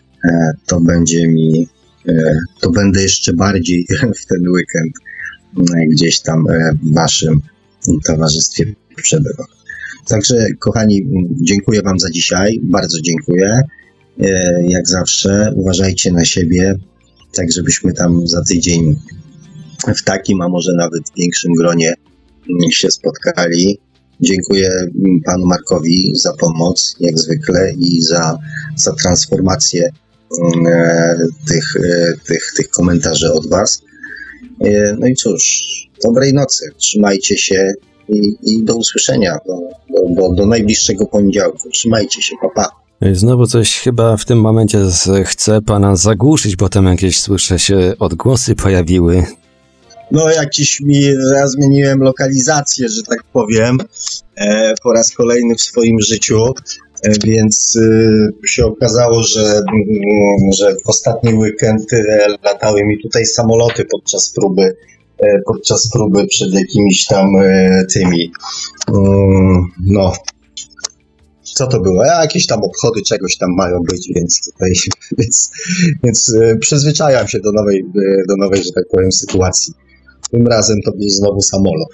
to będę jeszcze bardziej w ten weekend gdzieś tam w waszym towarzystwie przebywał. Także, kochani, dziękuję wam za dzisiaj, bardzo dziękuję. Jak zawsze uważajcie na siebie, tak żebyśmy tam za tydzień w takim, a może nawet większym gronie się spotkali. Dziękuję panu Markowi za pomoc, jak zwykle, i za transformację tych komentarzy od was. No i cóż, dobrej nocy, trzymajcie się i do usłyszenia, do najbliższego poniedziałku. Trzymajcie się, pa, pa. Znowu coś chyba w tym momencie chce pana zagłuszyć, bo tam jakieś, słyszę, się odgłosy pojawiły. No jakiś ja zmieniłem lokalizację, że tak powiem, po raz kolejny w swoim życiu, więc się okazało, że w ostatni weekend latały mi tutaj samoloty podczas próby przed jakimiś tam tymi, no, co to było? Jakieś tam obchody czegoś tam mają być, więc tutaj, więc przyzwyczajam się do nowej, że tak powiem, sytuacji. Tym razem to będzie znowu samolot.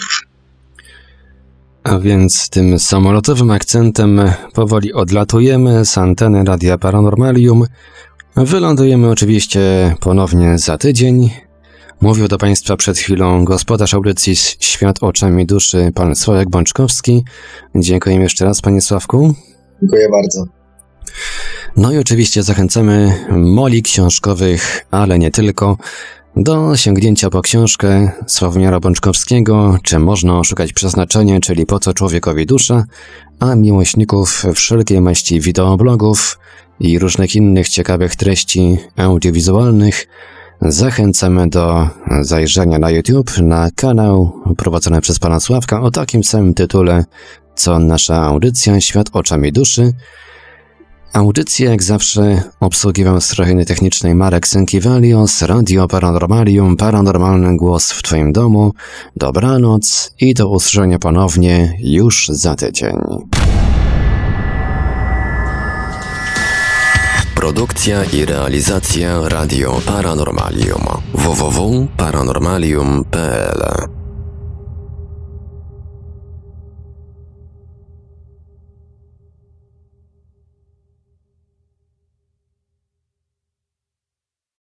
A więc tym samolotowym akcentem powoli odlatujemy z anteny Radia Paranormalium. Wylądujemy oczywiście ponownie za tydzień. Mówił do Państwa przed chwilą gospodarz audycji Świat oczami duszy, pan Sławek Bączkowski. Dziękuję jeszcze raz, panie Sławku. Dziękuję bardzo. No i oczywiście zachęcamy moli książkowych, ale nie tylko, do sięgnięcia po książkę Sławomira Bączkowskiego, Czym można oszukać przeznaczenie, czyli Po co człowiekowi dusza, a miłośników wszelkiej maści wideoblogów i różnych innych ciekawych treści audiowizualnych zachęcamy do zajrzenia na YouTube, na kanał prowadzony przez pana Sławka o takim samym tytule, co nasza audycja Świat oczami duszy. Audycję jak zawsze obsługiwał z strony technicznej Marek Sękiewalios, Radio Paranormalium, paranormalny głos w twoim domu. Dobranoc i do usłyszenia ponownie już za tydzień. Produkcja i realizacja Radio Paranormalium. www.paranormalium.pl